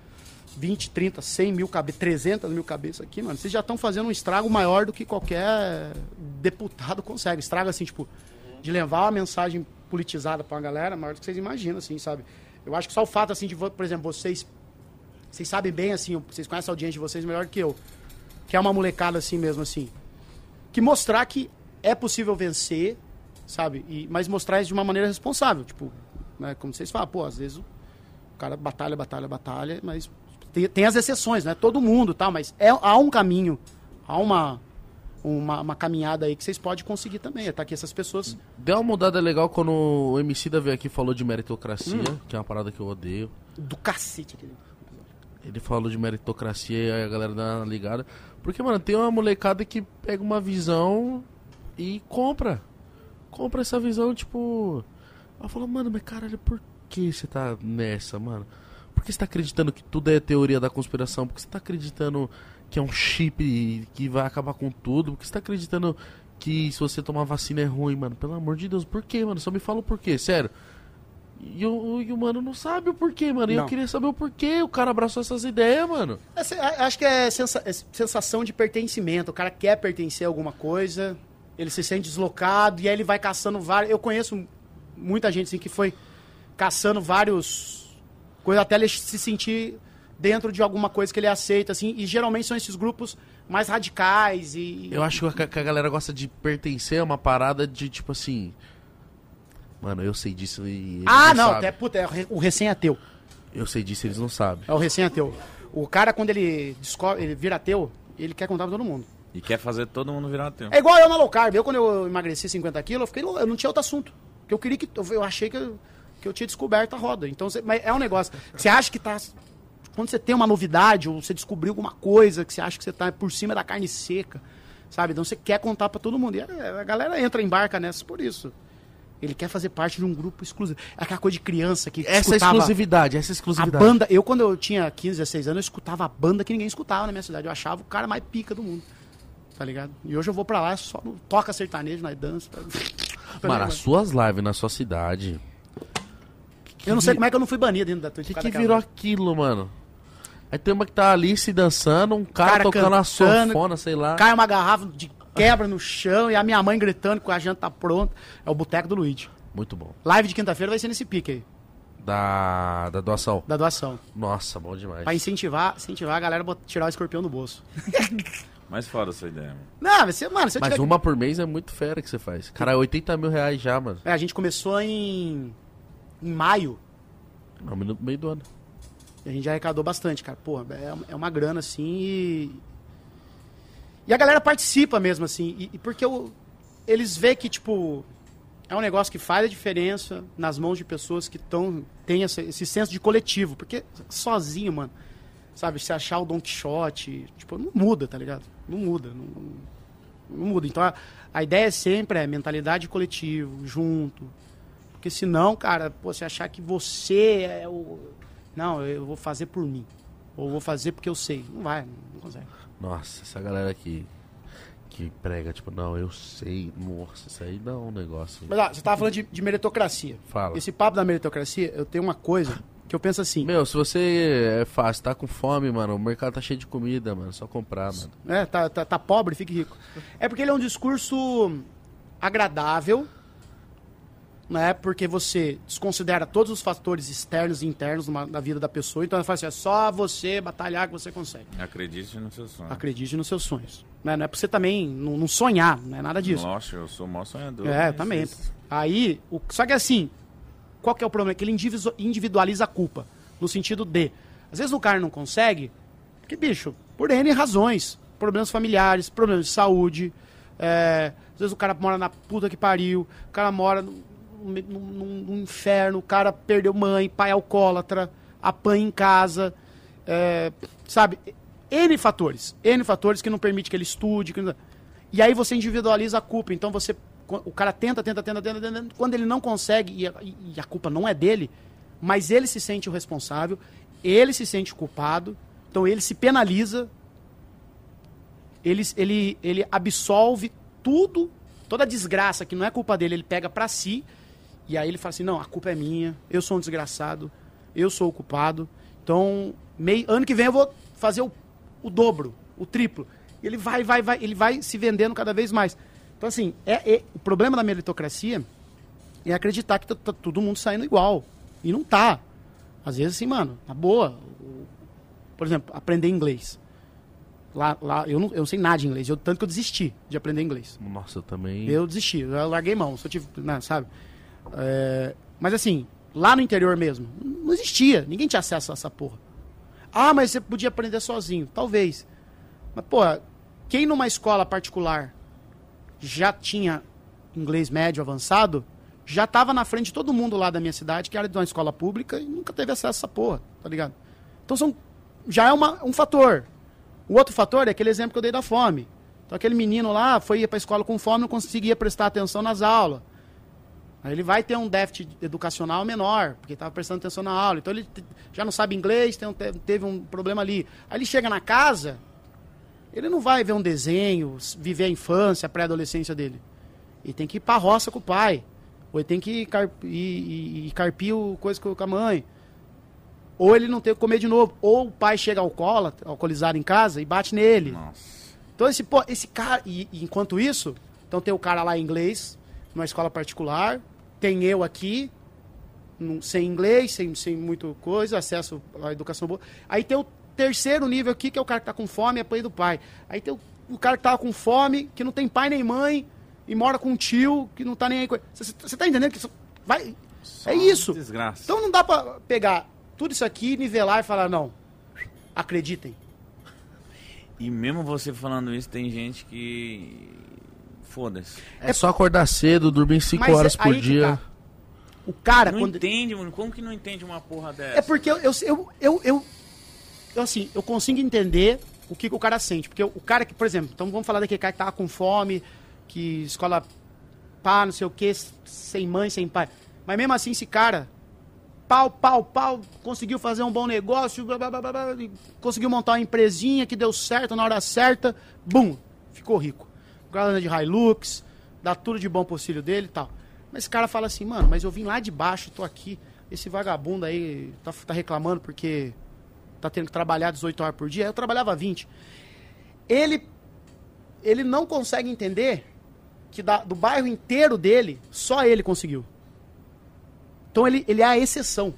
20, 30, 100 mil cabeças, 300 mil cabeças aqui, mano, vocês já estão fazendo um estrago maior do que qualquer deputado consegue. Estrago, assim, tipo, de levar uma mensagem politizada pra uma galera maior do que vocês imaginam, assim, sabe? Eu acho que só o fato, assim, de, por exemplo, vocês sabem bem, assim, vocês conhecem a audiência de vocês melhor que eu, que é uma molecada assim mesmo, assim, que mostrar que é possível vencer, sabe? Mas mostrar isso de uma maneira responsável, tipo, né? Como vocês falam, pô, às vezes o cara batalha, mas tem as exceções, né? Todo mundo, tá? Mas há um caminho, há uma caminhada aí que vocês podem conseguir também, tá? Que essas pessoas... Deu uma mudada legal quando o Emicida veio aqui e falou de meritocracia, que é uma parada que eu odeio. Do cacete aquele... Ele falou de meritocracia e aí a galera dá uma ligada. Porque, mano, tem uma molecada que pega uma visão e compra. Compra essa visão, tipo... Ela fala, mano, mas caralho, por que você tá nessa, mano? Por que você tá acreditando que tudo é teoria da conspiração? Por que você tá acreditando que é um chip que vai acabar com tudo? Por que você tá acreditando que se você tomar vacina é ruim, mano? Pelo amor de Deus, por que, mano? Só me fala o porquê, sério. E o mano não sabe o porquê, mano. E eu queria saber o porquê o cara abraçou essas ideias, mano. Acho que é sensação de pertencimento. O cara quer pertencer a alguma coisa, ele se sente deslocado e aí ele vai caçando vários... Eu conheço muita gente assim que foi caçando vários coisas até ele se sentir dentro de alguma coisa que ele aceita, assim. E geralmente são esses grupos mais radicais e... Eu acho que a galera gosta de pertencer a uma parada de, tipo assim... Mano, eu sei disso e... não, até puta, é o recém-ateu. Eu sei disso, eles não sabem. É o recém-ateu. O cara, quando ele descobre, ele vira ateu, ele quer contar pra todo mundo. E quer fazer todo mundo virar ateu. É igual eu na low carb. Eu, quando eu emagreci 50 quilos, eu não tinha outro assunto. Porque eu queria que... Eu achei que eu tinha descoberto a roda. Então, mas é um negócio... Você acha que tá... Quando você tem uma novidade, ou você descobriu alguma coisa, que você acha que você tá por cima da carne seca, sabe? Então você quer contar pra todo mundo. E a galera embarca nessa por isso. Ele quer fazer parte de um grupo exclusivo. É aquela coisa de criança que essa exclusividade. A banda... quando eu tinha 15, 16 anos, eu escutava a banda que ninguém escutava na minha cidade. Eu achava o cara mais pica do mundo. Tá ligado? E hoje eu vou pra lá, só toca sertanejo, nós dança. Mano, as suas lives na sua cidade... Eu não sei como é que eu não fui banido dentro da Twitch. O que virou aquilo, mano? Aí tem uma que tá ali se dançando, um cara tocando a sanfona, sei lá. Cai uma garrafa de quebra no chão e a minha mãe gritando que a janta tá pronta. É o Boteco do Luigi. Muito bom. Live de quinta-feira vai ser nesse pique aí. Da doação. Da doação. Nossa, bom demais. Pra incentivar a galera a tirar o escorpião do bolso. Mas fora essa ideia, mano. Não, se eu Mas tiver... uma por mês é muito fera que você faz. Cara, é 80 mil reais já, mano. A gente começou em maio. No meio do ano. E a gente já arrecadou bastante, cara. Porra, é uma grana, assim, e a galera participa mesmo, assim. E porque eles veem que, tipo, é um negócio que faz a diferença nas mãos de pessoas que têm esse senso de coletivo. Porque sozinho, mano, sabe, se achar o Don Quixote, tipo, não muda, tá ligado? Não muda, não muda. Então, a ideia sempre é mentalidade coletivo, junto. Porque senão, cara, pô, você achar que você é o... Não, eu vou fazer por mim. Ou vou fazer porque eu sei. Não vai, não consegue. Nossa, essa galera que prega, tipo, não, eu sei. Nossa, isso aí dá um negócio. Mas você tava falando de meritocracia. Fala. Esse papo da meritocracia, eu tenho uma coisa que eu penso assim. Meu, se você é fácil, tá com fome, mano, o mercado tá cheio de comida, mano, só comprar, mano. Tá pobre, fique rico. É porque ele é um discurso agradável, né? Porque você desconsidera todos os fatores externos e internos na vida da pessoa. Então, ela fala assim, é só você batalhar que você consegue. Acredite nos seus sonhos. Acredite nos seus sonhos. Né? Não é pra você também não sonhar, não é nada disso. Nossa, eu sou o maior sonhador. É, também. Aí, só que assim, qual que é o problema? É que ele individualiza a culpa. No sentido de, às vezes o cara não consegue, porque, bicho, por N razões. Problemas familiares, problemas de saúde. Às vezes o cara mora na puta que pariu, o cara mora num inferno, o cara perdeu mãe, pai alcoólatra, apanha em casa, sabe? N fatores que não permite que ele estude. E aí você individualiza a culpa. Então o cara tenta, quando ele não consegue, e a culpa não é dele, mas ele se sente o responsável, ele se sente culpado, então ele se penaliza, ele absolve tudo, toda a desgraça que não é culpa dele, ele pega pra si, e aí ele fala assim, não, a culpa é minha, eu sou um desgraçado, eu sou o culpado, então ano que vem eu vou fazer o dobro, o triplo. Ele vai se vendendo cada vez mais. Então, assim, o problema da meritocracia é acreditar que tá todo mundo saindo igual. E não tá. Às vezes, assim, mano, na boa. Por exemplo, aprender inglês. Lá eu não sei nada de inglês. Tanto que eu desisti de aprender inglês. Nossa, eu também... Eu desisti, eu larguei mão. Se eu tive, né, sabe? Mas, assim, lá no interior mesmo, não existia. Ninguém tinha acesso a essa porra. Ah, mas você podia aprender sozinho. Talvez. Mas, pô, quem numa escola particular já tinha inglês médio avançado, já estava na frente de todo mundo lá da minha cidade, que era de uma escola pública, e nunca teve acesso a essa porra, tá ligado? Então já é um fator. O outro fator é aquele exemplo que eu dei da fome. Então aquele menino lá ia pra escola com fome, não conseguia prestar atenção nas aulas. Aí ele vai ter um déficit educacional menor, porque estava prestando atenção na aula. Então ele já não sabe inglês, teve um problema ali. Aí ele chega na casa, ele não vai ver um desenho, viver a infância, a pré-adolescência dele. Ele tem que ir pra roça com o pai. Ou ele tem que carpir coisa com a mãe. Ou ele não tem que comer de novo. Ou o pai chega alcoolizado em casa e bate nele. Nossa. Então esse cara... E enquanto isso, então tem o cara lá em inglês, numa escola particular. Tem eu aqui, sem inglês, sem muita coisa, acesso à educação boa. Aí tem o terceiro nível aqui, que é o cara que tá com fome e apanha do pai. Aí tem o cara que tá com fome, que não tem pai nem mãe, e mora com um tio, que não tá nem aí. Você tá entendendo que isso vai... Só é isso. Desgraça. Então não dá pra pegar tudo isso aqui, nivelar e falar, não, acreditem. E mesmo você falando isso, tem gente que... Foda-se. É só acordar cedo, dormir 5 Mas horas por aí que dia. tá. O cara... Não entende, mano. Como que não entende uma porra dessa? É porque eu consigo entender o que o cara sente. Porque o cara que, por exemplo, então vamos falar daquele cara que tava com fome, que escola pá, não sei o que, sem mãe, sem pai. Mas mesmo assim, esse cara, pau, conseguiu fazer um bom negócio, blá, blá, blá, blá, conseguiu montar uma empresinha que deu certo na hora certa, bum, ficou rico. O cara anda de Hilux, dá tudo de bom pro filho dele e tal. Mas esse cara fala assim, mano, mas eu vim lá de baixo, tô aqui, esse vagabundo aí tá reclamando porque tá tendo que trabalhar 18 horas por dia. Eu trabalhava 20. Ele não consegue entender que do bairro inteiro dele, só ele conseguiu. Então ele é a exceção.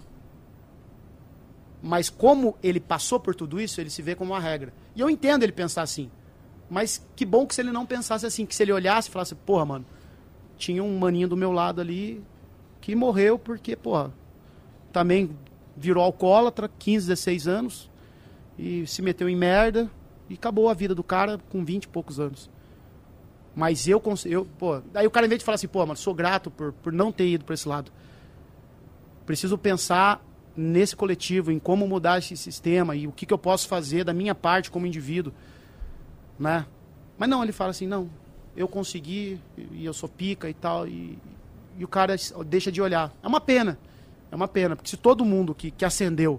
Mas como ele passou por tudo isso, ele se vê como uma regra. E eu entendo ele pensar assim. Mas que bom que se ele não pensasse assim, que se ele olhasse e falasse, porra, mano, tinha um maninho do meu lado ali que morreu porque, porra, também virou alcoólatra, 15, 16 anos, e se meteu em merda, e acabou a vida do cara com 20 e poucos anos. Mas pô, aí o cara, em vez de falar assim, pô, mano, sou grato por não ter ido pra esse lado. Preciso pensar nesse coletivo, em como mudar esse sistema, e o que eu posso fazer da minha parte como indivíduo, né? Mas não, ele fala assim, não, eu consegui, e eu sou pica e tal, e o cara deixa de olhar. É uma pena, porque se todo mundo que acendeu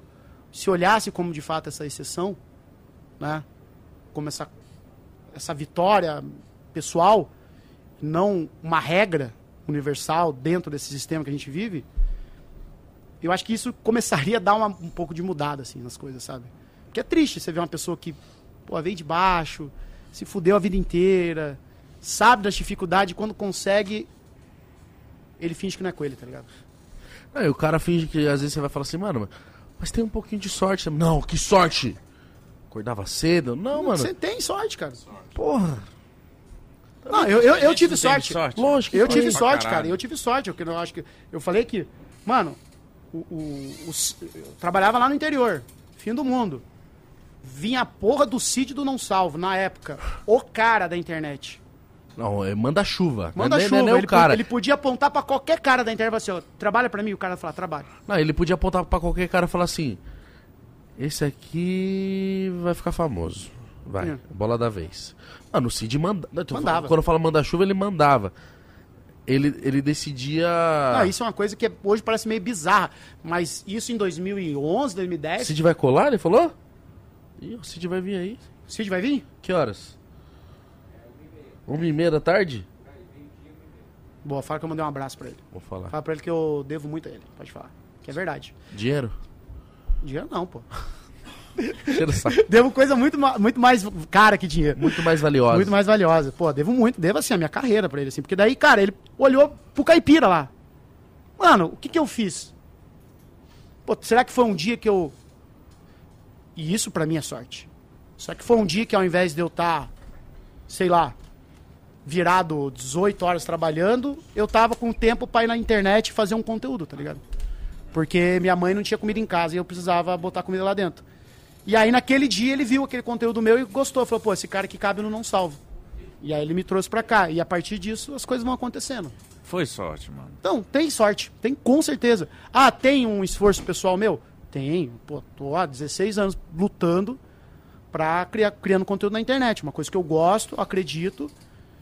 se olhasse como de fato essa exceção, né? Como essa vitória pessoal, não uma regra universal dentro desse sistema que a gente vive, eu acho que isso começaria a dar um pouco de mudada assim, nas coisas, sabe? Porque é triste você ver uma pessoa que veio de baixo, se fudeu a vida inteira, sabe das dificuldades, quando consegue, ele finge que não é com ele, tá ligado? Aí o cara finge que às vezes você vai falar assim, mano, mas tem um pouquinho de sorte. Não, que sorte! Acordava cedo? Não, mano. Você tem sorte, cara. Porra. Não, eu tive sorte. Lógico que Eu tem. tive sorte, cara. Eu tive sorte. Eu acho que eu falei que, mano, eu trabalhava lá no interior, fim do mundo. Vinha a porra do Cid do Não Salvo, na época. O cara da internet. Não, é manda-chuva. Manda-chuva. Não é o cara. Ele podia apontar pra qualquer cara da internet e falar assim, ó, trabalha pra mim? O cara falar, trabalha. Não, ele podia apontar pra qualquer cara e falar assim, esse aqui vai ficar famoso. Vai, bola da vez. Mano, o Cid mandava. Quando eu falo manda-chuva, ele mandava. Ele decidia... Não, isso é uma coisa que hoje parece meio bizarra. Mas isso em 2011, 2010... Cid vai colar, ele falou? Ih, o Cid vai vir aí. O Cid vai vir? Que horas? 1h30 da tarde? Boa, fala que eu mandei um abraço pra ele. Vou falar. Fala pra ele que eu devo muito a ele, pode falar. Que é verdade. Dinheiro? Dinheiro não, pô. Saco. Devo coisa muito mais cara que dinheiro. Muito mais valiosa. Muito mais valiosa. Pô, devo assim, a minha carreira pra ele, assim. Porque daí, cara, ele olhou pro caipira lá. Mano, o que eu fiz? Pô, será que foi um dia que eu... E isso pra mim é sorte. Só que foi um dia que ao invés de eu estar, sei lá, virado 18 horas trabalhando, eu tava com tempo pra ir na internet e fazer um conteúdo, tá ligado? Porque minha mãe não tinha comida em casa e eu precisava botar comida lá dentro. E aí naquele dia ele viu aquele conteúdo meu e gostou. Falou, pô, esse cara que cabe no Não Salvo. E aí ele me trouxe pra cá. E a partir disso as coisas vão acontecendo. Foi sorte, mano. Então, tem sorte. Tem com certeza. Ah, tem um esforço pessoal meu? Tem. Pô, tô há 16 anos lutando pra criando conteúdo na internet. Uma coisa que eu gosto, acredito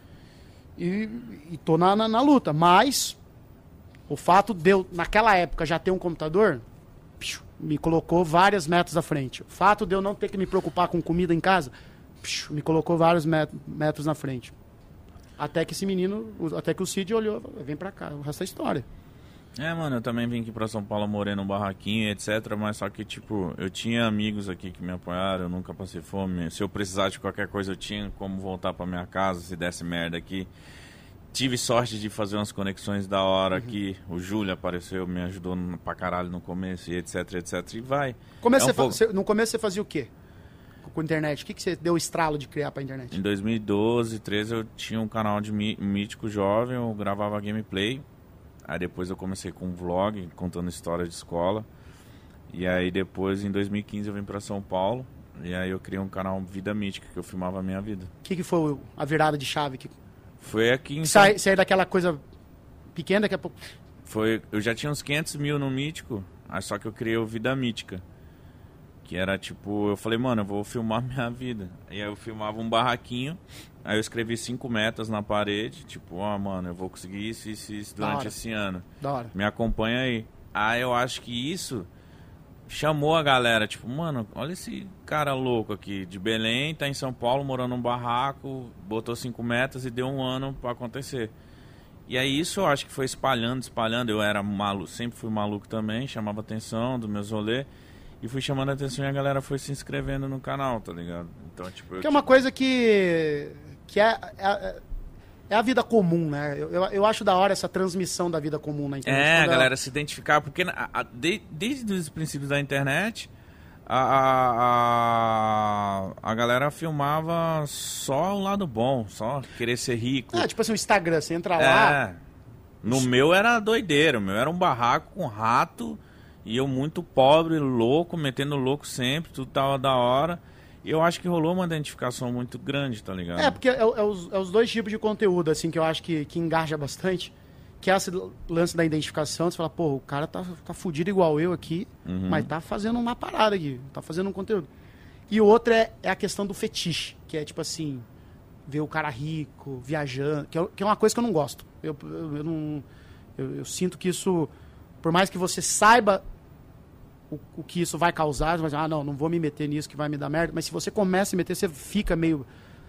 e tô na luta. Mas o fato de eu, naquela época, já ter um computador, me colocou várias metas à frente. O fato de eu não ter que me preocupar com comida em casa, me colocou vários metros na frente. Até que esse menino, até que o Cid olhou, vem pra cá, o resto é história. É, mano, eu também vim aqui pra São Paulo, morei num barraquinho, etc. Mas só que, tipo, eu tinha amigos aqui que me apoiaram, eu nunca passei fome. Se eu precisasse de qualquer coisa, eu tinha como voltar pra minha casa, se desse merda aqui. Tive sorte de fazer umas conexões da hora aqui. O Júlio apareceu, me ajudou pra caralho no começo, e etc, etc. E vai. No começo você fazia o quê? Com a internet? O que você deu o estralo de criar pra internet? Em 2012, 2013, eu tinha um canal de mítico jovem, eu gravava gameplay. Aí depois eu comecei com um vlog, contando história de escola. E aí depois, em 2015, eu vim pra São Paulo. E aí eu criei um canal Vida Mítica, que eu filmava a minha vida. O que foi a virada de chave? Foi aqui em Sair daquela coisa pequena, daqui a pouco... Eu já tinha uns 500 mil no Mítico, só que eu criei o Vida Mítica. Que era tipo, eu falei, mano, eu vou filmar minha vida. E aí eu filmava um barraquinho, aí eu escrevi 5 metas na parede, tipo, mano, eu vou conseguir isso durante esse ano. Da hora. Me acompanha aí. Aí eu acho que isso chamou a galera, tipo, mano, olha esse cara louco aqui, de Belém, tá em São Paulo, morando num barraco, botou 5 metas e deu um ano pra acontecer. E aí isso eu acho que foi espalhando, eu era maluco, sempre fui maluco também, chamava atenção dos meus rolês. E fui chamando a atenção e a galera foi se inscrevendo no canal, tá ligado? Então, tipo... Que é uma coisa que é a vida comum, né? Eu acho da hora essa transmissão da vida comum na internet. A galera se identificar, porque desde os princípios da internet, a galera filmava só o lado bom, só querer ser rico. Tipo assim, o Instagram, você entra lá... No meu era doideiro, o meu era um barraco com rato... E eu muito pobre, louco, metendo louco sempre, tudo tava da hora. E eu acho que rolou uma identificação muito grande, tá ligado? Porque é os dois tipos de conteúdo, assim, que eu acho que engaja bastante. Que é esse lance da identificação, você fala, pô, o cara tá fudido igual eu aqui, mas tá fazendo uma parada aqui, tá fazendo um conteúdo. E o outro é a questão do fetiche, que é tipo assim, ver o cara rico, viajando, que é uma coisa que eu não gosto. Eu sinto que isso, por mais que você saiba o que isso vai causar, você vai dizer, não vou me meter nisso que vai me dar merda, mas se você começa a se meter, você fica meio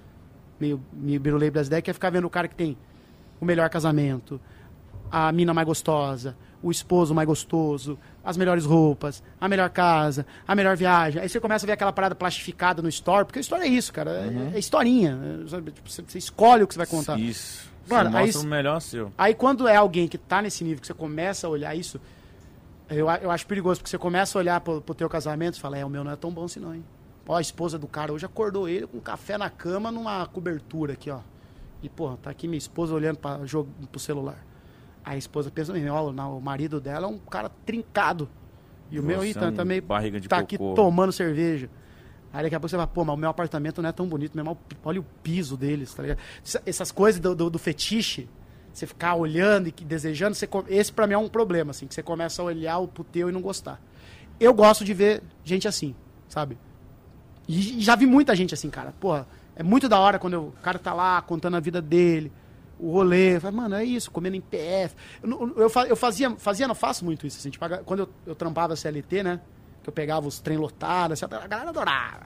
birulei brasileiro, que é ficar vendo o cara que tem o melhor casamento, a mina mais gostosa, o esposo mais gostoso, as melhores roupas, a melhor casa, a melhor viagem. Aí você começa a ver aquela parada plastificada no story, porque a história é isso, cara, é historinha, sabe? Tipo, você escolhe o que você vai contar. Isso, mano, você mostra o melhor seu. Aí quando é alguém que tá nesse nível, que você começa a olhar isso, eu acho perigoso, porque você começa a olhar pro teu casamento e fala, o meu não é tão bom assim não, hein? Ó, a esposa do cara hoje acordou ele com café na cama numa cobertura aqui, ó. E, porra, tá aqui minha esposa olhando pro celular. Aí a esposa pensa, o marido dela é um cara trincado. E o meu aí tá meio... barriga de tá cocô. aqui tomando cerveja. Aí daqui a pouco você fala, mas o meu apartamento não é tão bonito mesmo. Olha o piso deles, tá ligado? Essas coisas do fetiche... Você ficar olhando e desejando, esse pra mim é um problema, assim, que você começa a olhar pro teu e não gostar. Eu gosto de ver gente assim, sabe? E já vi muita gente assim, cara. Porra, é muito da hora quando o cara tá lá contando a vida dele, o rolê. Eu falo, mano, é isso, comendo em PF. Eu faço muito isso, assim. Tipo, quando eu trampava CLT, né? Que eu pegava os trem lotados, assim, a galera adorava.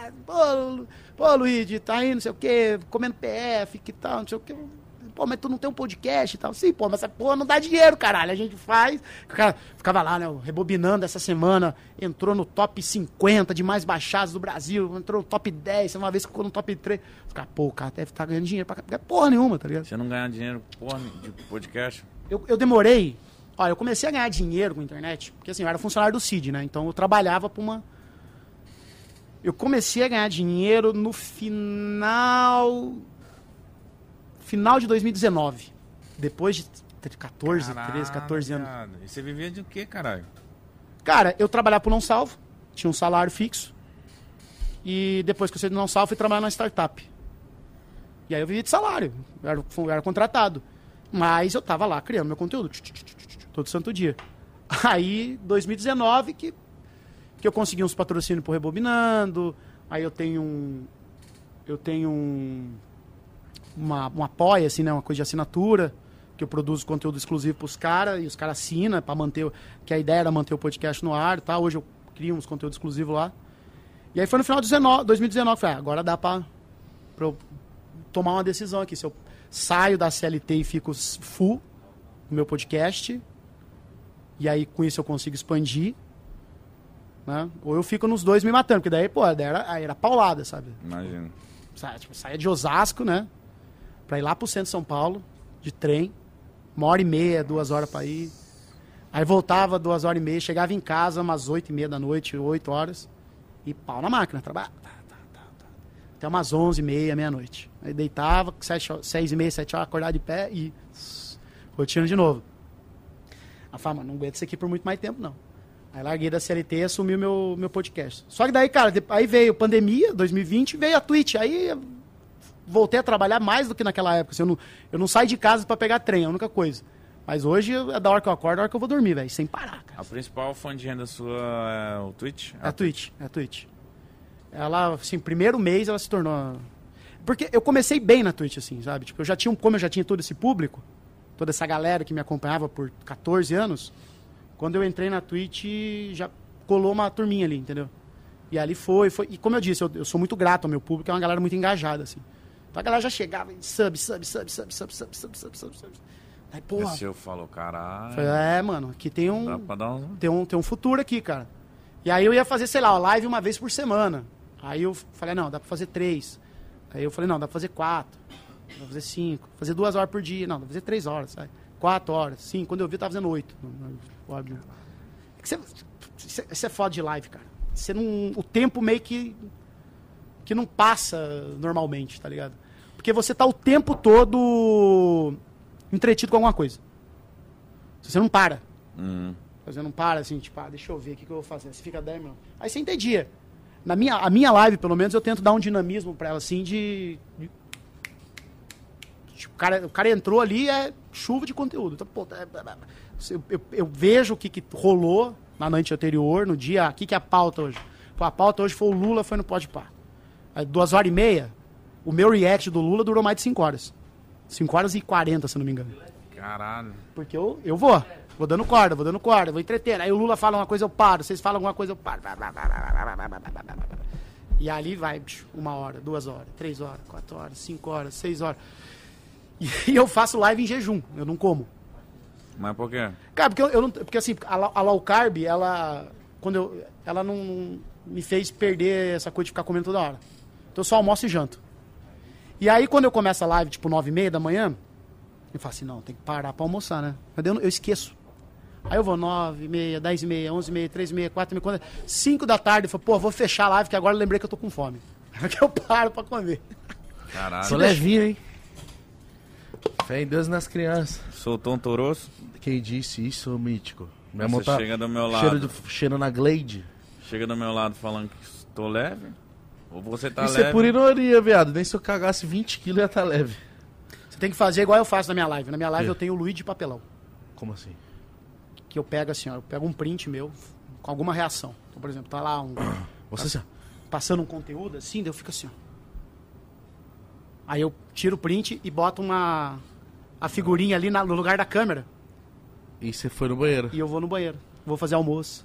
Pô, Luigi, tá aí, não sei o quê, comendo PF, que tal, não sei o quê. Pô, mas tu não tem um podcast e tal. Sim, pô, mas essa porra não dá dinheiro, caralho. A gente faz. O cara ficava lá, né, rebobinando essa semana. Entrou no top 50 de mais baixados do Brasil. Entrou no top 10. Uma vez ficou no top 3. Ficava, pô, o cara deve estar ganhando dinheiro pra porra nenhuma, tá ligado? Você não ganha dinheiro, porra, de podcast? Eu demorei. Olha, eu comecei a ganhar dinheiro com a internet. Porque assim, eu era funcionário do CID, né? Então eu trabalhava pra uma... Eu comecei a ganhar dinheiro no final de 2019. Depois de 14 anos. E você vivia de quê, caralho? Cara, eu trabalhava pro Não Salvo, tinha um salário fixo. E depois que eu saí do Não Salvo, fui trabalhar na startup. E aí eu vivia de salário, eu era contratado. Mas eu tava lá criando meu conteúdo, todo santo dia. Aí, 2019, que eu consegui uns patrocínios pro Rebobinando. Aí eu tenho uma apoia, assim, né? Uma coisa de assinatura, que eu produzo conteúdo exclusivo pros caras, e os caras assinam pra manter, que a ideia era manter o podcast no ar, tá? Hoje eu crio uns conteúdos exclusivos lá. E aí foi no final de 2019, falei, agora dá pra eu tomar uma decisão aqui, se eu saio da CLT e fico full no meu podcast, e aí com isso eu consigo expandir, né? Ou eu fico nos dois me matando, porque daí, pô, era paulada, sabe? Imagina. Tipo, saía de Osasco, né? Pra ir lá pro centro de São Paulo, de trem, 1h30, 2 horas pra ir. Aí voltava 2h30, chegava em casa umas 8h30 da noite, 8 horas, e pau na máquina, trabalhava. Até umas 11h30, meia-noite. Aí deitava, 6h30, 7 horas, acordava de pé e rotina de novo. Aí falava, mano, não aguento isso aqui por muito mais tempo, não. Aí larguei da CLT e assumi o meu podcast. Só que daí, cara, aí veio pandemia, 2020, veio a Twitch. Aí voltei a trabalhar mais do que naquela época. Assim, eu não saio de casa pra pegar trem, é a única coisa. Mas hoje é da hora que eu acordo, da hora que eu vou dormir, velho, sem parar, cara. A principal fonte de renda sua é o Twitch? É a Twitch. Ela, assim, primeiro mês ela se tornou... Porque eu comecei bem na Twitch, assim, sabe? Tipo, como eu já tinha todo esse público, toda essa galera que me acompanhava por 14 anos, quando eu entrei na Twitch, já colou uma turminha ali, entendeu? E ali foi. E como eu disse, eu sou muito grato ao meu público, é uma galera muito engajada, assim. Então a galera já chegava e sub. Aí, porra. Esse eu falo, caralho. Mano, aqui tem Dá pra dar um... tem um futuro aqui, cara. E aí eu ia fazer, sei lá, live uma vez por semana. Aí eu falei, não, dá pra fazer 3. Aí eu falei, não, dá pra fazer 4. Dá pra fazer 5. Fazer 2 horas por dia. Não, dá pra fazer 3 horas, sabe? 4 horas, 5. Quando eu vi, eu tava fazendo 8. Isso é foda de live, cara. Você não, o tempo meio que não passa normalmente, tá ligado? Porque você tá o tempo todo entretido com alguma coisa. Você não para. Você não para assim, tipo, deixa eu ver o que eu vou fazer. Você fica 10 minutos. Aí você entendia. A minha live, pelo menos, eu tento dar um dinamismo pra ela, assim, tipo, o cara entrou ali, é chuva de conteúdo. Então, pô, eu vejo o que rolou na noite anterior, no dia, o que é a pauta hoje. Pô, a pauta hoje foi o Lula, foi no Podpah. Aí 2h30, o meu react do Lula durou mais de 5 horas. 5h40, se não me engano. Caralho. Porque eu vou. Vou dando corda, vou entretendo. Aí o Lula fala uma coisa, eu paro. Vocês falam alguma coisa, eu paro. E ali vai, bicho, 1 hora, 2 horas, 3 horas, 4 horas, 5 horas, 6 horas. E eu faço live em jejum, eu não como. Mas por quê? Cara, porque assim, a low carb, ela não me fez perder essa coisa de ficar comendo toda hora. Então eu só almoço e janto. E aí quando eu começo a live, tipo 9h30 da manhã, eu falo assim, não, tem que parar pra almoçar, né? Mas eu esqueço. Aí eu vou 9h30, 10h30, 11h30, 3h30, 4h30, 5 da tarde, eu falo, pô, vou fechar a live, que agora eu lembrei que eu tô com fome. Aí que eu paro pra comer. Caralho. Tô levinho, hein? Fé em Deus nas crianças. Soltou um toroço? Quem disse isso, mítico? Minha Você mão tá chega do meu lado. cheiro na Glade. Chega do meu lado falando que estou leve? Ou você tá Isso leve? é por ironia, viado. Nem se eu cagasse 20 quilos ia tá leve. Você tem que fazer igual eu faço na minha live. Na minha live eu tenho o Luigi de papelão. Como assim? Que eu pego assim, ó, eu pego um print meu com alguma reação. Então, por exemplo, tá lá Você passando um conteúdo assim, daí eu fico assim, ó. Aí eu tiro o print e boto a figurinha ali no lugar da câmera. E você foi no banheiro. E eu vou no banheiro. Vou fazer almoço.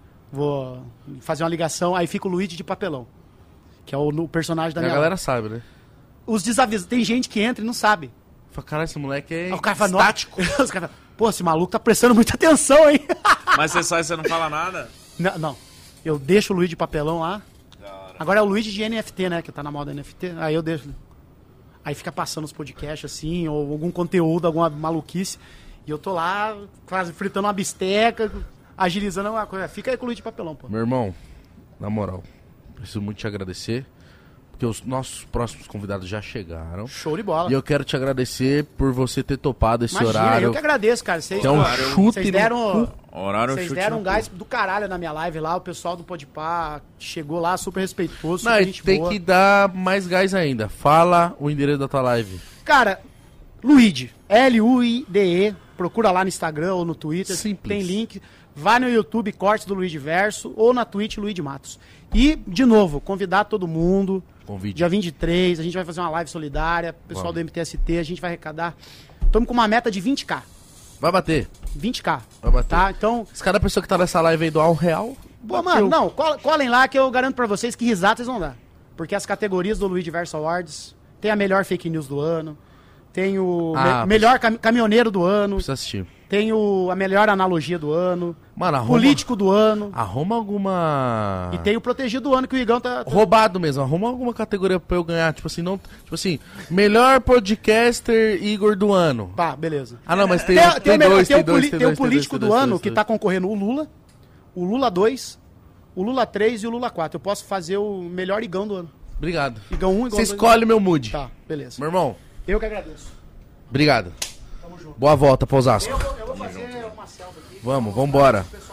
Vou fazer uma ligação. Aí fica o Luigi de papelão. Que é o personagem da A minha galera live. sabe, né? Os desavisos. Tem gente que entra e não sabe. Fala, caralho, esse moleque é Aí o cara fala, estático. "Nossa." Os caras falam, pô, esse maluco tá prestando muita atenção, hein? Mas você sai e você não fala nada? Não. Eu deixo o Luigi de papelão lá. Agora é o Luigi de NFT, né? Que tá na moda NFT. Aí eu deixo. Aí fica passando os podcasts assim, ou algum conteúdo, alguma maluquice. E eu tô lá, quase fritando uma bisteca, agilizando alguma coisa. Fica aí com o Luigi de papelão, pô. Meu irmão, na moral, preciso muito te agradecer. Porque os nossos próximos convidados já chegaram. Show de bola. E eu quero te agradecer por você ter topado esse Imagina, horário. eu que agradeço, cara. Vocês, Que é um Claro, chute vocês no deram, cu. Horário vocês chute deram no um gás cu. do caralho na minha live lá. O pessoal do Podpah chegou lá super respeitoso, Não, super e gente tem boa. que dar mais gás ainda. Fala o endereço da tua live. Cara, Luide, Luide, procura lá no Instagram ou no Twitter, Simples. tem link. Vai no YouTube, Cortes do Luide Verso, ou na Twitch, Luide Matos. E, de novo, convidar todo mundo. Convide. Dia 23, a gente vai fazer uma live solidária, pessoal Vamos. do MTST, a gente vai arrecadar. Estamos com uma meta de 20k. Vai bater. 20k. Vai bater. Tá? Então, Se cada pessoa que tá nessa live aí doar R$1, pô, bateu. mano, não, colhem lá que eu garanto pra vocês que risada vocês vão dar. Porque as categorias do Luide Verso Awards, tem a melhor fake news do ano, tem o melhor caminhoneiro do ano, Precisa assistir. tem a melhor analogia do ano, Mano, arruma, político do ano, arruma alguma... e tem o protegido do ano que o Igão tá... Roubado mesmo, arruma alguma categoria pra eu ganhar, tipo assim, não, tipo assim, melhor podcaster Igor do ano. Pá, beleza. Ah, não, mas tem Tem o político do ano que tá concorrendo o Lula 2, o Lula 3 e o Lula 4. Eu posso fazer o melhor Igão do ano. Obrigado. Igão 1, Igão 2. Você escolhe meu mood. Tá, beleza. Meu irmão, Eu que agradeço. obrigado. Tamo junto. Boa volta pra Osasco. Eu vou fazer uma selfie aqui. Vambora.